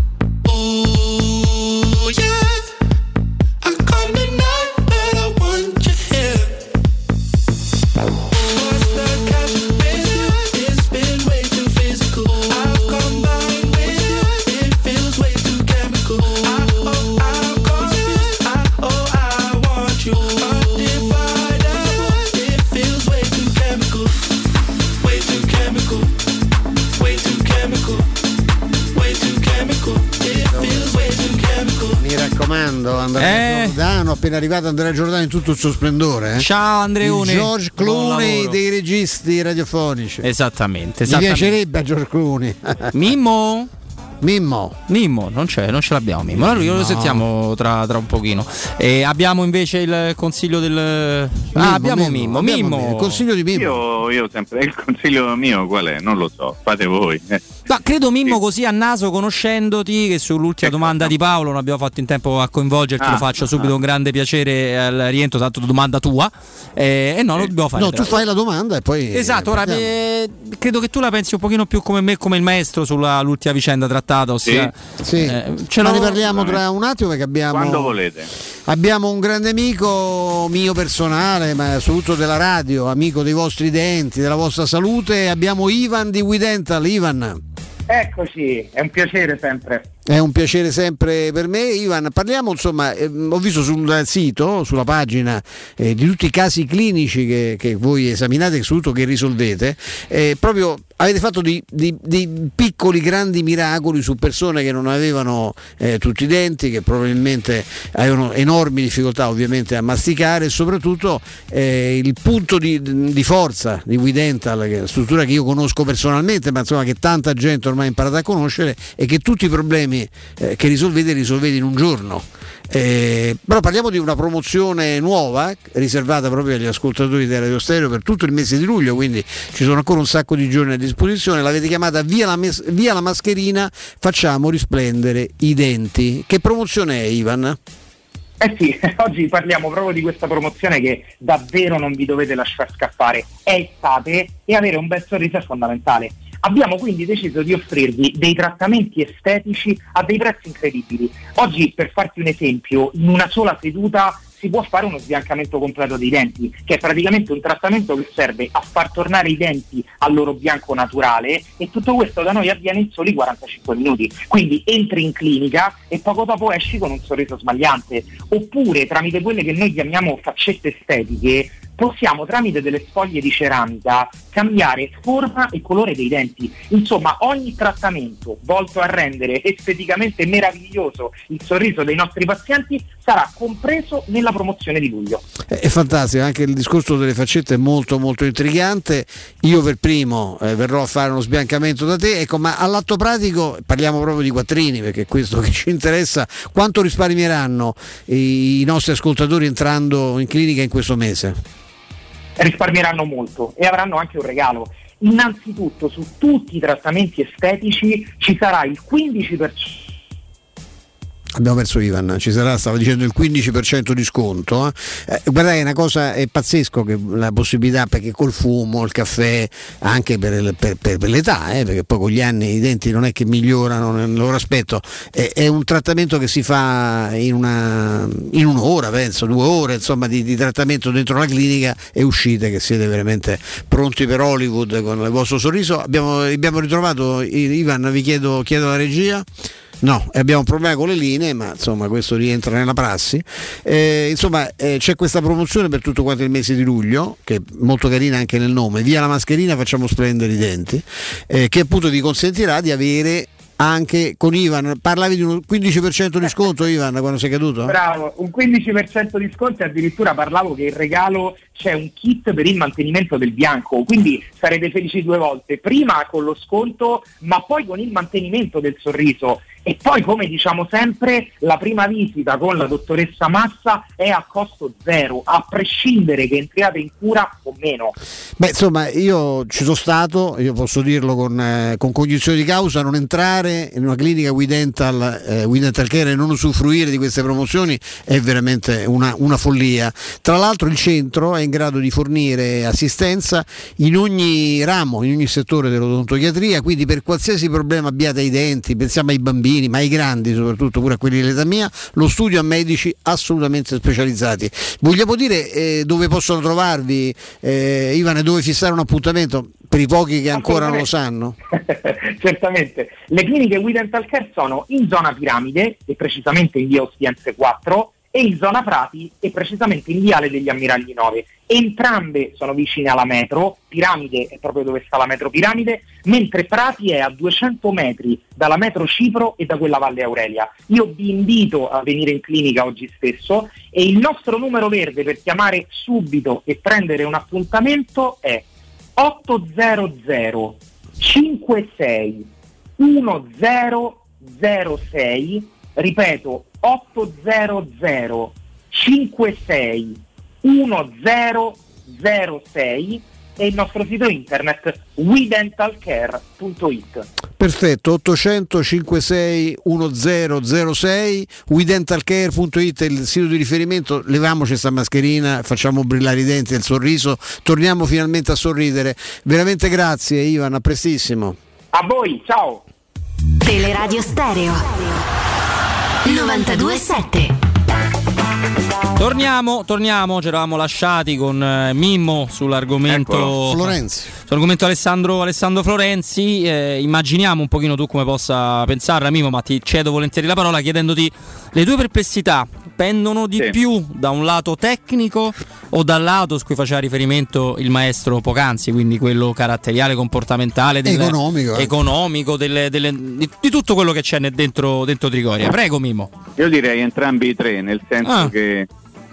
raccomando, Andrea eh. Giordano, appena arrivato Andrea Giordano in tutto il suo splendore. Eh? Ciao Andreone. Il George Clooney dei registi radiofonici. Esattamente, esattamente. Mi piacerebbe a George Clooney. Mimmo? Mimmo. Mimmo, non c'è, non ce l'abbiamo Mimmo. Allora io no. lo sentiamo tra, tra un pochino. E abbiamo invece il consiglio del Mimmo, ah, abbiamo Mimmo, Mimmo. Mimmo. Mimmo. Il consiglio di Mimmo. Io, io sempre il consiglio mio qual è? Non lo so, fate voi. Eh. No, credo Mimmo sì. Così a naso, conoscendoti, che sull'ultima domanda di Paolo non abbiamo fatto in tempo a coinvolgerti, ah, lo faccio subito con grande piacere al rientro, tanto domanda tua. Eh, e no, lo dobbiamo fare. No, tu fai la domanda e poi. Esatto, ora eh, credo che tu la pensi un pochino più come me, come il maestro sull'ultima vicenda trattata, ossia sì, sì. Eh, ce ma ne parliamo tra un attimo perché abbiamo quando volete. Abbiamo un grande amico mio personale, ma soprattutto della radio, amico dei vostri denti, della vostra salute. Abbiamo Ivan di We Dental. Ivan. Eccoci, è un piacere sempre. È un piacere sempre per me. Ivan, parliamo insomma, eh, ho visto sul sito, sulla pagina eh, di tutti i casi clinici che, che voi esaminate e soprattutto che risolvete, eh, proprio avete fatto di, di, di piccoli grandi miracoli su persone che non avevano eh, tutti i denti, che probabilmente avevano enormi difficoltà ovviamente a masticare e soprattutto eh, il punto di, di forza di We Dental, che è una struttura che io conosco personalmente ma insomma che tanta gente ormai ha imparato a conoscere, e che tutti i problemi Eh, che risolvete risolvete in un giorno. Eh, però parliamo di una promozione nuova riservata proprio agli ascoltatori di Radio Stereo per tutto il mese di luglio, quindi ci sono ancora un sacco di giorni a disposizione. L'avete chiamata Via la, mes- via la mascherina, facciamo risplendere i denti. Che promozione è, Ivan? Eh sì, oggi parliamo proprio di questa promozione che davvero non vi dovete lasciare scappare. È estate e avere un bel sorriso è fondamentale. Abbiamo quindi deciso di offrirvi dei trattamenti estetici a dei prezzi incredibili. Oggi, per farti un esempio, in una sola seduta si può fare uno sbiancamento completo dei denti, che è praticamente un trattamento che serve a far tornare i denti al loro bianco naturale, e tutto questo da noi avviene in soli quarantacinque minuti. Quindi entri in clinica e poco dopo esci con un sorriso smagliante. Oppure, tramite quelle che noi chiamiamo faccette estetiche, possiamo tramite delle sfoglie di ceramica cambiare forma e colore dei denti. Insomma, ogni trattamento volto a rendere esteticamente meraviglioso il sorriso dei nostri pazienti sarà compreso nella promozione di luglio. È fantastico, anche il discorso delle faccette è molto molto intrigante. Io per primo eh, verrò a fare uno sbiancamento da te, ecco, ma all'atto pratico parliamo proprio di quattrini, perché è questo che ci interessa. Quanto risparmieranno i, i nostri ascoltatori entrando in clinica in questo mese? Risparmieranno molto e avranno anche un regalo. Innanzitutto, su tutti i trattamenti estetici ci sarà il quindici per cento. Abbiamo perso Ivan, ci sarà, stava dicendo, il quindici per cento di sconto. Eh. Eh, guardate, è una cosa, è pazzesco che la possibilità, perché col fumo, il caffè, anche per, per, per, per l'età, eh, perché poi con gli anni i denti non è che migliorano nel loro aspetto, eh, è un trattamento che si fa in, una, in un'ora, penso, due ore insomma di, di trattamento dentro la clinica, e uscite che siete veramente pronti per Hollywood con il vostro sorriso. Abbiamo, abbiamo ritrovato Ivan, vi chiedo, chiedo alla regia. No, abbiamo un problema con le linee, ma insomma questo rientra nella prassi. Eh, insomma eh, c'è questa promozione per tutto quanto il mese di luglio, che è molto carina anche nel nome, Via la mascherina, facciamo splendere i denti, eh, che appunto vi consentirà di avere anche con Ivan, parlavi di un quindici per cento di sconto, Ivan, quando sei caduto? Bravo, un quindici per cento di sconto, e addirittura parlavo che in regalo c'è un kit per il mantenimento del bianco, quindi sarete felici due volte, prima con lo sconto ma poi con il mantenimento del sorriso. E poi, come diciamo sempre, la prima visita con la dottoressa Massa è a costo zero, a prescindere che entriate in cura o meno. Beh, insomma, io ci sono stato, io posso dirlo con, eh, con cognizione di causa, non entrare in una clinica We Dental, eh, We Dental Care, e non usufruire di queste promozioni è veramente una, una follia. Tra l'altro il centro è in grado di fornire assistenza in ogni ramo, in ogni settore dell'odontoiatria, quindi per qualsiasi problema abbiate ai denti, pensiamo ai bambini, ma ai grandi soprattutto, pure a quelli dell'età mia, lo studio a medici assolutamente specializzati. Vogliamo dire eh, dove possono trovarvi, eh, Ivan, e dove fissare un appuntamento per i pochi che ancora non lo sanno? Certamente, le cliniche We Dental Care sono in zona Piramide, e precisamente in via Ostiense quattro, e in zona Prati, e precisamente in viale degli Ammiragli nove. entrambe sono vicine alla metro, Piramide è proprio dove sta la metro Piramide, mentre Prati è a duecento metri dalla metro Cipro e da quella Valle Aurelia. Io vi invito a venire in clinica oggi stesso e il nostro numero verde per chiamare subito e prendere un appuntamento è otto zero zero cinque sei uno zero zero sei, ripeto otto zero zero cinque sei uno zero zero sei e il nostro sito internet we dental care punto it. Perfetto, ottocento cinquantasei mille sei, we dental care punto it è il sito di riferimento. Leviamoci sta mascherina, facciamo brillare i denti e il sorriso, torniamo finalmente a sorridere. Veramente grazie Ivan, a prestissimo. A voi, ciao. Teleradio Stereo novantadue sette. Torniamo, torniamo, ci eravamo lasciati con eh, Mimmo sull'argomento Eccolo. Florenzi. Sull'argomento Alessandro, Alessandro Florenzi. Eh, immaginiamo un pochino tu come possa pensarla, Mimmo, ma ti cedo volentieri la parola chiedendoti le tue perplessità pendono di sì. più da un lato tecnico o dal lato su cui faceva riferimento il maestro poc'anzi, quindi quello caratteriale, comportamentale, del, economico, eh. economico delle, delle, di, di tutto quello che c'è dentro, dentro Trigoria. Prego Mimmo. Io direi entrambi i tre, nel senso ah. che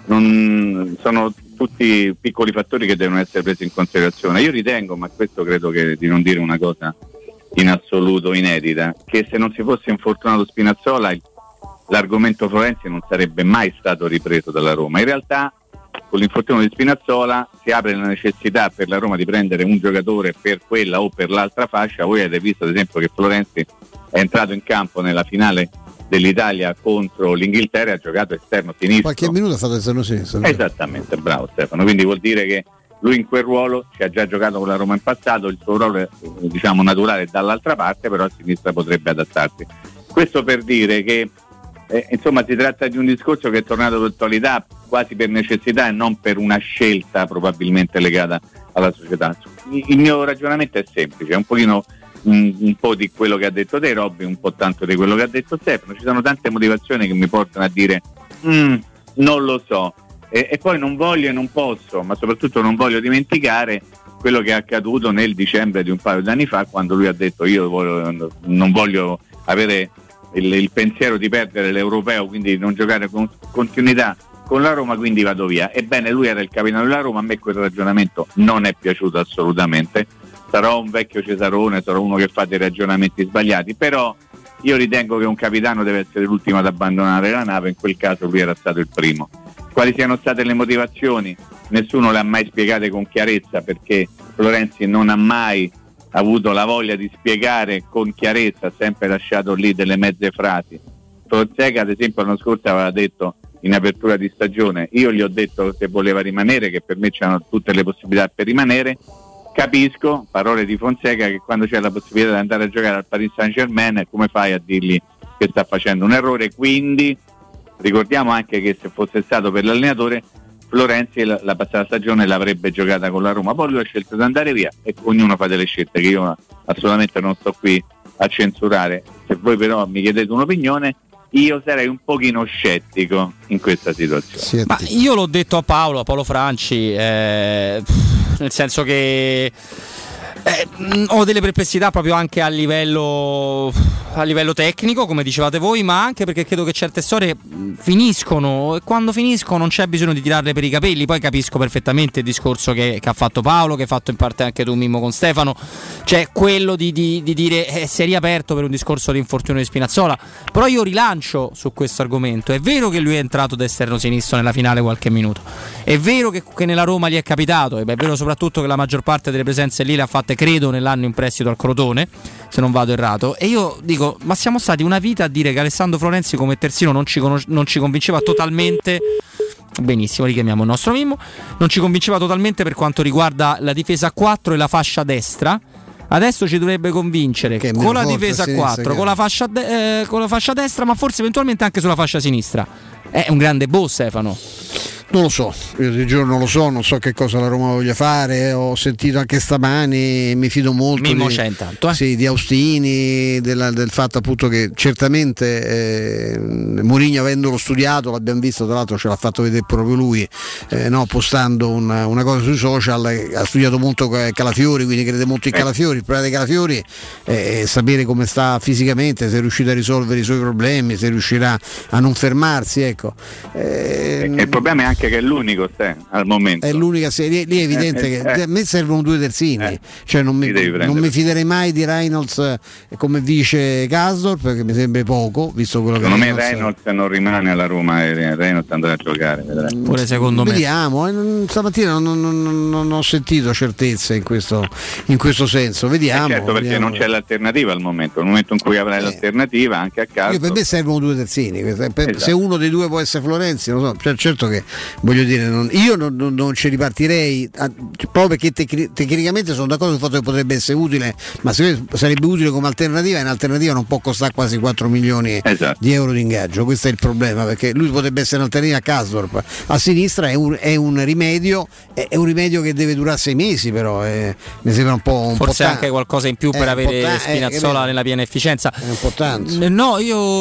non sono tutti piccoli fattori che devono essere presi in considerazione. Io ritengo, ma questo credo che di non dire una cosa in assoluto inedita, che se non si fosse infortunato Spinazzola l'argomento Florenzi non sarebbe mai stato ripreso dalla Roma. In realtà con l'infortunio di Spinazzola si apre la necessità per la Roma di prendere un giocatore per quella o per l'altra fascia. Voi avete visto ad esempio che Florenzi è entrato in campo nella finale dell'Italia contro l'Inghilterra e ha giocato esterno sinistro. Qualche minuto ha fatto esterno sinistro. Esattamente, bravo Stefano. Quindi vuol dire che lui in quel ruolo ci ha già giocato con la Roma in passato, il suo ruolo è, diciamo, naturale è dall'altra parte, però a sinistra potrebbe adattarsi. Questo per dire che eh, insomma si tratta di un discorso che è tornato d'attualità quasi per necessità e non per una scelta probabilmente legata alla società. Il mio ragionamento è semplice, è un pochino un, un po' di quello che ha detto te Robby, un po' tanto di quello che ha detto Stefano. Ci sono tante motivazioni che mi portano a dire mm, non lo so e, e poi non voglio e non posso, ma soprattutto non voglio dimenticare quello che è accaduto nel dicembre di un paio di anni fa, quando lui ha detto io voglio, non voglio avere il, il pensiero di perdere l'Europeo, quindi non giocare con continuità con la Roma, quindi vado via. Ebbene, lui era il capitano della Roma, a me quel ragionamento non è piaciuto assolutamente. Sarò un vecchio Cesarone, sarò uno che fa dei ragionamenti sbagliati, però io ritengo che un capitano deve essere l'ultimo ad abbandonare la nave, in quel caso lui era stato il primo. Quali siano state le motivazioni? Nessuno le ha mai spiegate con chiarezza, perché Florenzi non ha mai avuto la voglia di spiegare con chiarezza, ha sempre lasciato lì delle mezze frasi. Fonseca ad esempio l'anno scorso aveva detto in apertura di stagione, io gli ho detto che voleva rimanere, che per me c'erano tutte le possibilità per rimanere. Capisco, parole di Fonseca, che quando c'è la possibilità di andare a giocare al Paris Saint-Germain, come fai a dirgli che sta facendo un errore? Quindi ricordiamo anche che se fosse stato per l'allenatore, Florenzi la, la passata stagione l'avrebbe giocata con la Roma, poi lui ha scelto di andare via e ognuno fa delle scelte che io assolutamente non sto qui a censurare. Se voi però mi chiedete un'opinione, io sarei un pochino scettico in questa situazione. Ma io l'ho detto a Paolo, a Paolo Franci, eh, nel senso che eh, ho delle perplessità proprio anche a livello a livello tecnico, come dicevate voi, ma anche perché credo che certe storie finiscono e quando finiscono non c'è bisogno di tirarle per i capelli. Poi capisco perfettamente il discorso che, che ha fatto Paolo, che hai fatto in parte anche tu Mimmo con Stefano, cioè quello di, di, di dire eh, si è riaperto per un discorso di infortunio di Spinazzola. Però io rilancio su questo argomento. È vero che lui è entrato da esterno sinistro nella finale qualche minuto, è vero che, che nella Roma gli è capitato, e beh, è vero soprattutto che la maggior parte delle presenze lì le ha fatte credo nell'anno in prestito al Crotone, se non vado errato. E io dico, ma siamo stati una vita a dire che Alessandro Florenzi come terzino non ci, conos- non ci convinceva totalmente. Benissimo, richiamiamo il nostro Mimmo. Non ci convinceva totalmente per quanto riguarda la difesa a quattro e la fascia destra. Adesso ci dovrebbe convincere che con la difesa a quattro, con la, fascia de- eh, con la fascia destra, ma forse eventualmente anche sulla fascia sinistra. È un grande boh, Stefano. Non lo so, io di giorno non lo so, non so che cosa la Roma voglia fare, ho sentito anche stamani, mi fido molto Mimmo di, c'è intanto, eh? sì, di Austini, della, del fatto appunto che certamente eh, Mourinho avendolo studiato, l'abbiamo visto, tra l'altro ce l'ha fatto vedere proprio lui, eh, no, postando una, una cosa sui social, eh, ha studiato molto Calafiori, quindi crede molto in Calafiori, il problema di Calafiori è sapere come sta fisicamente, se è riuscito a risolvere i suoi problemi, se riuscirà a non fermarsi, ecco. Eh, il problema è anche che è l'unico te, al momento. È l'unica serie, lì è evidente eh, che eh, a me servono due terzini, eh, cioè non mi, non mi fiderei mai di Reynolds eh, come vice Gasdorp, perché mi sembra poco, visto quello secondo che me Reynolds non rimane alla Roma e Reynolds andrà a giocare, vedrai. Pure secondo me. Vediamo, eh, stamattina non, non, non, non ho sentito certezze in questo, in questo senso, vediamo. Eh certo, perché vediamo. non c'è l'alternativa al momento, nel momento in cui avrai eh. l'alternativa anche a caso. Io per me servono due terzini, per, esatto. Se uno dei due può essere Florenzi, non so, cioè, certo che voglio dire, non, io non, non, non ci ripartirei a, proprio perché tec- tecnicamente sono d'accordo sul fatto che potrebbe essere utile, ma se, sarebbe utile come alternativa, e in alternativa non può costare quasi quattro milioni esatto. di euro di ingaggio, questo è il problema, perché lui potrebbe essere un'alternativa a Kasdorp, a sinistra è un, è un rimedio, è, è un rimedio che deve durare sei mesi, però è, mi sembra un po' un forse po' anche qualcosa in più per avere ta- Spinazzola nella piena efficienza. È importante. No,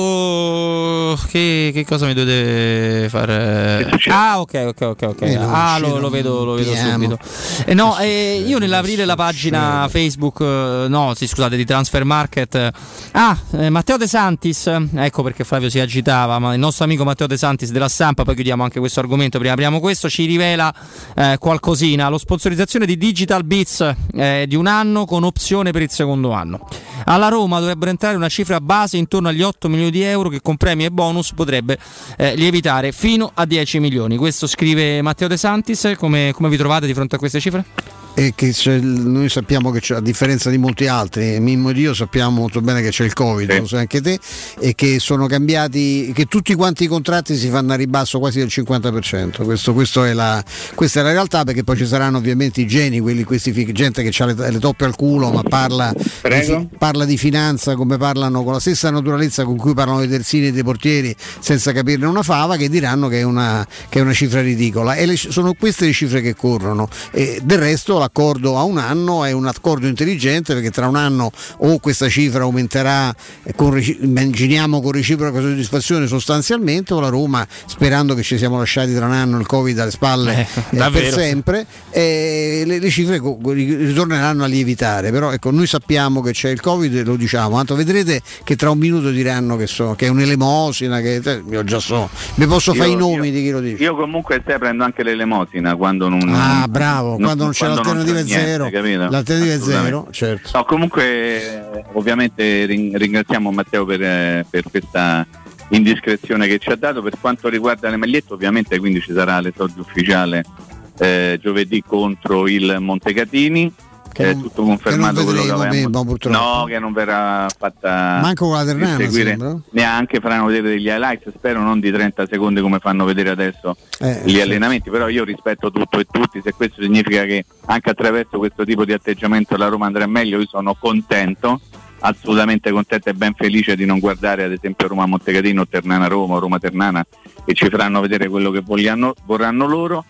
io che, che cosa mi dovete fare? Ah, ok, ok, ok, ok. Eh, ah, lo, lo vedo, lo vedo subito. Eh, no, eh, io nell'aprire la pagina Facebook, eh, no, sì, scusate, di Transfer Market. Ah, eh, Matteo De Santis, ecco perché Flavio si agitava, ma il nostro amico Matteo De Santis della Stampa, poi chiudiamo anche questo argomento, prima apriamo questo, ci rivela eh, qualcosina. Lo sponsorizzazione di Digital Beats eh, di un anno con opzione per il secondo anno. Alla Roma dovrebbero entrare una cifra base intorno agli otto milioni di euro che con premi e bonus potrebbe eh, lievitare fino a dieci milioni. Questo scrive Matteo De Santis. Come, come vi trovate di fronte a queste cifre? E che c'è, noi sappiamo che c'è, a differenza di molti altri, Mimmo ed io sappiamo molto bene che c'è il Covid, sì. Lo sai anche te, e che sono cambiati, che tutti quanti i contratti si fanno a ribasso quasi del cinquanta per cento. Questo, questo è la, questa è la realtà, perché poi ci saranno ovviamente i geni, quelli, questi, gente che ha le, le toppe al culo, ma parla di, parla di finanza come parlano, con la stessa naturalezza con cui parlano dei terzini e dei portieri, senza capirne una fava, che diranno che è una, che è una cifra ridicola. E le, sono queste le cifre che corrono. E del resto l'accordo a un anno è un accordo intelligente, perché tra un anno o questa cifra aumenterà con, immaginiamo con reciproca soddisfazione sostanzialmente, o la Roma, sperando che ci siamo lasciati tra un anno il Covid alle spalle eh, eh, per sempre, eh, le, le cifre co- ritorneranno a lievitare. Però ecco, noi sappiamo che c'è il Covid, lo diciamo, tanto vedrete che tra un minuto diranno che, so, che è un'elemosina, che eh, io già so, mi posso fare i nomi io, di chi lo dice. Io comunque te prendo anche l'elemosina quando non ah bravo non, quando non c'è quando l'alternativa non c'è è zero niente, l'alternativa è zero, certo. No, comunque ovviamente ringraziamo Matteo per, per questa indiscrezione che ci ha dato. Per quanto riguarda le magliette, ovviamente quindi ci sarà l'esordio ufficiale eh, giovedì contro il Montecatini. È eh, tutto confermato, quello che avevamo. No, che non verrà fatta manco con la Ternana, neanche faranno vedere degli highlights, spero non di trenta secondi come fanno vedere adesso eh, gli sì. allenamenti, però io rispetto tutto e tutti. Se questo significa che anche attraverso questo tipo di atteggiamento la Roma andrà meglio, io sono contento, assolutamente contento e ben felice di non guardare ad esempio Roma Montecatini o Ternana Roma o Roma Ternana, e ci faranno vedere quello che vogliano, vorranno loro.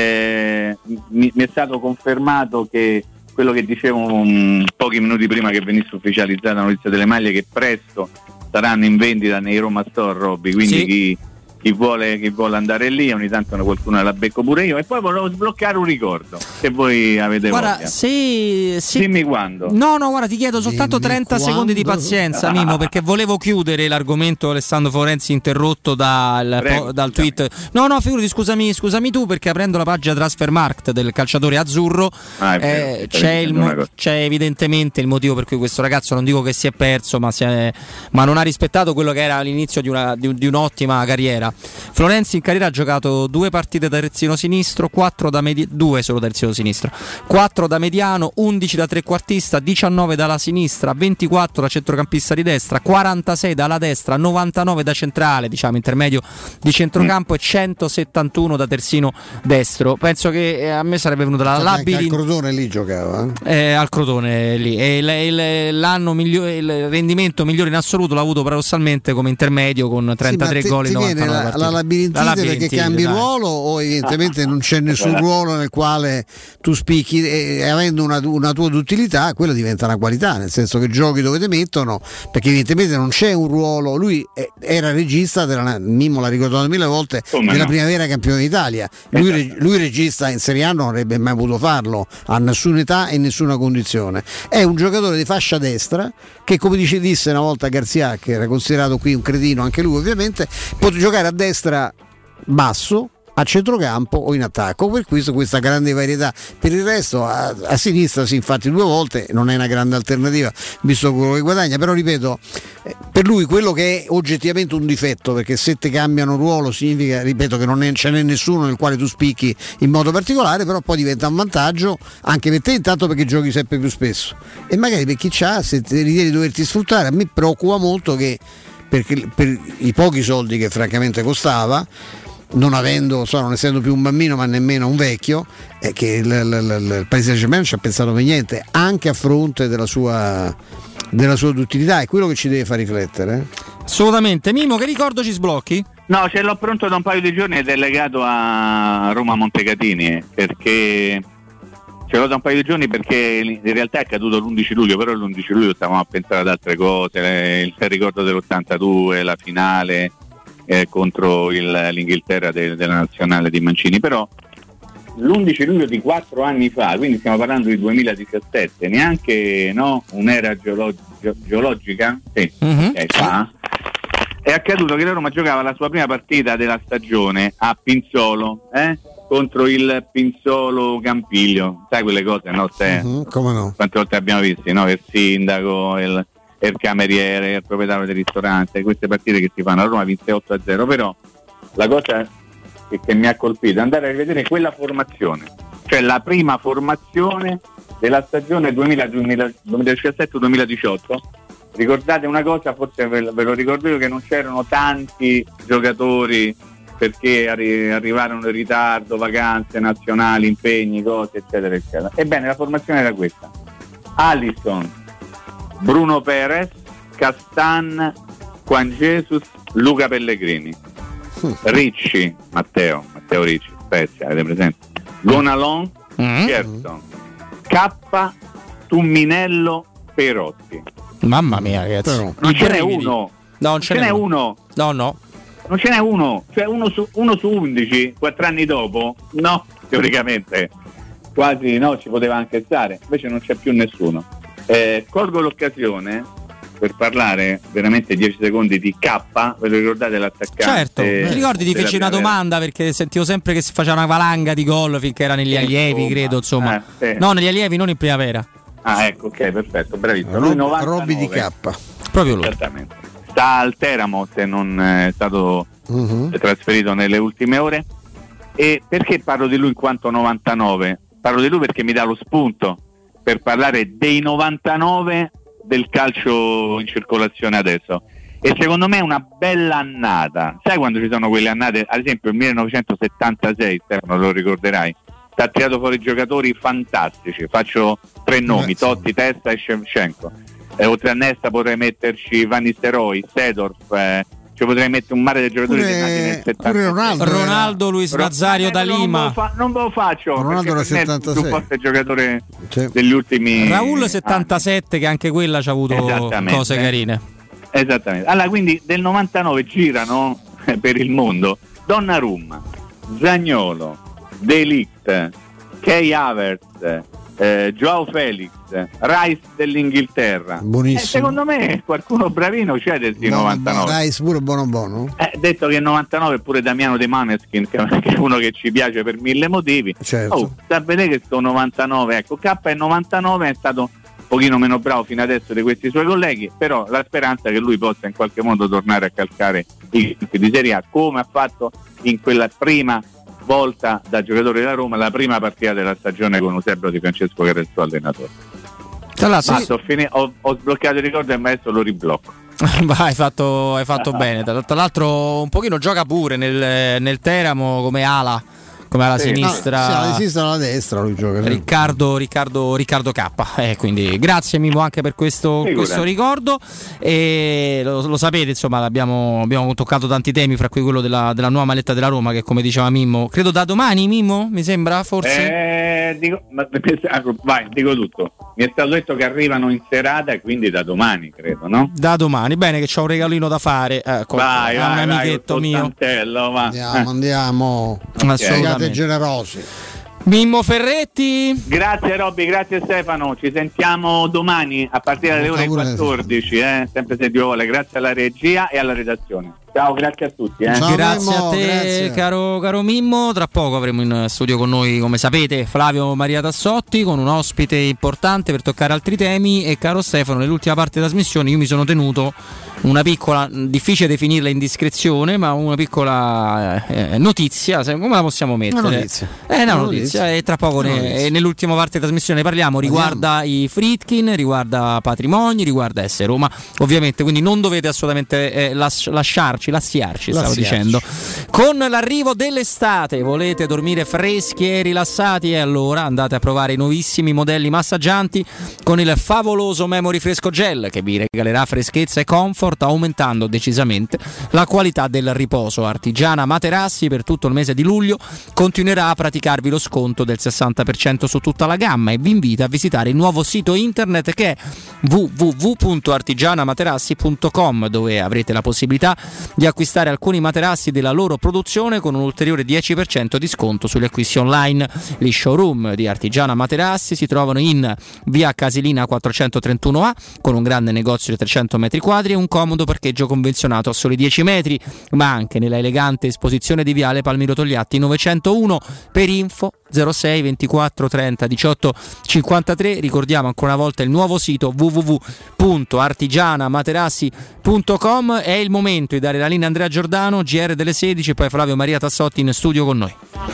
Eh, mi, mi è stato confermato che quello che dicevo um, pochi minuti prima che venisse ufficializzata la notizia delle maglie, che presto saranno in vendita nei Roma Store, Robby, quindi sì. chi, chi, vuole, chi vuole andare lì, ogni tanto qualcuno la becco pure io. E poi volevo sbloccare un ricordo, se voi avete guarda, voglia. Se, se... Dimmi quando. No, no, guarda, ti chiedo soltanto Dimmi trenta quando. secondi di pazienza, Mimmo, perché volevo chiudere l'argomento Alessandro Florenzi interrotto dal, Prego, po, dal tweet. No, no, figurati, scusami, scusami tu, perché aprendo la pagina Transfermarkt del calciatore azzurro ah, vero, eh, c'è, il mo- c'è evidentemente il motivo per cui questo ragazzo, non dico che si è perso, ma, si è, ma non ha rispettato quello che era l'inizio di, una, di, di un'ottima carriera. Florenzi in carriera ha giocato due partite da terzino sinistro, quattro da medi- due solo da terzino sinistro, quattro da mediano, undici da trequartista, diciannove dalla sinistra, ventiquattro da centrocampista di destra, quarantasei dalla destra, novantanove da centrale, diciamo intermedio di centrocampo, mm. e centosettantuno da terzino destro. Penso che eh, a me sarebbe venuta la labili... Al Crotone lì giocava eh? Eh, al Crotone lì, e il, il, l'anno migliore, il rendimento migliore in assoluto l'ha avuto paradossalmente come intermedio con trentatré sì, gol in novantanove la, partita. la labirintite, La perché labirintite, cambi dai. ruolo o evidentemente non c'è nessun ruolo nel quale tu spicchi e, e avendo una, una tua utilità, quella diventa una qualità, nel senso che giochi dove ti mettono, perché evidentemente non c'è un ruolo. Lui è, era regista della, Mimmo l'ha ricordato mille volte, Come della no? primavera campione d'Italia. Lui, Esatto. lui regista in Serie A non avrebbe mai potuto farlo a nessuna età e nessuna condizione. È un giocatore di fascia destra che, come dice, disse una volta Garzia, che era considerato qui un cretino anche lui ovviamente, può giocare a destra basso, a centrocampo o in attacco, per questo questa grande varietà. Per il resto a, a sinistra sì, infatti due volte non è una grande alternativa visto quello che guadagna, però ripeto, eh, per lui quello che è oggettivamente un difetto, perché se ti cambiano ruolo significa, ripeto, che non è, ce n'è nessuno nel quale tu spicchi in modo particolare, però poi diventa un vantaggio anche per te, intanto perché giochi sempre più spesso e magari per chi c'ha, se ti ritieni di doverti sfruttare. A me preoccupa molto che perché per i pochi soldi che francamente costava, non avendo, so, non essendo più un bambino ma nemmeno un vecchio, è che il, il, il, il Paris Saint-Germain non ci ha pensato per niente, anche a fronte della sua, della sua utilità. È quello che ci deve far riflettere. Assolutamente. Mimo, che ricordo ci sblocchi? No, ce l'ho pronto da un paio di giorni ed è legato a Roma Montecatini, perché ce l'ho da un paio di giorni perché in realtà è caduto l'undici luglio, però l'undici luglio stavamo a pensare ad altre cose, il ricordo dell'ottantadue, la finale eh, contro il, l'Inghilterra de, della nazionale di Mancini, però l'undici luglio di quattro anni fa, quindi stiamo parlando di duemiladiciassette, neanche no, un'era geolog- geologica, sì, Mm-hmm. okay, fa, è accaduto che la Roma giocava la sua prima partita della stagione a Pinzolo, eh? contro il Pinzolo Campiglio, sai quelle cose, no? Te, Mm-hmm, come no? quante volte abbiamo visto, no? Il sindaco, il, il cameriere, il proprietario del ristorante, queste partite che si fanno. La Roma vinse otto a zero, però la cosa che, che mi ha colpito è andare a rivedere quella formazione, cioè la prima formazione della stagione duemiladiciassette duemiladiciotto. Ricordate una cosa, forse ve, ve lo ricordo io, che non c'erano tanti giocatori perché arri- arrivarono in ritardo, vacanze nazionali, impegni, cose eccetera eccetera. Ebbene, la formazione era questa: Alisson, Bruno Perez, Castan, Juan Jesus, Luca Pellegrini, Ricci, Matteo, Matteo Ricci, Spezia, avete presente? Gonalon, Mm. Gerson, K, Tumminello, Perotti. Mamma mia, ragazzi. Non I ce n'è brividi. uno. No, non ce, ce n'è uno. No, no. Non ce n'è uno, cioè uno su, uno su undici, quattro anni dopo, no, teoricamente quasi no, ci poteva anche stare, invece non c'è più nessuno. Eh, colgo l'occasione per parlare veramente dieci secondi di K, ve lo ricordate l'attaccante? Certo, ti ricordi ti della feci una primavera? domanda perché sentivo sempre che si faceva una valanga di gol finché era negli allievi, Insomma, credo, insomma. eh, sì. No, negli allievi, non in primavera. Ah, ecco, ok, perfetto, bravissimo. Rob- Lui novantanove. Robby di K. Proprio lui. Esattamente. Sta al Teramo, se non è stato Mm-hmm. trasferito nelle ultime ore. E perché parlo di lui in quanto novantanove? Parlo di lui perché mi dà lo spunto per parlare dei novantanove del calcio in circolazione adesso. E secondo me è una bella annata. Sai quando ci sono quelle annate? Ad esempio il millenovecentosettantasei, Stefano, lo ricorderai, ti ha tirato fuori giocatori fantastici. Faccio tre nomi: Beh, sì. Totti, Testa e Shevchenko. Eh, oltre a Nesta potrei metterci Van Nistelrooy, Seedorf, eh, ci potrei mettere un mare di giocatori Pure- dei nati nel pure settantasei. Ronaldo Ronaldo, Luis Ro- Nazario eh, da non Lima. ve lo fa- non ve lo faccio. Ronaldo era perché per me è il settantasei. più forte giocatore Sì. degli ultimi Raul settantasette, che anche quella ci ha avuto Esattamente. cose carine. Esattamente. Allora, quindi del novantanove girano eh, per il mondo Donnarumma, Zaniolo, De Ligt, Kay Havertz, eh, Joao Felix, Rice dell'inghilterra. Buonissimo. E secondo me qualcuno bravino c'è del Buono, novantanove. Rice pure buono buono. Eh, detto che il novantanove è pure Damiano De Maneskin, che che è uno che ci piace per mille motivi. Certo. Oh, sta a vedere che sto novantanove, ecco, K è novantanove, è stato un pochino meno bravo fino adesso di questi suoi colleghi, però la speranza è che lui possa in qualche modo tornare a calcare i campi di Serie A, come ha fatto in quella prima volta da giocatore della Roma, la prima partita della stagione con Eusebio Di Francesco che era il suo allenatore. Tra l'altro, Basta, ho, fini- ho, ho sbloccato il ricordo e adesso lo riblocco. vai, hai fatto, hai fatto bene. Tra, tra l'altro un pochino gioca pure nel, nel Teramo come ala, come alla sì. sinistra, no, sì, alla sinistra o alla destra lui gioca. Riccardo, Riccardo, Riccardo K. Eh, quindi grazie Mimo anche per questo, questo ricordo. E lo, lo sapete, insomma, abbiamo, abbiamo toccato tanti temi, fra cui quello della, della nuova maglietta della Roma, che come diceva Mimmo, credo da domani, Mimmo, mi sembra, forse? Eh, dico, ma, vai, dico tutto. Mi è stato detto che arrivano in serata e quindi da domani, credo, no? Da domani, bene che c'ho un regalino da fare. Ecco, vai, a un vai, amichetto vai, mio. Tantello, va. Andiamo, andiamo. Siate generosi. Mimmo Ferretti. Grazie Robby, grazie Stefano. Ci sentiamo domani a partire dalle ore quattordici, eh? Sempre se Dio vuole. Grazie alla regia e alla redazione. Ciao, grazie a tutti. Eh. Ciao, grazie Mimmo, a te, grazie. Caro, caro Mimmo. Tra poco avremo in studio con noi, come sapete, Flavio Maria Tassotti, con un ospite importante per toccare altri temi. E caro Stefano, nell'ultima parte della trasmissione io mi sono tenuto una piccola, difficile definirla indiscrezione, ma una piccola eh, notizia, come la possiamo mettere? Una notizia. Eh, una notizia. E tra poco ne, nell'ultima parte della trasmissione parliamo, riguarda i Friedkin, riguarda patrimoni, riguarda S Roma, ovviamente, quindi non dovete assolutamente eh, las- lasciarci, lassiarci, stavo Lassiarci. dicendo. Con l'arrivo dell'estate volete dormire freschi e rilassati, e allora andate a provare i nuovissimi modelli massaggianti con il favoloso Memory Fresco Gel, che vi regalerà freschezza e comfort, aumentando decisamente la qualità del riposo. Artigiana Materassi per tutto il mese di luglio continuerà a praticarvi lo sconto del sessanta per cento su tutta la gamma e vi invita a visitare il nuovo sito internet che è w w w punto artigianamaterassi punto com, dove avrete la possibilità di acquistare alcuni materassi della loro produzione con un ulteriore dieci per cento di sconto sugli acquisti online. Gli showroom di Artigiana Materassi si trovano in via Casilina quattrocentotrentuno A, con un grande negozio di trecento metri quadri e un comodo parcheggio convenzionato a soli dieci metri, ma anche nella elegante esposizione di viale Palmiro Togliatti novecentouno. Per info zero sei ventiquattro trenta diciotto cinquantatré. Ricordiamo ancora una volta il nuovo sito w w w punto artigianamaterassi punto com. È il momento di dare la linea a Andrea Giordano, G R delle sedici, e poi Flavio Maria Tassotti in studio con noi.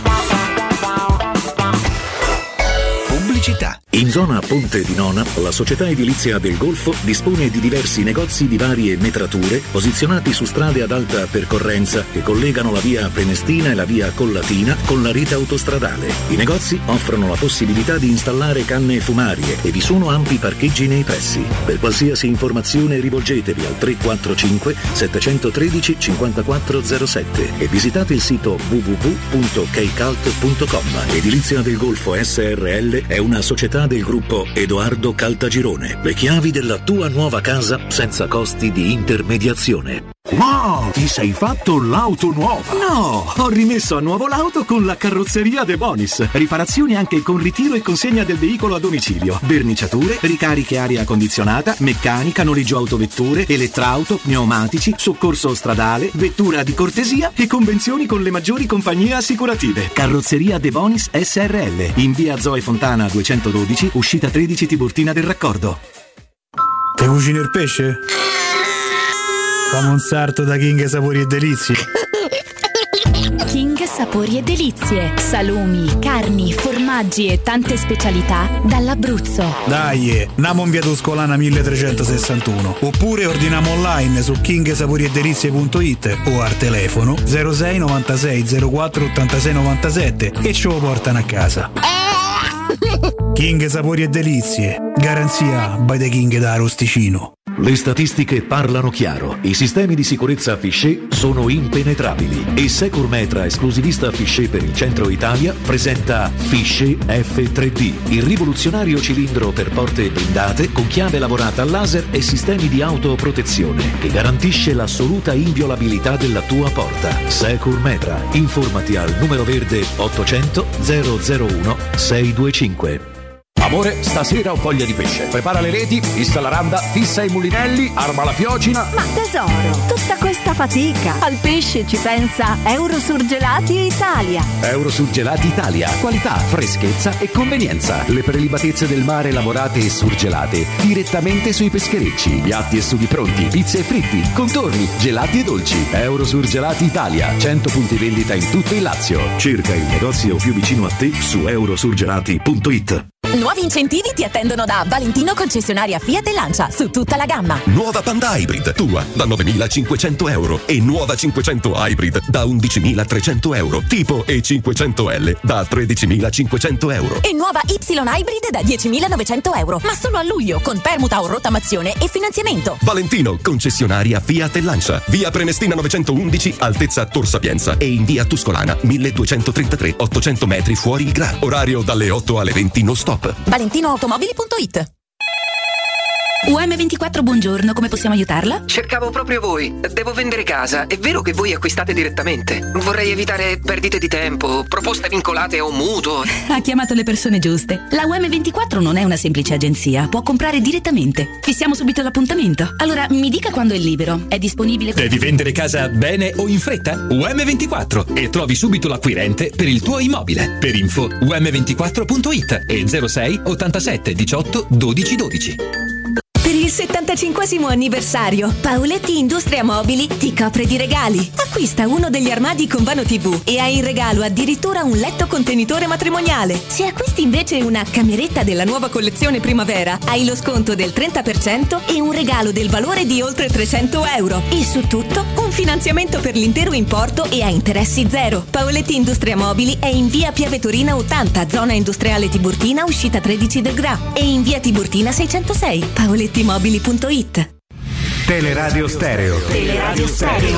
Pubblicità. In zona Ponte di Nona, la società edilizia del Golfo dispone di diversi negozi di varie metrature posizionati su strade ad alta percorrenza che collegano la via Prenestina e la via Collatina con la rete autostradale. I negozi offrono la possibilità di installare canne fumarie e vi sono ampi parcheggi nei pressi. Per qualsiasi informazione rivolgetevi al tre quattro cinque sette uno tre cinque zero sette e visitate il sito w w w punto keicalt punto com. Edilizia del Golfo S R L è una società del gruppo Edoardo Caltagirone. Le chiavi della tua nuova casa senza costi di intermediazione. Wow, ti sei fatto l'auto nuova? No, ho rimesso a nuovo l'auto con la carrozzeria De Bonis. Riparazioni anche con ritiro e consegna del veicolo a domicilio. Verniciature, ricariche aria condizionata, meccanica, noleggio autovetture, elettrauto, pneumatici, soccorso stradale, vettura di cortesia e convenzioni con le maggiori compagnie assicurative. Carrozzeria De Bonis S R L, in via Zoe Fontana duecentododici, uscita tredici Tiburtina del Raccordo. Te cucini il pesce? Fammi un sarto da King Sapori e Delizie. King Sapori e Delizie. Salumi, carni, formaggi e tante specialità dall'Abruzzo. Dai, namo in via Tuscolana milletrecentosessantuno. Oppure ordiniamo online su king sapori e delizie punto it o al telefono zero sei novantasei zero quattro ottantasei novantasette e ce lo portano a casa. King Sapori e Delizie. Garanzia by the King da Arosticino. Le statistiche parlano chiaro. I sistemi di sicurezza Fichet sono impenetrabili e Secur Metra, esclusivista Fichet per il centro Italia, presenta Fichet F tre D, il rivoluzionario cilindro per porte blindate con chiave lavorata a laser e sistemi di autoprotezione che garantisce l'assoluta inviolabilità della tua porta. Secur Metra. Informati al numero verde ottocento zero zero uno sei due cinque. Amore, stasera ho voglia di pesce. Prepara le reti, fissa la randa, fissa i mulinelli, arma la fiocina. Ma tesoro, tutta questa fatica. Al pesce ci pensa Eurosurgelati Italia. Eurosurgelati Italia. Qualità, freschezza e convenienza. Le prelibatezze del mare lavorate e surgelate direttamente sui pescherecci. Piatti e sughi pronti, pizze e fritti, contorni, gelati e dolci. Eurosurgelati Italia. cento punti vendita in tutto il Lazio. Cerca il negozio più vicino a te su eurosurgelati punto it. Nuovi incentivi ti attendono da Valentino concessionaria Fiat e Lancia su tutta la gamma. Nuova Panda Hybrid tua da novemilacinquecento euro e nuova cinquecento Hybrid da undicimilatrecento euro. Tipo E cinquecento L da tredicimilacinquecento euro. E nuova Y Hybrid da diecimilanovecento euro. Ma solo a luglio con permuta o rottamazione e finanziamento. Valentino concessionaria Fiat e Lancia. Via Prenestina novecentoundici, altezza Tor Sapienza, e in via Tuscolana milleduecentotrentatré, ottocento metri fuori il Gra. Orario dalle otto alle venti non stop. valentinoautomobili punto it. U M ventiquattro, buongiorno, come possiamo aiutarla? Cercavo proprio voi. Devo vendere casa. È vero che voi acquistate direttamente? Vorrei evitare perdite di tempo, proposte vincolate o mutuo. Ha chiamato le persone giuste. La U M ventiquattro non è una semplice agenzia, può comprare direttamente. Fissiamo subito l'appuntamento. Allora, mi dica quando è libero. È disponibile... Devi vendere casa bene o in fretta? U M ventiquattro e trovi subito l'acquirente per il tuo immobile. Per info u m ventiquattro punto it e zero sei ottantasette diciotto dodici dodici. Per il settantacinquesimo anniversario, Paoletti Industria Mobili ti copre di regali. Acquista uno degli armadi con vano tivù e hai in regalo addirittura un letto contenitore matrimoniale. Se acquisti invece una cameretta della nuova collezione primavera, hai lo sconto del trenta per cento e un regalo del valore di oltre trecento euro. E su tutto, un finanziamento per l'intero importo e a interessi zero. Paoletti Industria Mobili è in via Piave Torina ottanta, zona industriale Tiburtina, uscita tredici del Gra, e in via Tiburtina seicentosei. Paoletti Mobili punto it. Teleradio Stereo. Teleradio Stereo.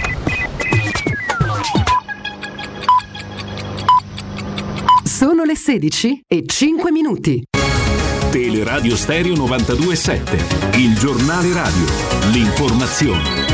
Sono le sedici e cinque minuti. Teleradio Stereo novantadue virgola sette, il giornale radio, l'informazione.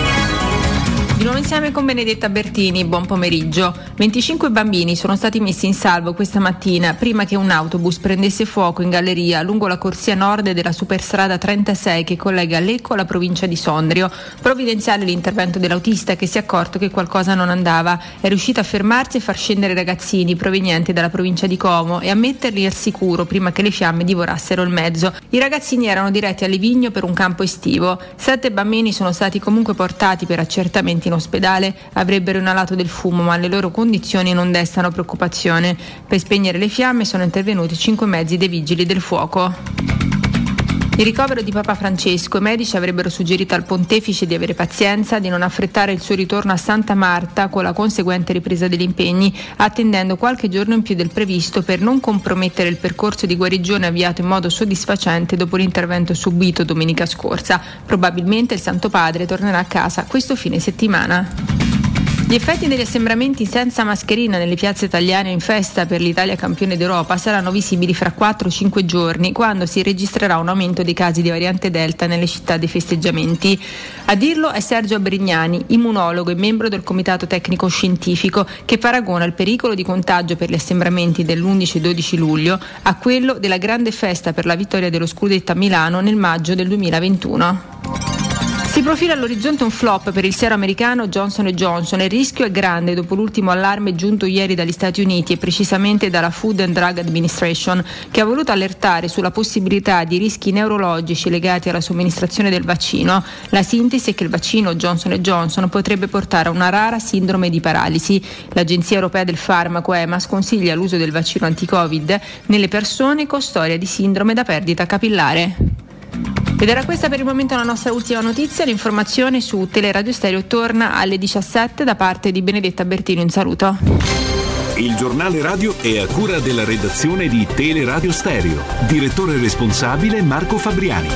Di nuovo insieme con Benedetta Bertini, buon pomeriggio. venticinque bambini sono stati messi in salvo questa mattina prima che un autobus prendesse fuoco in galleria lungo la corsia nord della superstrada trentasei che collega Lecco alla provincia di Sondrio. Provvidenziale l'intervento dell'autista che si è accorto che qualcosa non andava. È riuscito a fermarsi e far scendere i ragazzini provenienti dalla provincia di Como e a metterli al sicuro prima che le fiamme divorassero il mezzo. I ragazzini erano diretti a Livigno per un campo estivo. Sette bambini sono stati comunque portati per accertamenti in ospedale, avrebbero inalato del fumo ma le loro condizioni non destano preoccupazione. Per spegnere le fiamme sono intervenuti cinque mezzi dei vigili del fuoco. Il ricovero di Papa Francesco, i medici avrebbero suggerito al pontefice di avere pazienza, di non affrettare il suo ritorno a Santa Marta con la conseguente ripresa degli impegni, attendendo qualche giorno in più del previsto per non compromettere il percorso di guarigione avviato in modo soddisfacente dopo l'intervento subito domenica scorsa. Probabilmente il Santo Padre tornerà a casa questo fine settimana. Gli effetti degli assembramenti senza mascherina nelle piazze italiane in festa per l'Italia campione d'Europa saranno visibili fra quattro cinque giorni, quando si registrerà un aumento dei casi di variante Delta nelle città dei festeggiamenti. A dirlo è Sergio Brignani, immunologo e membro del Comitato Tecnico Scientifico, che paragona il pericolo di contagio per gli assembramenti dell'undici e dodici luglio a quello della grande festa per la vittoria dello Scudetto a Milano nel maggio del duemilaventuno. Si profila all'orizzonte un flop per il siero americano Johnson and Johnson e il rischio è grande dopo l'ultimo allarme giunto ieri dagli Stati Uniti e precisamente dalla Food and Drug Administration, che ha voluto allertare sulla possibilità di rischi neurologici legati alla somministrazione del vaccino. La sintesi è che il vaccino Johnson and Johnson potrebbe portare a una rara sindrome di paralisi. L'Agenzia Europea del Farmaco E M A sconsiglia l'uso del vaccino anti-Covid nelle persone con storia di sindrome da perdita capillare. Ed era questa per il momento la nostra ultima notizia. L'informazione su Teleradio Stereo torna alle diciassette da parte di Benedetta Bertini. Un saluto. Il giornale radio è a cura della redazione di Teleradio Stereo. Direttore responsabile Marco Fabriani.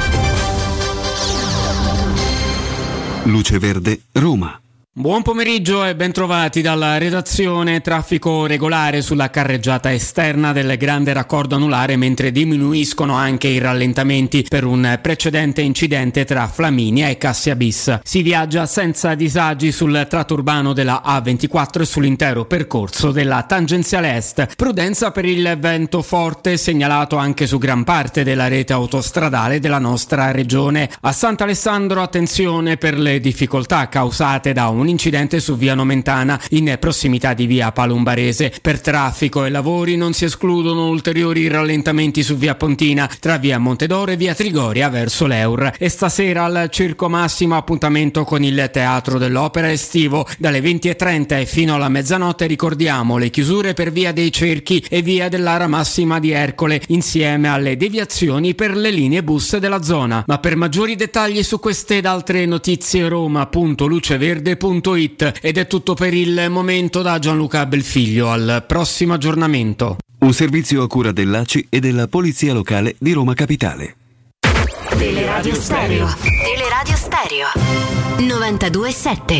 Luce Verde, Roma. Buon pomeriggio e bentrovati dalla redazione. Traffico regolare sulla carreggiata esterna del grande raccordo anulare, mentre diminuiscono anche i rallentamenti per un precedente incidente tra Flaminia e Cassia Bis. Si viaggia senza disagi sul tratto urbano della A ventiquattro e sull'intero percorso della tangenziale est. Prudenza per il vento forte segnalato anche su gran parte della rete autostradale della nostra regione. A Sant'Alessandro attenzione per le difficoltà causate da un un incidente su via Nomentana in prossimità di via Palumbarese. Per traffico e lavori non si escludono ulteriori rallentamenti su via Pontina tra via Montedoro e via Trigoria verso l'Eur. E stasera al Circo Massimo appuntamento con il Teatro dell'Opera estivo dalle venti e trenta e fino alla mezzanotte. Ricordiamo le chiusure per via dei Cerchi e via dell'Ara Massima di Ercole insieme alle deviazioni per le linee bus della zona. Ma per maggiori dettagli su queste ed altre notizie roma punto luceverde punto it. Ed è tutto per il momento da Gianluca Belfiglio, al prossimo aggiornamento. Un servizio a cura dell'A C I e della Polizia Locale di Roma Capitale. Teleradio Stereo. Teleradio Stereo novantadue sette.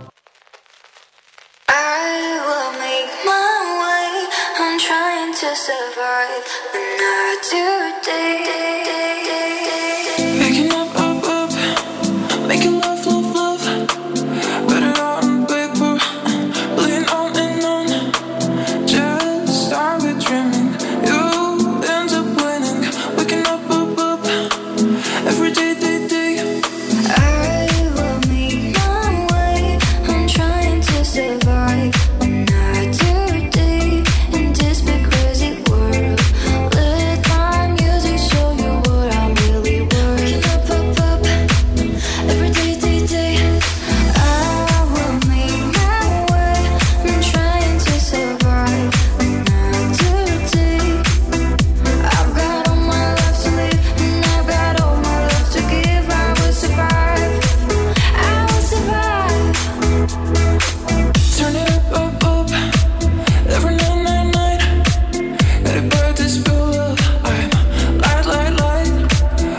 I will make my way. I'm trying to survive another day. Waking up, up, up, making love, love, love. Better on paper, bleeding on and on. Just start with dreaming, you end up winning. Waking up, up, up, every day, day, day. I will make my way. I'm trying to survive another day in this big crazy world. Let my music show you what I'm really worth. Waking up, up, up, every day, day, day. I will make my way. I'm trying to survive another day. I've got all my life to live and I've got all my love to give. I will survive. I will survive. Turn it up, up, up. Every night, night, night. Gotta burn this bill up. I'm light, light, light.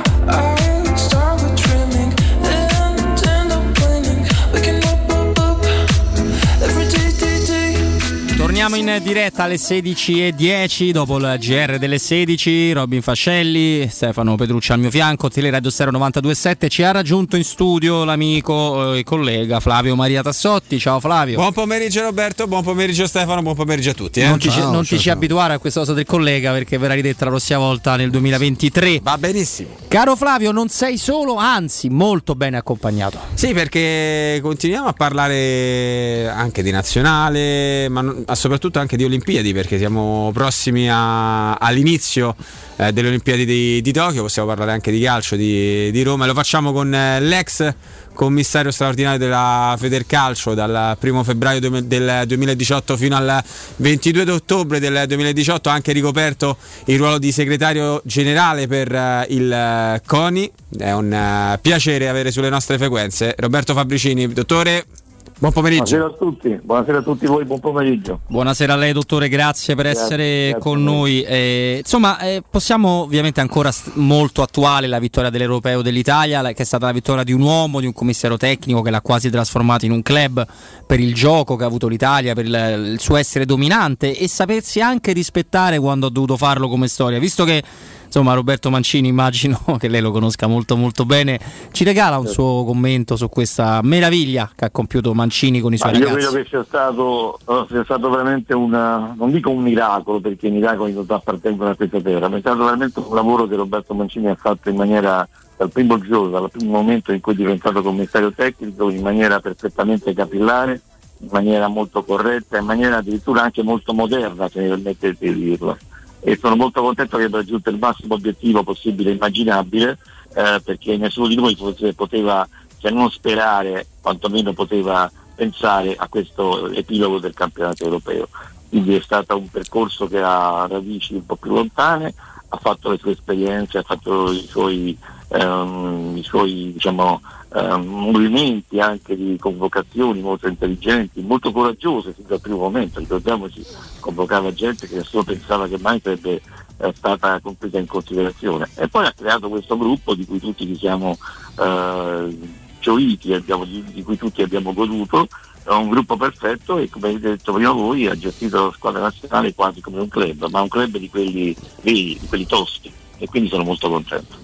I start with dreaming and end up winning. Waking up, up, up. Every day, day, day. Torniamo in diretta alle sedici e dieci dopo il G R delle sedici. Robin Fascelli, Stefano Petrucci al mio fianco, Teleradio Stereo novantadue sette. Ci ha raggiunto in studio l'amico e eh, collega Flavio Maria Tassotti. Ciao Flavio. Buon pomeriggio Roberto, buon pomeriggio Stefano, buon pomeriggio a tutti. Eh? Non ti, ciao, non ciao, ti ci abituare a questa cosa del collega, perché verrà ridetta la prossima volta nel duemilaventitré. Va benissimo. Caro Flavio, non sei solo, anzi molto bene accompagnato. Sì, perché continuiamo a parlare anche di nazionale, ma non- soprattutto anche di Olimpiadi, perché siamo prossimi a- all'inizio eh, delle Olimpiadi di, di Tokyo. Possiamo parlare anche di calcio di, di Roma, e lo facciamo con eh, l'ex commissario straordinario della Federcalcio dal primo febbraio du- del duemiladiciotto fino al ventidue ottobre del duemiladiciotto. Ha anche ricoperto il ruolo di segretario generale per eh, il eh, CONI. È un eh, piacere avere sulle nostre frequenze Roberto Fabricini. Dottore, buon pomeriggio. Buonasera a tutti, buonasera a tutti voi, buon pomeriggio. Buonasera a lei dottore, grazie per Grazie, essere grazie con a voi. noi. Eh, insomma, eh, possiamo, ovviamente ancora st- molto attuale la vittoria dell'Europeo dell'Italia, la- che è stata la vittoria di un uomo, di un commissario tecnico che l'ha quasi trasformato in un club, per il gioco che ha avuto l'Italia, per il, il suo essere dominante e sapersi anche rispettare quando ha dovuto farlo come storia. Visto che insomma Roberto Mancini, immagino che lei lo conosca molto molto bene, ci regala un suo commento su questa meraviglia che ha compiuto Mancini con i suoi Ma io ragazzi. credo che sia stato, eh, sia stato veramente una, non dico un miracolo, perché i miracoli non appartengono a questa terra, ma è stato veramente un lavoro che Roberto Mancini ha fatto in maniera, dal primo giorno, dal primo momento in cui è diventato commissario tecnico, in maniera perfettamente capillare, in maniera molto corretta, in maniera addirittura anche molto moderna, se mi permettete di dirlo. E sono molto contento che abbia raggiunto il massimo obiettivo possibile e immaginabile, eh, perché nessuno di noi poteva, se non sperare, quantomeno poteva pensare a questo epilogo del campionato europeo. Quindi è stato un percorso che ha radici un po' più lontane, ha fatto le sue esperienze, ha fatto i suoi, ehm, i suoi diciamo, ehm, movimenti anche di convocazioni molto intelligenti, molto coraggiose sin dal primo momento. Ricordiamoci, convocava gente che nessuno pensava che mai sarebbe eh, stata presa in considerazione, e poi ha creato questo gruppo di cui tutti ci siamo eh, gioiti, abbiamo, di, di cui tutti abbiamo goduto. È un gruppo perfetto e, come avete detto prima voi, ha gestito la squadra nazionale quasi come un club, ma un club di quelli veri, di quelli tosti, e quindi sono molto contento.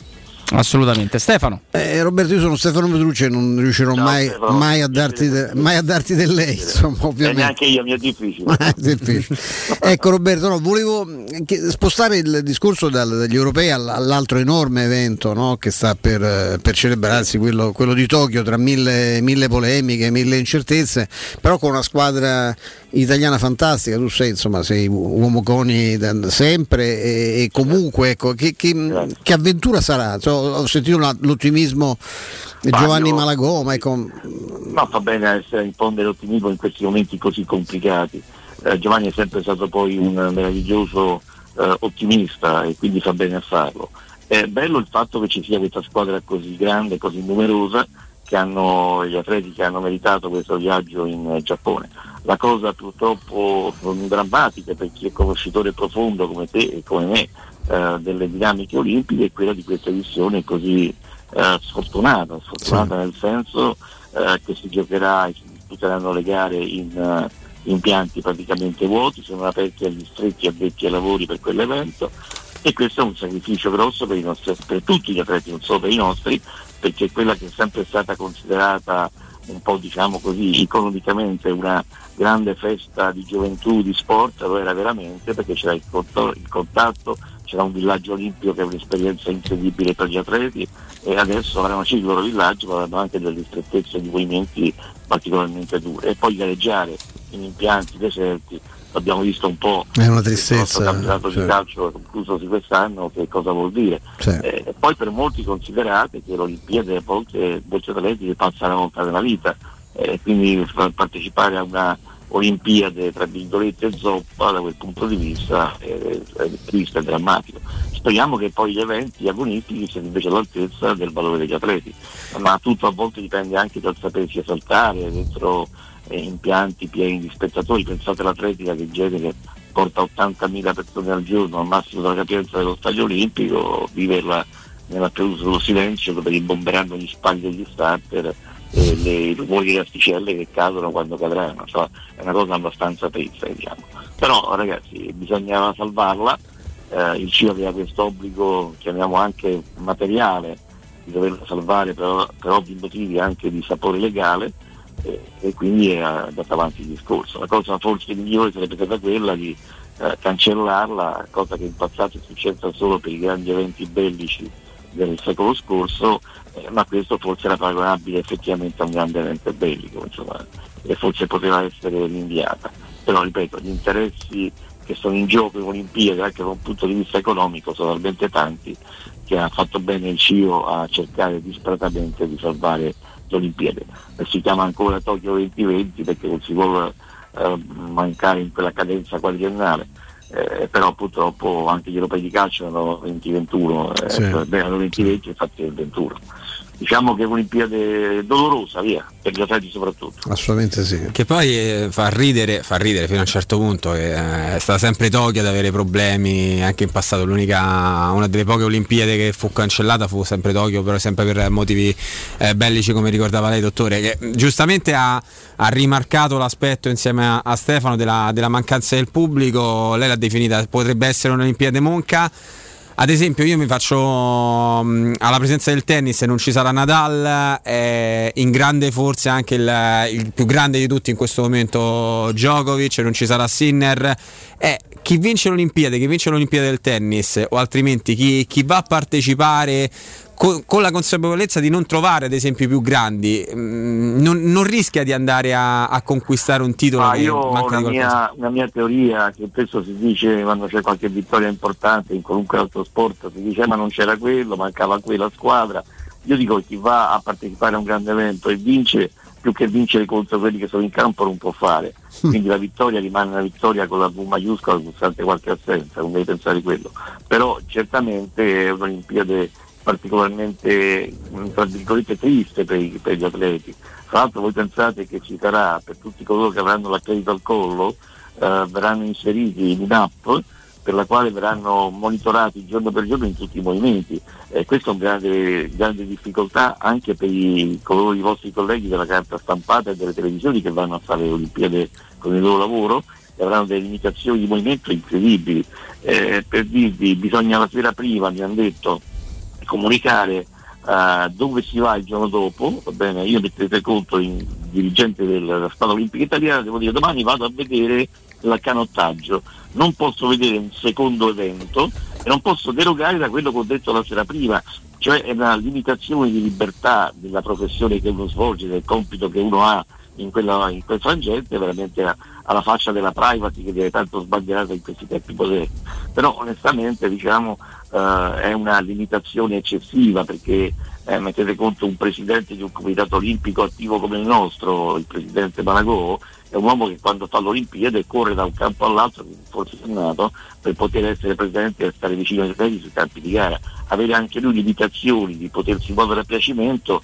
Assolutamente. Stefano. Eh, Roberto, io sono Stefano Petrucci e non riuscirò Ciao, mai, Stefano. mai, a darti de, mai a darti del lei, insomma, E ovviamente. neanche io, mi è difficile. È difficile. Ecco Roberto, no, volevo che- spostare il discorso dal- dagli europei all- all'altro enorme evento, no, che sta per, eh, per celebrarsi, quello, quello di Tokyo, tra mille, mille polemiche, mille incertezze, però con una squadra italiana fantastica. Tu sei, insomma, sei uomo coni da- sempre e, e comunque, ecco, che, che- che avventura sarà? So, ho sentito una- l'ottimismo di Ma Giovanni io- Malagoma, ecco. Ma fa bene essere infondere ottimismo in questi momenti così complicati. Eh, Giovanni è sempre stato poi un meraviglioso eh, ottimista e quindi fa bene a farlo. È bello il fatto che ci sia questa squadra così grande, così numerosa, che hanno gli atleti che hanno meritato questo viaggio in eh, Giappone. La cosa purtroppo mm, drammatica per chi è conoscitore profondo come te e come me eh, delle dinamiche olimpiche è quella di questa edizione così eh, sfortunata, sfortunata nel senso eh, che si giocherà e si disputeranno le gare in eh, impianti praticamente vuoti, sono aperti agli stretti addetti ai lavori per quell'evento, e questo è un sacrificio grosso per, i nostri, per tutti gli atleti, non solo per i nostri, perché quella che è sempre stata considerata un po', diciamo così, economicamente una grande festa di gioventù, di sport, lo era veramente, perché c'era il, conto, il contatto, c'era un villaggio olimpico che è un'esperienza incredibile per gli atleti, e adesso avranno sì il loro villaggio, ma avranno anche delle strettezze di movimenti particolarmente dure, e poi gareggiare in impianti deserti, l'abbiamo visto un po' È una nel tristezza, nostro campionato cioè. di calcio conclusosi quest'anno, che cosa vuol dire. Cioè. Eh, poi per molti considerate che l'Olimpiade a volte molti atleti passa una volta nella vita, eh, quindi fa- partecipare a una Olimpiade tra virgolette zoppa da quel punto di vista è, è triste, è drammatico. Speriamo che poi gli eventi agonistici siano invece all'altezza del valore degli atleti, ma tutto a volte dipende anche dal sapersi esaltare dentro eh, impianti pieni di spettatori. Pensate all'atletica che in genere porta ottantamila persone al giorno al massimo della capienza dello stadio olimpico, viverla nella più assoluto silenzio dove rimbomberanno gli spagli degli starter e le, i rumori di asticelle che cadono quando cadranno, cioè, è una cosa abbastanza triste, diciamo. Però ragazzi, bisognava salvarla, eh, il C I O aveva questo obbligo, chiamiamo anche materiale, di doverla salvare per, per ovvi motivi anche di sapore legale, eh, e quindi è andato avanti il discorso. La cosa forse migliore sarebbe stata quella di eh, cancellarla, cosa che in passato è successa solo per i grandi eventi bellici del secolo scorso, eh, ma questo forse era paragonabile effettivamente a un grande evento bellico, insomma, e forse poteva essere rinviata. Però ripeto, gli interessi che sono in gioco in Olimpiadi anche da un punto di vista economico sono talmente tanti che ha fatto bene il C I O a cercare disperatamente di salvare l'Olimpiade. E si chiama ancora Tokyo duemilaventi perché non si vuole eh, mancare in quella cadenza quadriennale. Eh, però purtroppo anche gli europei di calcio erano venti ventuno, eh, Sì. beh, erano venti venti, infatti è il ventuno. Diciamo che è un'Olimpiade dolorosa, via, per gli atleti soprattutto. Assolutamente sì. Che poi eh, fa ridere, fa ridere fino a un certo punto, che eh, è stata sempre Tokyo ad avere problemi anche in passato. L'unica, una delle poche Olimpiadi che fu cancellata fu sempre Tokyo, però sempre per motivi eh, bellici, come ricordava lei, dottore, che giustamente ha, ha rimarcato l'aspetto insieme a, a Stefano della, della mancanza del pubblico. Lei l'ha definita, potrebbe essere un'Olimpiade monca. Ad esempio io mi faccio mh, alla presenza del tennis non ci sarà Nadal, eh, in grande forse anche il, il più grande di tutti in questo momento Djokovic, non ci sarà Sinner, eh, chi vince l'Olimpiade, chi vince l'Olimpiade del tennis o altrimenti chi, chi va a partecipare con, con la consapevolezza di non trovare ad esempio i più grandi, mh, non, non rischia di andare a, a conquistare un titolo. Ma che io ho manca una di qualcosa. mia, una mia teoria, che spesso si dice quando c'è qualche vittoria importante in qualunque altro sport, si dice ma non c'era quello, mancava quella squadra. Io dico che chi va a partecipare a un grande evento e vince, più che vincere contro quelli che sono in campo non può fare, quindi la vittoria rimane una vittoria con la V maiuscola nonostante qualche assenza, non devi pensare di quello. Però certamente è un'Olimpiade particolarmente tra virgolette triste per, i, per gli atleti. Tra l'altro voi pensate che ci sarà, per tutti coloro che avranno l'accredito al collo, eh, verranno inseriti in un'app per la quale verranno monitorati giorno per giorno in tutti i movimenti. Eh, questa è una grande, grande difficoltà anche per i, coloro i vostri colleghi della carta stampata e delle televisioni che vanno a fare le Olimpiadi con il loro lavoro e avranno delle limitazioni di movimento incredibili. Eh, per dirvi, bisogna la sera prima, mi hanno detto, comunicare uh, dove si va il giorno dopo, va bene, io mettete conto in dirigente della squadra olimpica italiana, devo dire domani vado a vedere il canottaggio, non posso vedere un secondo evento e non posso derogare da quello che ho detto la sera prima, cioè è una limitazione di libertà della professione che uno svolge, del compito che uno ha in, quella, in quel frangente, veramente a, alla faccia della privacy che viene tanto sbandierata in questi tempi moderni. Però onestamente diciamo uh, è una limitazione eccessiva, perché eh, mettete conto, un presidente di un comitato olimpico attivo come il nostro, il presidente Malagò, è un uomo che quando fa l'Olimpiade corre da un campo all'altro, forse è nato, per poter essere presente e stare vicino ai atleti sui campi di gara. Avere anche lui limitazioni di potersi muovere a piacimento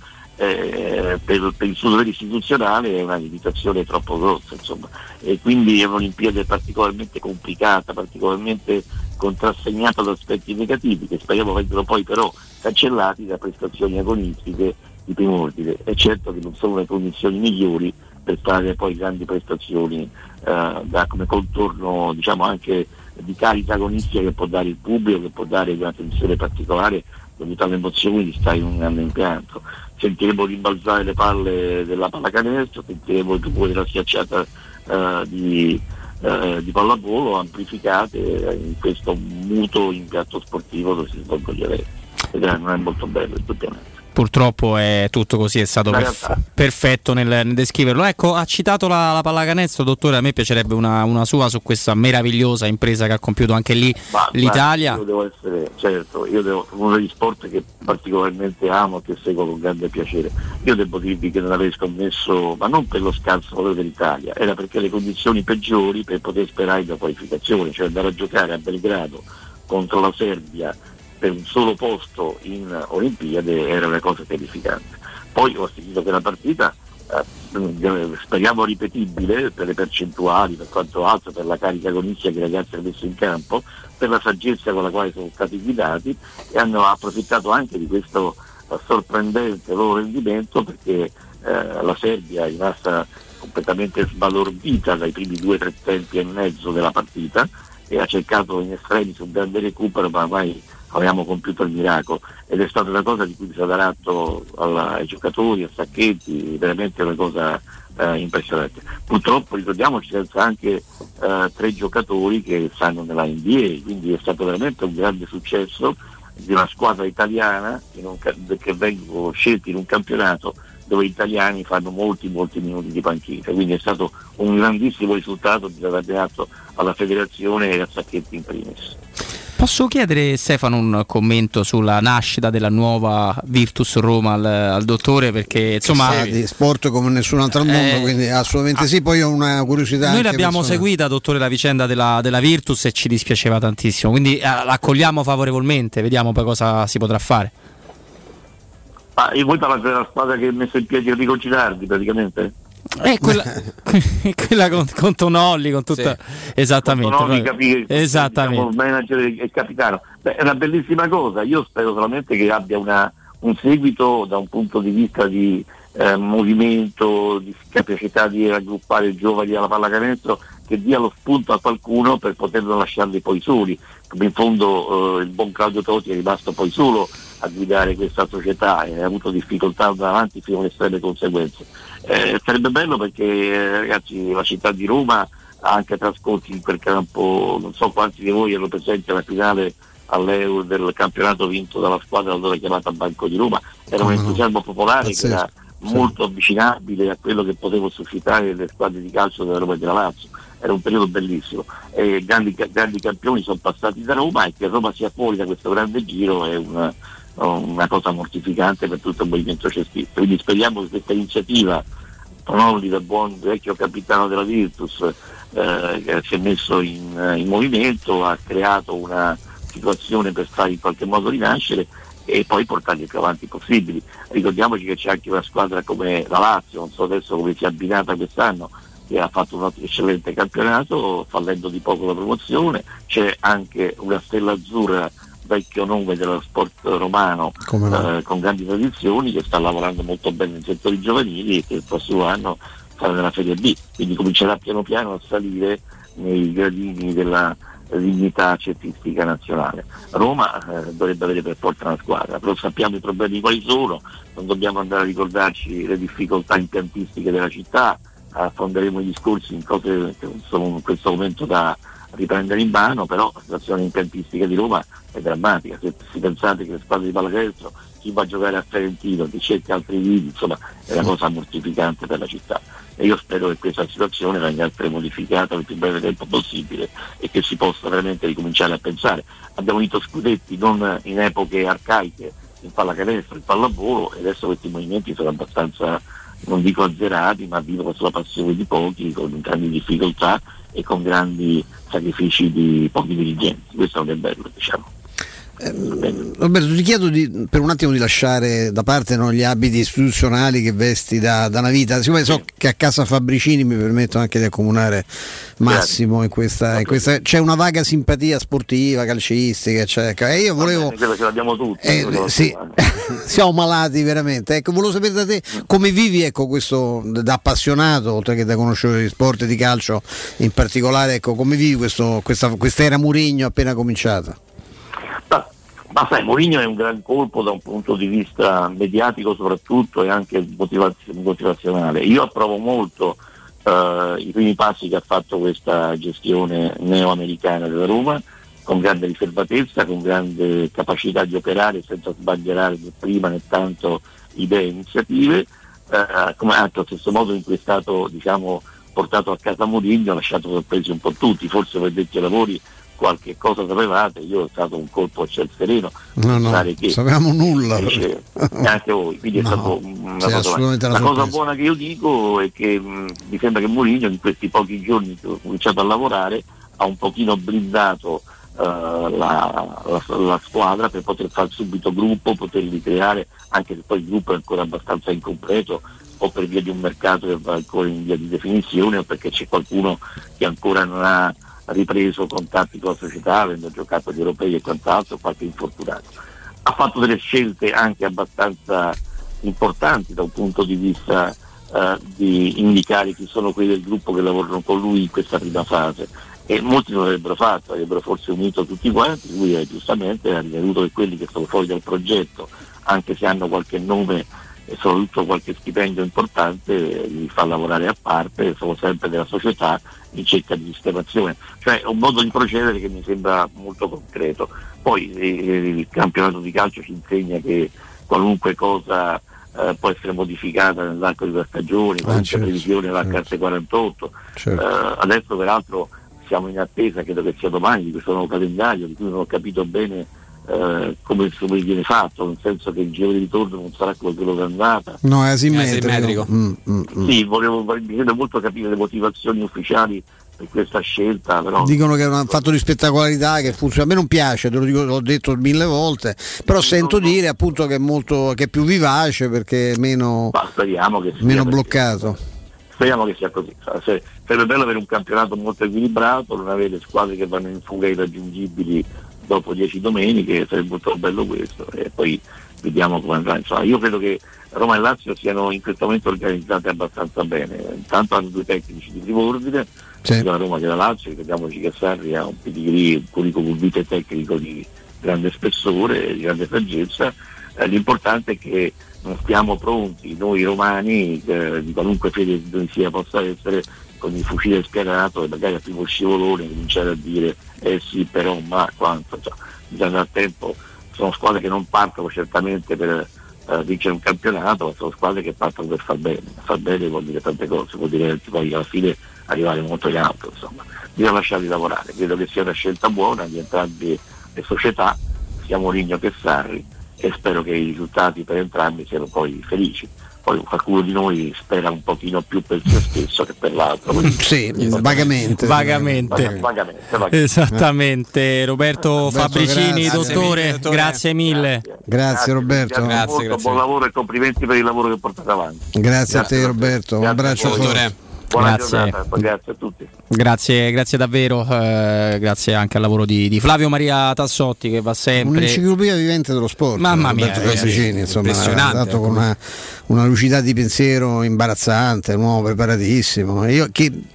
eh, per, per il suo dovere istituzionale è una limitazione troppo grossa, insomma. E quindi è un'Olimpiade particolarmente complicata, particolarmente contrassegnata da aspetti negativi, che speriamo vengano poi però cancellati da prestazioni agonistiche di primo ordine. È certo che non sono le condizioni migliori per fare poi grandi prestazioni eh, da, come contorno, diciamo, anche di carica agonistica che può dare il pubblico, che può dare una tensione particolare dovuta alle emozioni di stare in un grande impianto. Sentiremo rimbalzare le palle della pallacanestro, sentiremo il rumore della schiacciata eh, di, eh, di pallavolo amplificate in questo muto impianto sportivo dove si svolgono gli eventi. Ed è, non è molto bello, indubbiamente. Purtroppo è tutto così, è stato perf- perfetto nel, nel descriverlo. Ecco, ha citato la, la pallacanestro, dottore, a me piacerebbe una, una sua su questa meravigliosa impresa che ha compiuto anche lì ma, l'Italia. Ma io devo essere, certo, io devo, uno degli sport che particolarmente amo, che seguo con grande piacere. Io devo dirvi che non avrei scommesso, ma non per lo scarso valore dell'Italia, era perché le condizioni peggiori per poter sperare la qualificazione, cioè andare a giocare a Belgrado contro la Serbia per un solo posto in Olimpiade era una cosa terrificante. Poi ho sentito che la partita eh, speriamo ripetibile per le percentuali, per quanto altro, per la carica agonistica che i ragazzi hanno messo in campo, per la saggezza con la quale sono stati guidati, e hanno approfittato anche di questo eh, sorprendente loro rendimento, perché eh, la Serbia è rimasta completamente sbalordita dai primi due o tre tempi e mezzo della partita e ha cercato in estremis un grande recupero, ma ormai abbiamo compiuto il miracolo, ed è stata una cosa di cui si è dato atto ai giocatori, a Sacchetti, veramente una cosa eh, impressionante. Purtroppo ricordiamoci senza anche eh, tre giocatori che stanno nella N B A, quindi è stato veramente un grande successo di una squadra italiana in un, che vengono scelti in un campionato dove gli italiani fanno molti molti minuti di panchina, quindi è stato un grandissimo risultato di dare atto alla federazione e a Sacchetti in primis. Posso chiedere, Stefano, un commento sulla nascita della nuova Virtus Roma al, al dottore, perché insomma sì, di sport come nessun altro al mondo, eh, quindi assolutamente ah, sì. Poi ho una curiosità. Noi l'abbiamo personale. seguita, dottore, la vicenda della, della Virtus, e ci dispiaceva tantissimo, quindi eh, l'accogliamo favorevolmente, vediamo poi cosa si potrà fare. Ah, e voi parlate della squadra che ha messo in piedi Enrico Girardi praticamente? Eh, quella, quella con, con Tonolli, con tutta sì. esattamente, con Tonolli, capire, esattamente. Diciamo, manager e capitano. Beh, è una bellissima cosa. Io spero solamente che abbia una, un seguito da un punto di vista di eh, movimento, di capacità di raggruppare i giovani alla pallacanestro, che dia lo spunto a qualcuno per poterlo lasciarli poi soli. Come in fondo eh, il buon Claudio Totti è rimasto poi solo a guidare questa società e ha avuto difficoltà davanti fino alle estreme conseguenze. Eh, sarebbe bello perché eh, ragazzi, la città di Roma ha anche trascorso in quel campo, non so quanti di voi erano presenti alla finale all'Euro del campionato vinto dalla squadra allora chiamata Banco di Roma, era un entusiasmo popolare Pazzesco. che era sì. molto avvicinabile a quello che potevo suscitare le squadre di calcio della Roma e della Lazio. Era un periodo bellissimo, e grandi, grandi campioni sono passati da Roma, e che Roma sia fuori da questo grande giro è una, una cosa mortificante per tutto il movimento cestista. Quindi speriamo che questa iniziativa, Tonolli, da buon vecchio capitano della Virtus, eh, che si è messo in, in movimento, ha creato una situazione per fare in qualche modo rinascere e poi portarli più avanti possibili. Ricordiamoci che c'è anche una squadra come la Lazio, non so adesso come si è abbinata quest'anno, che ha fatto un eccellente campionato fallendo di poco la promozione. C'è anche una Stella Azzurra, vecchio nome dello sport romano, no? eh, con grandi tradizioni, che sta lavorando molto bene nei settori giovanili e che il prossimo anno sarà nella Serie B, quindi comincerà piano piano a salire nei gradini della, dignità cestistica nazionale. Roma eh, dovrebbe avere per forza una squadra, però sappiamo i problemi quali sono, non dobbiamo andare a ricordarci le difficoltà impiantistiche della città, affonderemo i discorsi in cose che sono in questo momento da riprendere in mano, però la situazione impiantistica di Roma è drammatica. Se si pensate che le squadre di pallacanestro, chi va a giocare a Ferentino, chi cerca altri lidi, insomma è una cosa mortificante per la città, e io spero che questa situazione venga essere modificata nel più breve tempo possibile e che si possa veramente ricominciare a pensare. Abbiamo vinto scudetti non in epoche arcaiche in pallacanestro, in pallavolo, e adesso questi movimenti sono abbastanza, non dico azzerati, ma vivono sulla passione di pochi, con grandi difficoltà e con grandi sacrifici di pochi dirigenti. Questo non è bello, diciamo. Eh, Roberto, ti chiedo di, per un attimo di lasciare da parte, no, gli abiti istituzionali che vesti da, da una vita. Siccome so che a casa Fabricini, mi permetto anche di accomunare Massimo in questa, in questa, c'è una vaga simpatia sportiva, calcistica, eccetera. E io volevo, credo che l'abbiamo tutti, eh, sì, siamo malati veramente. Ecco, volevo sapere da te come vivi, ecco, questo da appassionato, oltre che da conoscere di sport e di calcio in particolare, ecco, come vivi questo, questa, questa era Mourinho appena cominciata? Ma sai, Mourinho è un gran colpo da un punto di vista mediatico soprattutto e anche motivaz- motivazionale. Io approvo molto uh, i primi passi che ha fatto questa gestione neoamericana della Roma, con grande riservatezza, con grande capacità di operare senza sbandierare né prima né tanto idee e iniziative, uh, come anche allo stesso modo in cui è stato, diciamo, portato a casa Mourinho, ha lasciato sorpresi un po' tutti, forse per detti lavori qualche cosa sapevate, io è stato un colpo a ciel sereno, no no, che sapevamo nulla, invece, anche voi, quindi no, è stato una sì, cosa, una la cosa buona che io dico è che mh, mi sembra che Mourinho in questi pochi giorni che ho cominciato a lavorare ha un pochino blindato uh, la, la, la squadra per poter fare subito gruppo, poter ricreare, anche se poi il gruppo è ancora abbastanza incompleto, o per via di un mercato che va ancora in via di definizione, o perché c'è qualcuno che ancora non ha ripreso contatti con la società, avendo giocato gli europei e quant'altro, qualche infortunato. Ha fatto delle scelte anche abbastanza importanti da un punto di vista uh, di indicare chi sono quelli del gruppo che lavorano con lui in questa prima fase, e molti non l'avrebbero fatto, avrebbero forse unito tutti quanti. Lui eh, giustamente ha ritenuto che quelli che sono fuori dal progetto, anche se hanno qualche nome e soprattutto qualche stipendio importante, li fa lavorare a parte, sono sempre della società in cerca di sistemazione. Cioè è un modo di procedere che mi sembra molto concreto. Poi eh, il campionato di calcio ci insegna che qualunque cosa eh, può essere modificata nell'arco di una stagione, ah, qualunque certo, previsione va a certo. carte quarantotto. Certo. Eh, adesso peraltro siamo in attesa, credo che sia domani, di questo nuovo calendario di cui non ho capito bene Uh, come, come viene fatto, nel senso che il giro di ritorno non sarà come quello che è andata. No, è asimmetrico. È asimmetrico. Mm, mm, mm. Sì, volevo, mi chiedo molto capire le motivazioni ufficiali per questa scelta, però dicono che è un fatto di spettacolarità che funziona. A me non piace, te lo dico, l'ho detto mille volte, però sì, sento no, dire appunto che è molto, che è più vivace perché è meno, ma speriamo che sia, meno bloccato. Speriamo che sia così. Sarebbe bello avere un campionato molto equilibrato, non avere squadre che vanno in fuga irraggiungibili dopo dieci domeniche, sarebbe molto bello questo, e poi vediamo come andrà. Insomma, io credo che Roma e Lazio siano in questo momento organizzate abbastanza bene. Intanto hanno due tecnici di primo ordine, sia la Roma che la Lazio. Ricordiamoci che Sarri ha un pedigree, un curriculum vitae tecnico di grande spessore, di grande saggezza. Eh, l'importante è che non stiamo pronti noi romani, eh, di qualunque fede noi sia possa essere, con il fucile spianato e magari al primo scivolone cominciare a dire eh sì però ma quanto, cioè, bisogna dare tempo. Sono squadre che non partono certamente per uh, vincere un campionato, ma sono squadre che partono per far bene. Far bene vuol dire tante cose, vuol dire poi alla fine arrivare molto in alto, insomma bisogna lasciarli lavorare. Credo che sia una scelta buona di entrambe le società, sia Mourinho che Sarri, e spero che i risultati per entrambi siano poi felici. Poi qualcuno di noi spera un pochino più per se stesso che per l'altro. Sì, vagamente. Vagamente. Vagamente, vagamente. Esattamente. Roberto, Roberto Fabricini, grazie. dottore, Grazie, dottore. grazie mille. Grazie, Grazie Roberto. Grazie, Grazie, molto, grazie. buon lavoro e complimenti per il lavoro che portate avanti. Grazie, Grazie a te Roberto, un Grazie abbraccio a voi. forte. Buona Grazie. giornata, grazie a tutti. Grazie, grazie davvero, eh, grazie anche al lavoro di, di Flavio Maria Tassotti che va sempre. Un'enciclopedia vivente dello sport. Mamma mia, Roberto Fabricini, insomma, impressionante, dato con una, una lucidità di pensiero imbarazzante, un uomo preparatissimo. Io che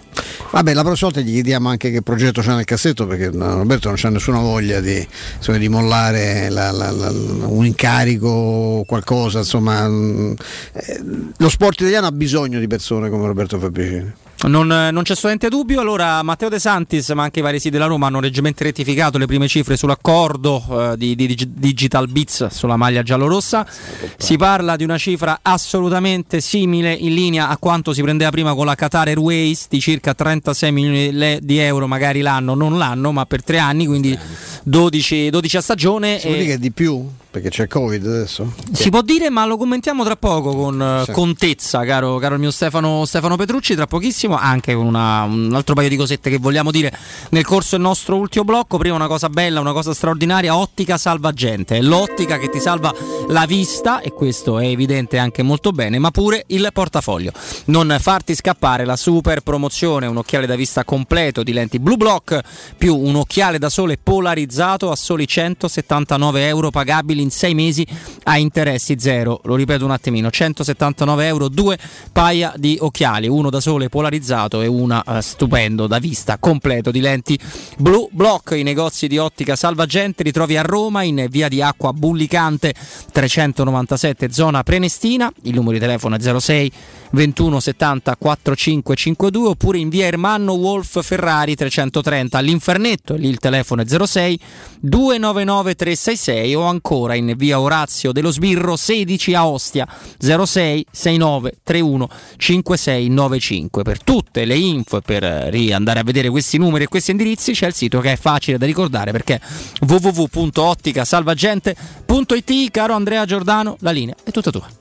Vabbè, la prossima volta gli chiediamo anche che progetto c'ha nel cassetto, perché Roberto non c'ha nessuna voglia di, insomma, di mollare la, la, la, un incarico o qualcosa, insomma. Eh, lo sport italiano ha bisogno di persone come Roberto Fabricini. Non, non c'è assolutamente dubbio. Allora Matteo De Santis, ma anche i vari siti della Roma hanno leggermente rettificato le prime cifre sull'accordo eh, di, di, di Digital Bits sulla maglia giallorossa. Si parla di una cifra assolutamente simile, in linea a quanto si prendeva prima con la Qatar Airways, di circa trentasei milioni di euro magari l'anno, non l'anno ma per tre anni, quindi dodici, dodici a stagione. Si può dire che è di più? Perché c'è Covid adesso? Si sì. può dire, ma lo commentiamo tra poco con sì. contezza, caro, caro il mio Stefano, Stefano Petrucci, tra pochissimo, anche con una, un altro paio di cosette che vogliamo dire nel corso del nostro ultimo blocco. Prima una cosa bella, una cosa straordinaria: Ottica Salvagente, è l'ottica che ti salva la vista, e questo è evidente anche molto bene, ma pure il portafoglio. Non farti scappare la super promozione, un occhiale da vista completo di lenti Blue Block più un occhiale da sole polarizzato a soli centosettantanove euro pagabili in sei mesi a interessi zero. Lo ripeto un attimino: centosettantanove euro, due paia di occhiali, uno da sole polarizzato e una uh, stupendo da vista completo di lenti Blue Block. I negozi di Ottica Salvagente li trovi a Roma in via di Acqua Bullicante trecentonovantasette, zona Prenestina. Il numero di telefono è zero sei ventuno settanta quarantacinque cinquantadue, oppure in via Ermanno Wolf Ferrari trecentotrenta all'Infernetto, lì il telefono è zero sei duecentonovantanove trecentosessantasei, o ancora in via Orazio dello Sbirro sedici a Ostia zero sei sessantanove trentuno cinquantasei novantacinque. Per tutte le info e per riandare a vedere questi numeri e questi indirizzi c'è il sito, che è facile da ricordare perché w w w punto ottica salvagente punto i t. Caro Andrea Giordano, la linea è tutta tua.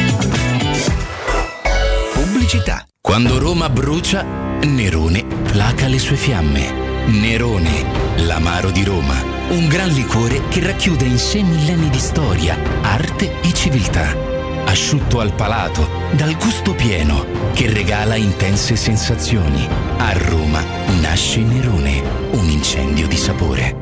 Pubblicità. Quando Roma brucia, Nerone placa le sue fiamme. Nerone, l'amaro di Roma, un gran liquore che racchiude in sé millenni di storia, arte e civiltà. Asciutto al palato, dal gusto pieno, che regala intense sensazioni. A Roma nasce Nerone, un incendio di sapore.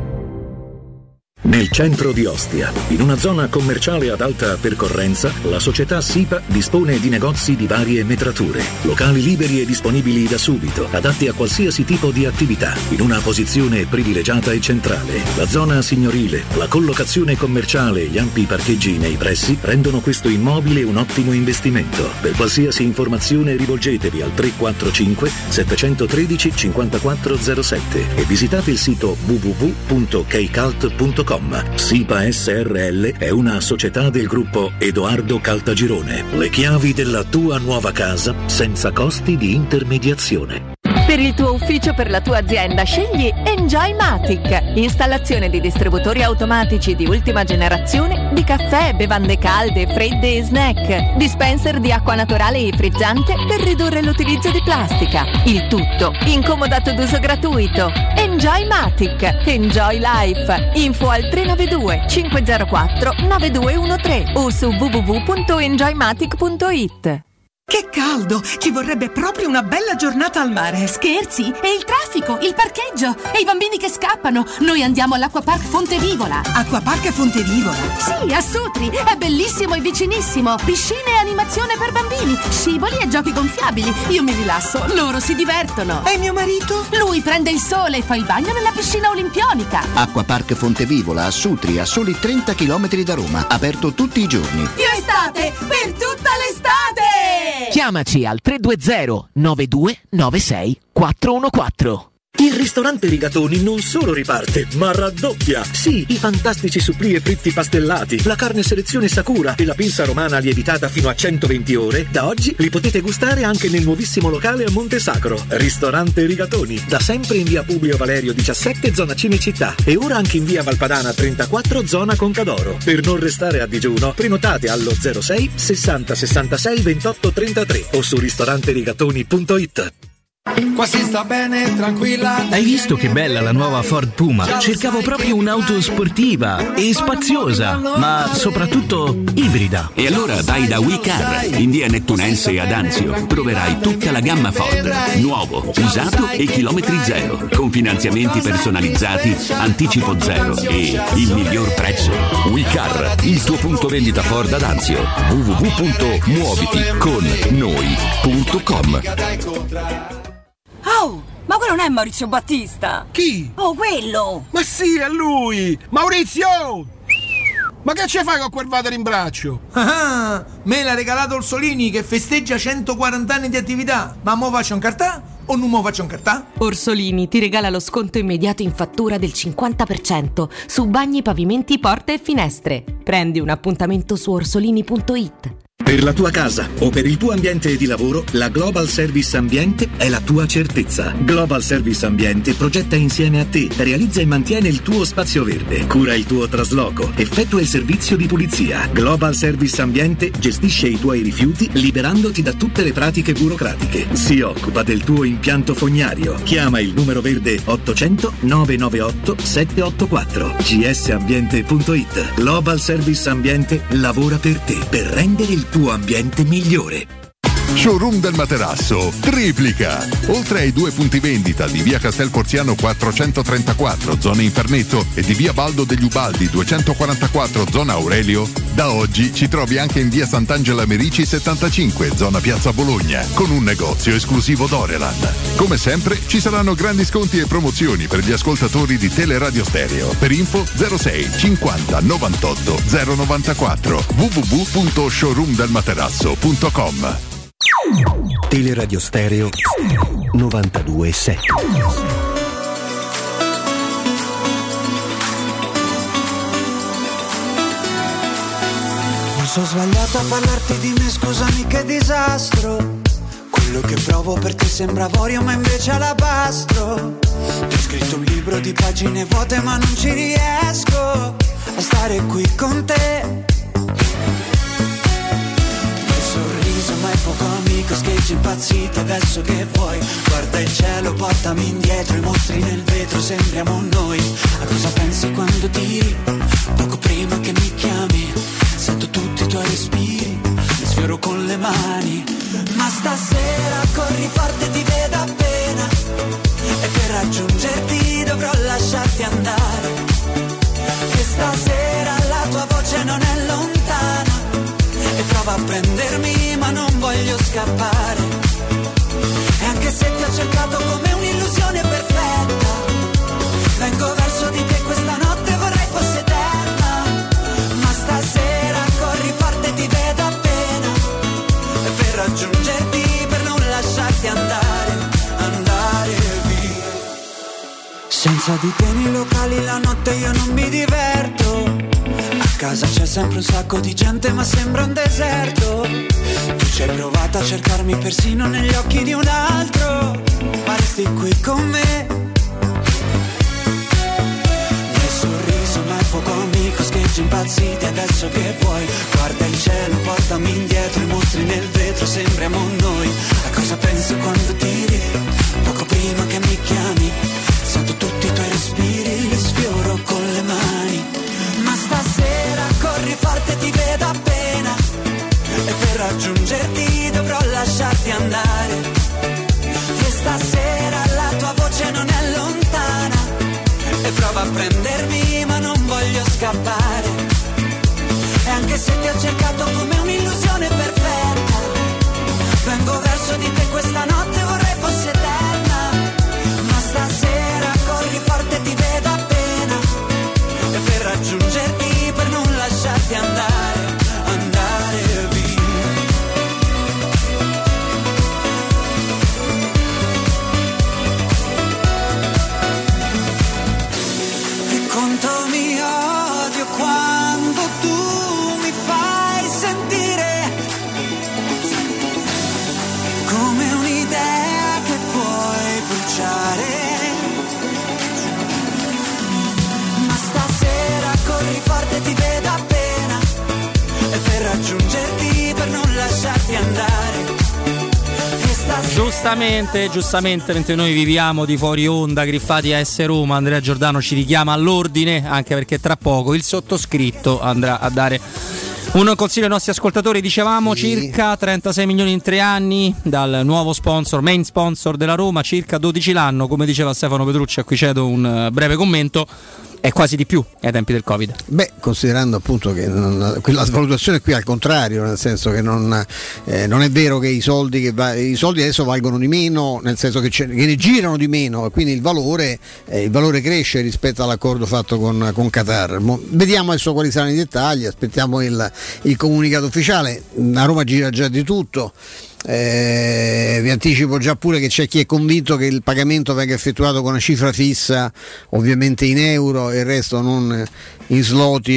Nel centro di Ostia, in una zona commerciale ad alta percorrenza, la società SIPA dispone di negozi di varie metrature, locali liberi e disponibili da subito, adatti a qualsiasi tipo di attività, in una posizione privilegiata e centrale. La zona signorile, la collocazione commerciale e gli ampi parcheggi nei pressi rendono questo immobile un ottimo investimento. Per qualsiasi informazione rivolgetevi al tre quattro cinque sette uno tre cinque zero sette e visitate il sito w w w punto keycult punto com. SIPA S R L è una società del gruppo Edoardo Caltagirone. Le chiavi della tua nuova casa senza costi di intermediazione. Per il tuo ufficio, per la tua azienda, scegli Enjoymatic. Installazione di distributori automatici di ultima generazione di caffè, bevande calde, fredde e snack. Dispenser di acqua naturale e frizzante per ridurre l'utilizzo di plastica. Il tutto incomodato d'uso gratuito. Enjoymatic. Enjoy Life. Info al tre nove due cinque zero quattro nove due uno tre o su w w w punto enjoymatic punto i t. Che caldo! Ci vorrebbe proprio una bella giornata al mare. Scherzi? E il traffico, il parcheggio e i bambini che scappano. Noi andiamo all'Acquapark Fontevivola. Acquapark Fontevivola? Sì, a Sutri. È bellissimo e vicinissimo. Piscine e animazione per bambini, scivoli e giochi gonfiabili. Io mi rilasso, loro si divertono. E mio marito? Lui prende il sole e fa il bagno nella piscina olimpionica. Acquapark Fontevivola a Sutri, a soli trenta chilometri da Roma. Aperto tutti i giorni. Più estate per tutta l'estate! Chiamaci al tre due zero nove due nove sei quattro uno quattro. Il ristorante Rigatoni non solo riparte, ma raddoppia! Sì, i fantastici supplì e fritti pastellati, la carne selezione Sakura e la pinza romana lievitata fino a centoventi ore, da oggi li potete gustare anche nel nuovissimo locale a Monte Sacro. Ristorante Rigatoni, da sempre in via Publio Valerio diciassette, zona Cinecittà, e ora anche in via Valpadana trentaquattro, zona Concadoro. Per non restare a digiuno, prenotate allo zero sei sessanta sessantasei ventotto trentatré o su ristoranterigatoni punto it. Qua si sta bene, tranquilla. Hai visto che bella la nuova Ford Puma? Cercavo proprio un'auto sportiva e spaziosa, ma soprattutto ibrida. E allora vai da WeCar, in via Nettunense ad Anzio. Troverai tutta la gamma Ford, nuovo, usato e chilometri zero, con finanziamenti personalizzati, anticipo zero e il miglior prezzo. WeCar, il tuo punto vendita Ford ad Anzio. w w w punto muoviti con noi punto com. Oh, ma quello non è Maurizio Battista? Chi? Oh, quello! Ma sì, è lui! Maurizio! Ma che ci fai con quel water in braccio? Ah, me l'ha regalato Orsolini che festeggia centoquaranta anni di attività. Ma mo faccio un cartà o non mo faccio un cartà? Orsolini ti regala lo sconto immediato in fattura del cinquanta per cento su bagni, pavimenti, porte e finestre. Prendi un appuntamento su orsolini punto it. Per la tua casa o per il tuo ambiente di lavoro, la Global Service Ambiente è la tua certezza. Global Service Ambiente progetta insieme a te, realizza e mantiene il tuo spazio verde, cura il tuo trasloco, effettua il servizio di pulizia. Global Service Ambiente gestisce i tuoi rifiuti liberandoti da tutte le pratiche burocratiche. Si occupa del tuo impianto fognario. Chiama il numero verde ottocento nove nove otto sette otto quattro g s ambiente punto it. Global Service Ambiente lavora per te, per rendere il tuo ambiente migliore. Showroom del Materasso triplica. Oltre ai due punti vendita di via Castel Porziano quattrocentotrentaquattro, zona Infernetto, e di via Baldo degli Ubaldi duecentoquarantaquattro, zona Aurelio, da oggi ci trovi anche in via Sant'Angela Merici settantacinque, zona Piazza Bologna, con un negozio esclusivo Dorelan. Come sempre ci saranno grandi sconti e promozioni per gli ascoltatori di Teleradio Stereo. Per info zero sei cinquanta novantotto zero novantaquattro w w w punto showroom del materasso punto com. Teleradio Stereo novantadue sette. Mi sono sbagliato a parlarti di me, scusami che disastro. Quello che provo per te sembra avorio ma invece è alabastro. Ti ho scritto un libro di pagine vuote ma non ci riesco a stare qui con te. Ma è poco amico, sketch impazzito, adesso che vuoi? Guarda il cielo, portami indietro, i mostri nel vetro, sembriamo noi. A cosa pensi quando tiri? Poco prima che mi chiami, sento tutti i tuoi respiri, li sfioro con le mani. Ma stasera corri forte, ti vedo appena, e per raggiungerti dovrò lasciarti andare. Che stasera la tua voce non è lontana, e prova a prendermi ma non voglio scappare. E anche se ti ho cercato come un'illusione perfetta, vengo verso di te questa notte, vorrei fosse eterna. Ma stasera corri forte, ti vedo appena, e per raggiungerti, per non lasciarti andare, andare via. Senza di te nei locali la notte io non mi diverto. A casa c'è sempre un sacco di gente ma sembra un deserto. Tu ci hai provato a cercarmi persino negli occhi di un altro, ma resti qui con me. Nel sorriso ma è poco amico, sketch impazziti, adesso che vuoi? Guarda il cielo, portami indietro, i mostri nel vetro, sembriamo noi. A cosa pensi quando tiri? Poco prima che mi chiami, sento tutti i tuoi respiri, li sfioro con le mani. Ma stasera corri forte, ti vedo appena, e per raggiungerti dovrò lasciarti andare. E stasera la tua voce non è lontana, e prova a prendermi ma non voglio scappare. E anche se ti ho cercato come un'illusione perfetta, vengo verso di te questa notte, vorrei fosse eterna. Ma stasera corri forte, ti vedo appena, e per raggiungerti, per non lasciarti andare, andare via. E quanto mi odio quando tu mi fai sentire come un'idea che puoi bruciare. Corri forte, ti vedo appena, e per raggiungerti, per non lasciarti andare. Giustamente, giustamente, mentre noi viviamo di fuori onda, griffati a S Roma, Andrea Giordano ci richiama all'ordine, anche perché tra poco il sottoscritto andrà a dare un consiglio ai nostri ascoltatori. Dicevamo sì. Circa trentasei milioni in tre anni dal nuovo sponsor, main sponsor della Roma, circa dodici l'anno, come diceva Stefano Petrucci, a cui cedo un breve commento. è quasi di più ai tempi del Covid. Beh, considerando appunto che non, quella svalutazione qui al contrario, nel senso che non, eh, non è vero che i soldi che va, i soldi adesso valgono di meno, nel senso che, che ne girano di meno, e quindi il valore, eh, il valore cresce rispetto all'accordo fatto con, con Qatar. Mo, vediamo adesso quali saranno i dettagli, aspettiamo il, il comunicato ufficiale. A Roma gira già di tutto. Eh, vi anticipo già pure che c'è chi è convinto che il pagamento venga effettuato con una cifra fissa, ovviamente in euro, e il resto non in zloty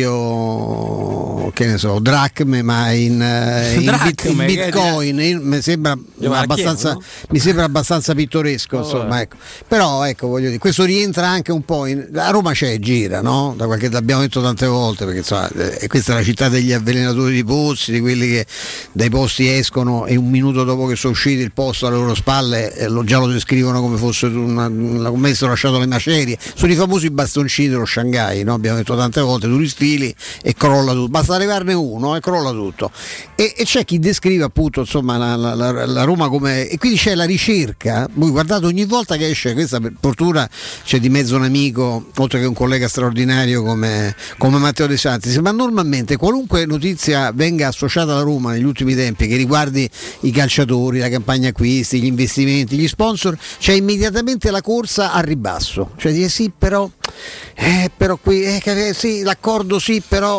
o che ne so, dracme, ma in, in, dracme, bit, in bitcoin. In, mi, sembra abbastanza, chiedo, no? mi sembra abbastanza pittoresco, oh, insomma, ecco. Però ecco, voglio dire, questo rientra anche un po' in, a Roma c'è, gira, no? Da qualche, l'abbiamo detto tante volte, perché insomma, eh, questa è la città degli avvelenatori di pozzi, di quelli che dai posti escono e un minuto dopo che sono usciti il posto alle loro spalle eh, lo, già lo descrivono come fosse una, una, come avessero lasciato le macerie. Sono i famosi bastoncini dello Shanghai, no? Abbiamo detto tante volte, turistili, e crolla tutto, basta arrivarne uno e crolla tutto. E, e c'è chi descrive appunto, insomma, la, la, la, la Roma come, e quindi c'è la ricerca. Voi guardate, ogni volta che esce, questa per fortuna c'è di mezzo un amico, oltre che un collega straordinario come, come Matteo De Santis, ma normalmente qualunque notizia venga associata alla Roma negli ultimi tempi che riguardi i calciatori, la campagna acquisti, gli investimenti, gli sponsor, c'è immediatamente la corsa al ribasso, cioè dire sì però eh, però qui eh, sì, l'accordo sì però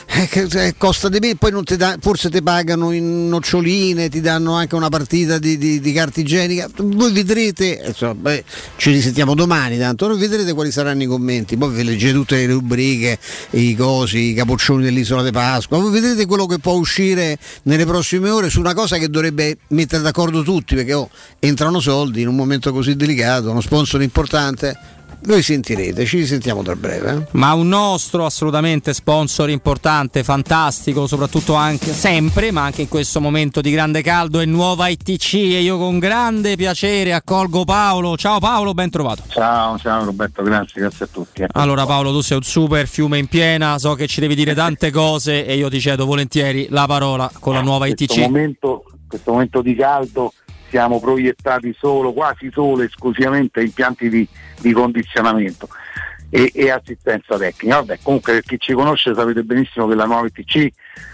eh, costa di meno, poi non ti da, forse ti pagano in noccioline, ti danno anche una partita di, di, di carta igienica. Voi vedrete, insomma, beh, ci risentiamo domani, tanto voi vedrete quali saranno i commenti, poi vi leggete tutte le rubriche, i cosi, i capoccioni dell'Isola di Pasqua, voi vedrete quello che può uscire nelle prossime ore su una cosa che dovrebbe mettere d'accordo tutti, perché oh, entrano soldi in un momento così delicato, uno sponsor importante. Voi sentirete, ci risentiamo tra breve. Eh? Ma un nostro assolutamente sponsor importante, fantastico, soprattutto anche sempre, ma anche in questo momento di grande caldo, è Nuova I T C, e io con grande piacere accolgo Paolo. Ciao Paolo, ben trovato. Ciao, ciao Roberto, grazie, grazie a tutti. Allora Paolo, tu sei un super fiume in piena, so che ci devi dire tante cose e io ti cedo volentieri la parola con la Nuova I T C. Questo momento, questo momento di caldo siamo proiettati solo, quasi solo, esclusivamente a impianti di, di condizionamento e, e assistenza tecnica. Vabbè, comunque per chi ci conosce sapete benissimo che la Nuova I T C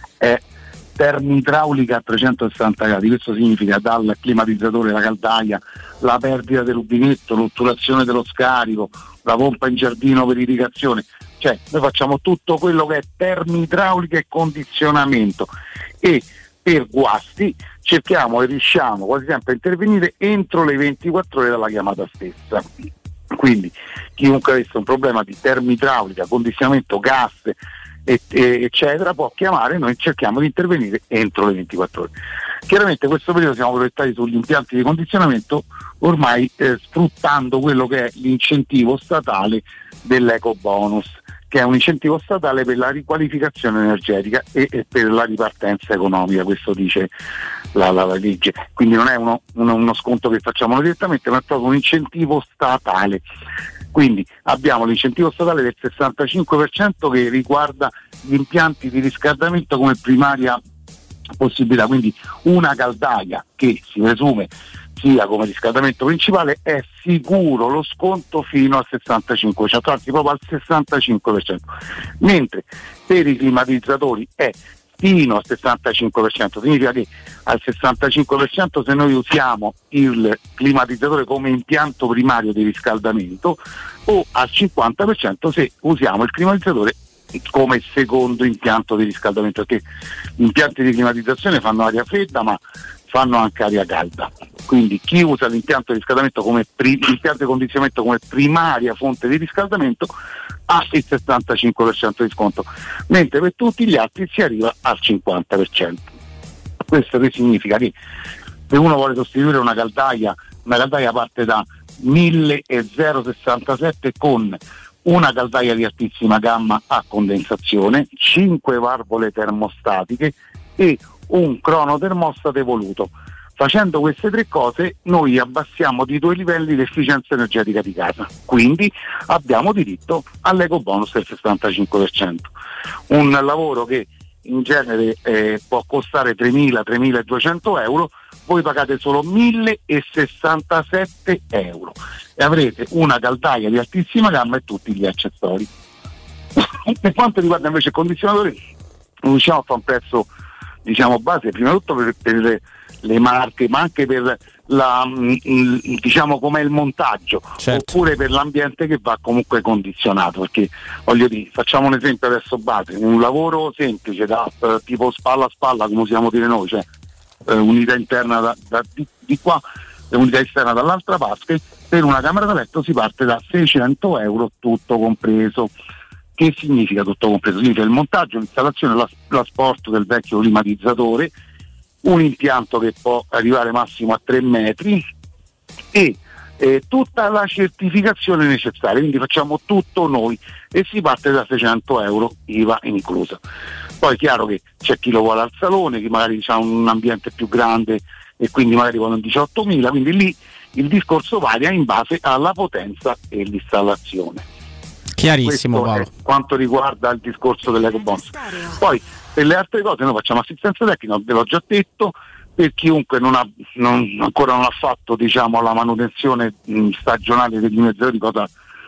è termidraulica a trecentosessanta gradi, questo significa dal climatizzatore, la caldaia, la perdita del rubinetto, l'otturazione dello scarico, la pompa in giardino per irrigazione, cioè noi facciamo tutto quello che è termidraulica e condizionamento, e per guasti cerchiamo e riusciamo quasi sempre a intervenire entro le ventiquattro ore dalla chiamata stessa. Quindi chiunque avesse un problema di termidraulica, condizionamento, gas e, e, eccetera, può chiamare, noi cerchiamo di intervenire entro le ventiquattro ore. Chiaramente in questo periodo siamo proiettati sugli impianti di condizionamento, ormai eh, sfruttando quello che è l'incentivo statale dell'eco bonus, che è un incentivo statale per la riqualificazione energetica e, e per la ripartenza economica, questo dice la, la, la legge. Quindi non è uno, uno, uno sconto che facciamo noi direttamente, ma è proprio un incentivo statale. Quindi abbiamo l'incentivo statale del sessantacinque per cento che riguarda gli impianti di riscaldamento come primaria possibilità, quindi una caldaia che si presume sia come riscaldamento principale è sicuro lo sconto fino al sessantacinque per cento, anzi proprio al sessantacinque per cento, mentre per i climatizzatori è fino al sessantacinque per cento, significa che al sessantacinque per cento se noi usiamo il climatizzatore come impianto primario di riscaldamento, o al cinquanta per cento se usiamo il climatizzatore come secondo impianto di riscaldamento, perché gli impianti di climatizzazione fanno aria fredda ma fanno anche aria calda, quindi chi usa l'impianto di riscaldamento come pri- l'impianto di condizionamento come primaria fonte di riscaldamento ha il settantacinque per cento di sconto, mentre per tutti gli altri si arriva al cinquanta per cento. Questo che significa che se uno vuole sostituire una caldaia, una caldaia parte da milleseicentosessantasette con una caldaia di altissima gamma a condensazione, cinque valvole termostatiche e un cronotermostato evoluto. Facendo queste tre cose noi abbassiamo di due livelli l'efficienza energetica di casa, quindi abbiamo diritto all'eco bonus del sessantacinque per cento. Un lavoro che in genere eh, può costare tremila tremiladuecento euro, voi pagate solo millesessantasette euro e avrete una caldaia di altissima gamma e tutti gli accessori. Per quanto riguarda invece il condizionatore, non riusciamo a fare un prezzo, diciamo, base, prima di tutto per, per le, le marche, ma anche per la, mh, diciamo, com'è il montaggio, certo. Oppure per l'ambiente che va comunque condizionato, perché voglio dire, facciamo un esempio adesso base, un lavoro semplice da eh, tipo spalla a spalla, come usiamo dire noi, cioè eh, unità interna da, da, di, di qua e unità esterna dall'altra parte, per una camera da letto si parte da seicento euro tutto compreso. Che significa tutto compreso? Significa il montaggio, l'installazione, la, l'asporto del vecchio climatizzatore, un impianto che può arrivare massimo a tre metri e eh, tutta la certificazione necessaria, quindi facciamo tutto noi e si parte da seicento euro, I V A inclusa. Poi è chiaro che c'è chi lo vuole al salone, chi magari ha un ambiente più grande e quindi magari vuole un diciottomila, quindi lì il discorso varia in base alla potenza e l'installazione. Chiarissimo, Paolo. Quanto riguarda il discorso dell'ecobonus. Poi per le altre cose noi facciamo assistenza tecnica, ve l'ho già detto, per chiunque non ha, non, ancora non ha fatto, diciamo, la manutenzione mh, stagionale degli dimezzatori, cosa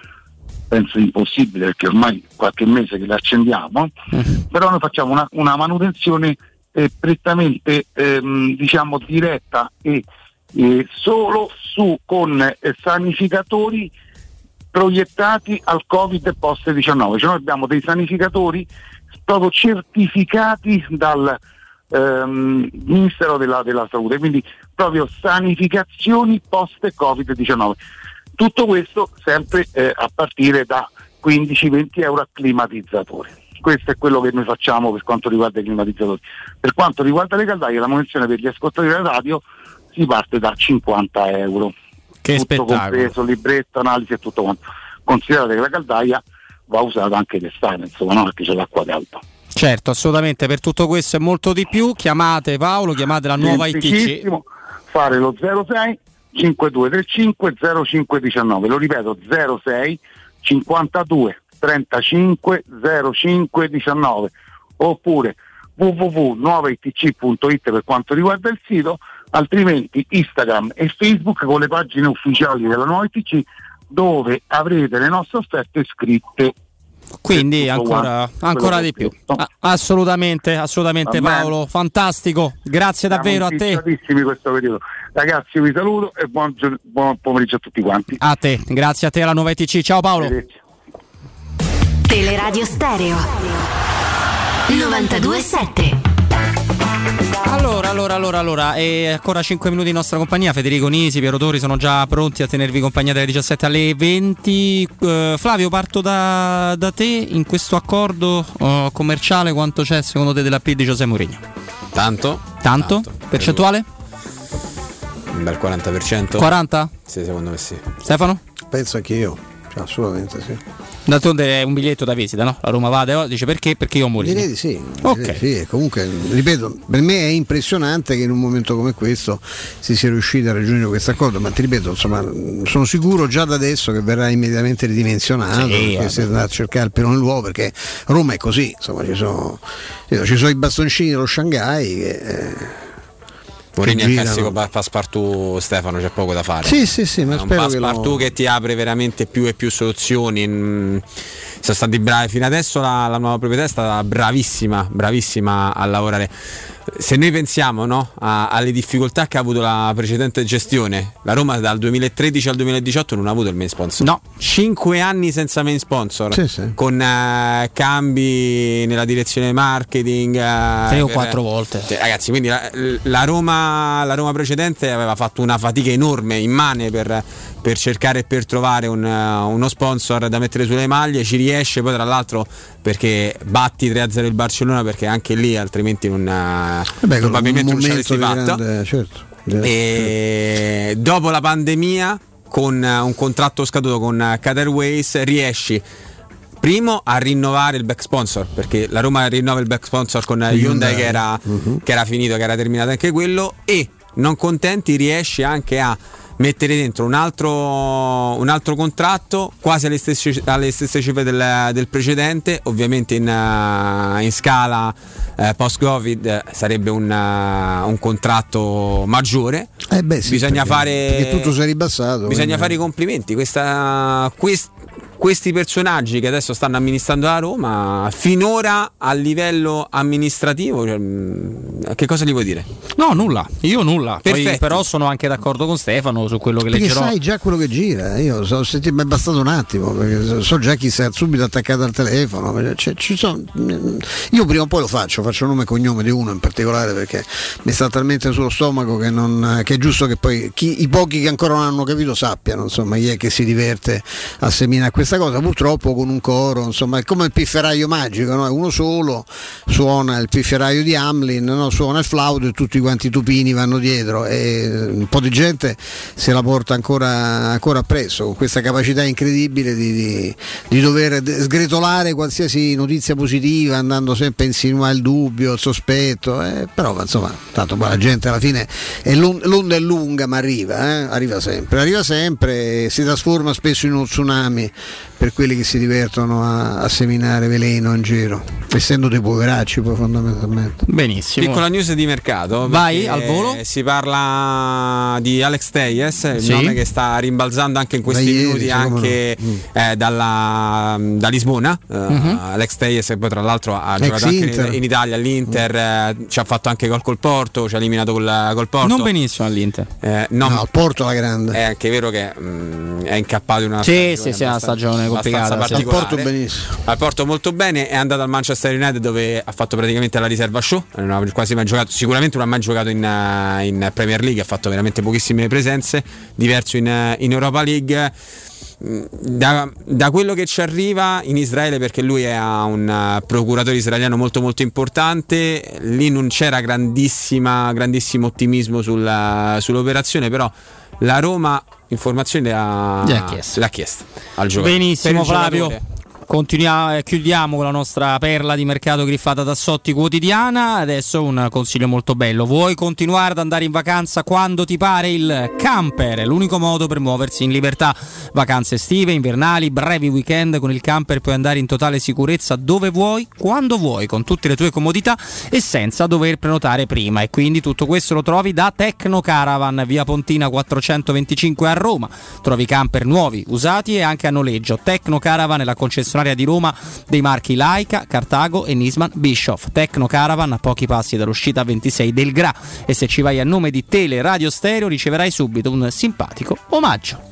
penso impossibile perché ormai qualche mese che le accendiamo, mm. però noi facciamo una, una manutenzione eh, prettamente ehm, diciamo diretta e eh, solo su con eh, sanificatori proiettati al Covid post diciannove, cioè noi abbiamo dei sanificatori proprio certificati dal ehm, Ministero della, della Salute, quindi proprio sanificazioni post Covid diciannove. Tutto questo sempre eh, a partire da quindici venti euro a climatizzatore. Questo è quello che noi facciamo per quanto riguarda i climatizzatori. Per quanto riguarda le caldaie, la manutenzione per gli ascoltatori della radio si parte da cinquanta euro. Che tutto spettacolo. Compreso, libretto, analisi e tutto quanto. Considerate che la caldaia va usata anche d'estate, insomma, no? Perché c'è l'acqua calda. Certo, assolutamente, per tutto questo e molto di più chiamate Paolo, chiamate la nuova I T C. Fare lo zero sei cinquantadue trentacinque zero cinque diciannove, lo ripeto, zero sei cinquantadue trentacinque zero cinque diciannove, oppure w w w punto nuova i t c punto i t per quanto riguarda il sito, altrimenti Instagram e Facebook con le pagine ufficiali della nuova I T C, dove avrete le nostre offerte scritte. Quindi ancora, ancora di più. Ah, assolutamente, assolutamente Paolo, fantastico, grazie Siamo davvero a te. Questo periodo. Ragazzi, vi saluto e buon, buon pomeriggio a tutti quanti. A te, grazie a te alla nuova I T C, ciao Paolo. Teleradio Stereo novantadue sette. Allora, allora, allora, allora, e ancora cinque minuti in nostra compagnia. Federico Nisi, Piero Tori sono già pronti a tenervi compagnia dalle diciassette alle venti. Uh, Flavio, parto da, da te. In questo accordo uh, commerciale quanto c'è secondo te della P di José Mourinho? Tanto. Tanto? Tanto. Percentuale? Un bel quaranta per cento. quaranta? Sì, secondo me sì. Stefano? Penso anche io, cioè, assolutamente sì. D'altronde è un biglietto da visita, no? La Roma va, dice perché? Perché io ho Mourinho. Direi di sì, ok. Direi sì. Comunque, ripeto, per me è impressionante che in un momento come questo si sia riusciti a raggiungere questo accordo, ma ti ripeto, insomma, sono sicuro già da adesso che verrà immediatamente ridimensionato, sì, perché si andrà a cercare il pelo nell'uovo, perché Roma è così, insomma, ci sono, ci sono i bastoncini dello Shanghai che... Eh, Mourinho è il classico passepartout, Stefano, c'è poco da fare. Sì, sì, sì, ma è un spero passepartout che, lo... che ti apre veramente più e più soluzioni. Sono stati bravi fino adesso, la, la nuova proprietà è stata bravissima, bravissima a lavorare. Se noi pensiamo, no, a, alle difficoltà che ha avuto la precedente gestione, la Roma dal duemilatredici al duemiladiciotto non ha avuto il main sponsor. No, cinque anni senza main sponsor, sì, sì. con uh, cambi nella direzione marketing. Uh, Tre o per, quattro volte. Cioè, ragazzi, quindi la, la, Roma, la Roma precedente aveva fatto una fatica enorme, immane per, per cercare e per trovare un, uh, uno sponsor da mettere sulle maglie. Ci riesce poi, tra l'altro, perché batti tre a zero il Barcellona, perché anche lì altrimenti non... Uh, Beh, probabilmente non ci avresti fatto grande, certo, e certo. Dopo la pandemia, con un contratto scaduto con Qatar Airways, riesci primo a rinnovare il back sponsor, perché la Roma rinnova il back sponsor con Hyundai, Hyundai che, era, uh-huh. che era finito, che era terminato anche quello, e non contenti riesci anche a mettere dentro un altro, un altro contratto quasi alle stesse, alle stesse cifre del, del precedente, ovviamente in, uh, in scala uh, post-Covid sarebbe un, uh, un contratto maggiore. Eh beh, sì, bisogna perché, fare perché tutto si è ribassato. Bisogna quindi... fare i complimenti. Questa, quest, questi personaggi che adesso stanno amministrando la Roma, finora a livello amministrativo, cioè, che cosa gli vuoi dire? No, nulla, io nulla. Poi, Perfetto. però sono anche d'accordo con Stefano su quello che Perché leggerò. sai già quello che gira, io so, senti, mi è bastato un attimo, perché so già chi si è subito attaccato al telefono. Cioè, ci sono, io prima o poi lo faccio, faccio nome e cognome di uno in particolare perché mi sta talmente sullo stomaco che, non, che è giusto che poi chi, i pochi che ancora non hanno capito sappiano, insomma, chi è che si diverte a seminare questa cosa, purtroppo con un coro, insomma, è come il pifferaio magico, no? Uno solo suona il pifferaio di Hamlin, no? Suona il flauto e tutti quanti i tupini vanno dietro e un po' di gente se la porta ancora, ancora appresso, con questa capacità incredibile di, di, di dover sgretolare qualsiasi notizia positiva, andando sempre a insinuare il dubbio, il sospetto, eh? Però insomma, tanto poi la gente alla fine è l'onda è lunga, ma arriva, eh? arriva sempre, arriva sempre, si trasforma spesso in uno tsunami per quelli che si divertono a, a seminare veleno in giro, essendo dei poveracci poi fondamentalmente. Benissimo. Piccola news di mercato. Vai al volo. Si parla di Alex Telles, il Sì. nome che sta rimbalzando anche in questi Da ieri, minuti sì, anche come no. eh, dalla, da Lisbona. Uh, Mhm. Alex Telles, che poi tra l'altro ha Ex giocato anche Inter. in, in Italia all'Inter, eh, ci ha fatto anche gol col Porto, ci ha eliminato col, col Porto. Non benissimo all'Inter. Eh, no, No, il Porto la grande. è anche vero che mh, è incappato in una Sì, stagione sì, sì, è una abbastanza- stagione complicata, abbastanza sì. Al particolare. Porto benissimo. Al Porto molto bene, è andato al Manchester United dove ha fatto praticamente la riserva show, non ha quasi mai giocato, sicuramente non ha mai giocato in, uh, in Premier League, ha fatto veramente pochissime presenze, diverso in, uh, in Europa League. Da, da quello che ci arriva in Israele, perché lui è un uh, procuratore israeliano molto molto importante, lì non c'era grandissima, grandissimo ottimismo sulla, sull'operazione, però la Roma informazioni le ha, Gli ha chiesto. l'ha chiesta al giocatore. Benissimo, Per il Flavio. giocatore. Continuiamo, eh, chiudiamo con la nostra perla di mercato griffata da Sotti quotidiana. Adesso un consiglio molto bello: vuoi continuare ad andare in vacanza quando ti pare? Il camper è l'unico modo per muoversi in libertà. Vacanze estive, invernali, brevi weekend. Con il camper puoi andare in totale sicurezza dove vuoi, quando vuoi, con tutte le tue comodità e senza dover prenotare prima. E quindi tutto questo lo trovi da Tecno Caravan, via Pontina quattrocentoventicinque a Roma. Trovi camper nuovi, usati e anche a noleggio. Tecno Caravan è la concessionaria di Roma dei marchi Laika, Cartago e Nisman Bischoff. Tecno Caravan a pochi passi dall'uscita ventisei del Gra, e se ci vai a nome di Tele Radio Stereo riceverai subito un simpatico omaggio.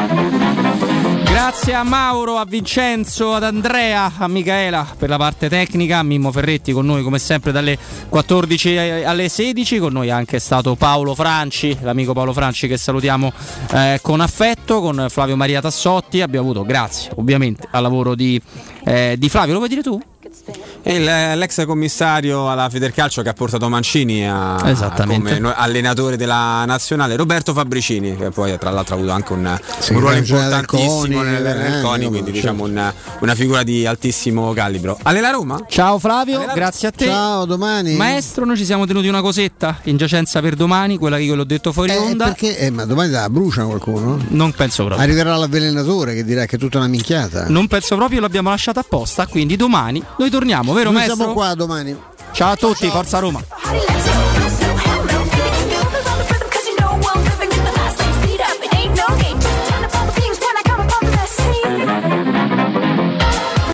Grazie a Mauro, a Vincenzo, ad Andrea, a Michaela per la parte tecnica, a Mimmo Ferretti con noi come sempre dalle quattordici alle sedici, con noi è anche stato Paolo Franci, l'amico Paolo Franci che salutiamo eh, con affetto, con Flavio Maria Tassotti. Abbiamo avuto, grazie ovviamente al lavoro di, eh, di Flavio, lo vuoi dire tu? E il- l'ex commissario alla Federcalcio che ha portato Mancini a, Esattamente. come no- allenatore della nazionale, Roberto Fabricini, che poi tra l'altro ha avuto anche un, Sì, un ruolo che gioca importantissimo del CONI, nel, nel eh, CONI, no, quindi certo. diciamo una, una figura di altissimo calibro. Allela Roma? Ciao Flavio, grazie a te. Ciao, domani. Maestro, noi ci siamo tenuti una cosetta in giacenza per domani, quella che io l'ho detto fuori Eh, onda. perché? Eh, ma domani la brucia qualcuno? Non penso proprio. Arriverà l'avvelenatore che dirà che è tutta una minchiata. Non penso proprio, l'abbiamo lasciata apposta, quindi domani noi torniamo, vero Noi maestro? siamo qua domani. Ciao a tutti, forza Roma.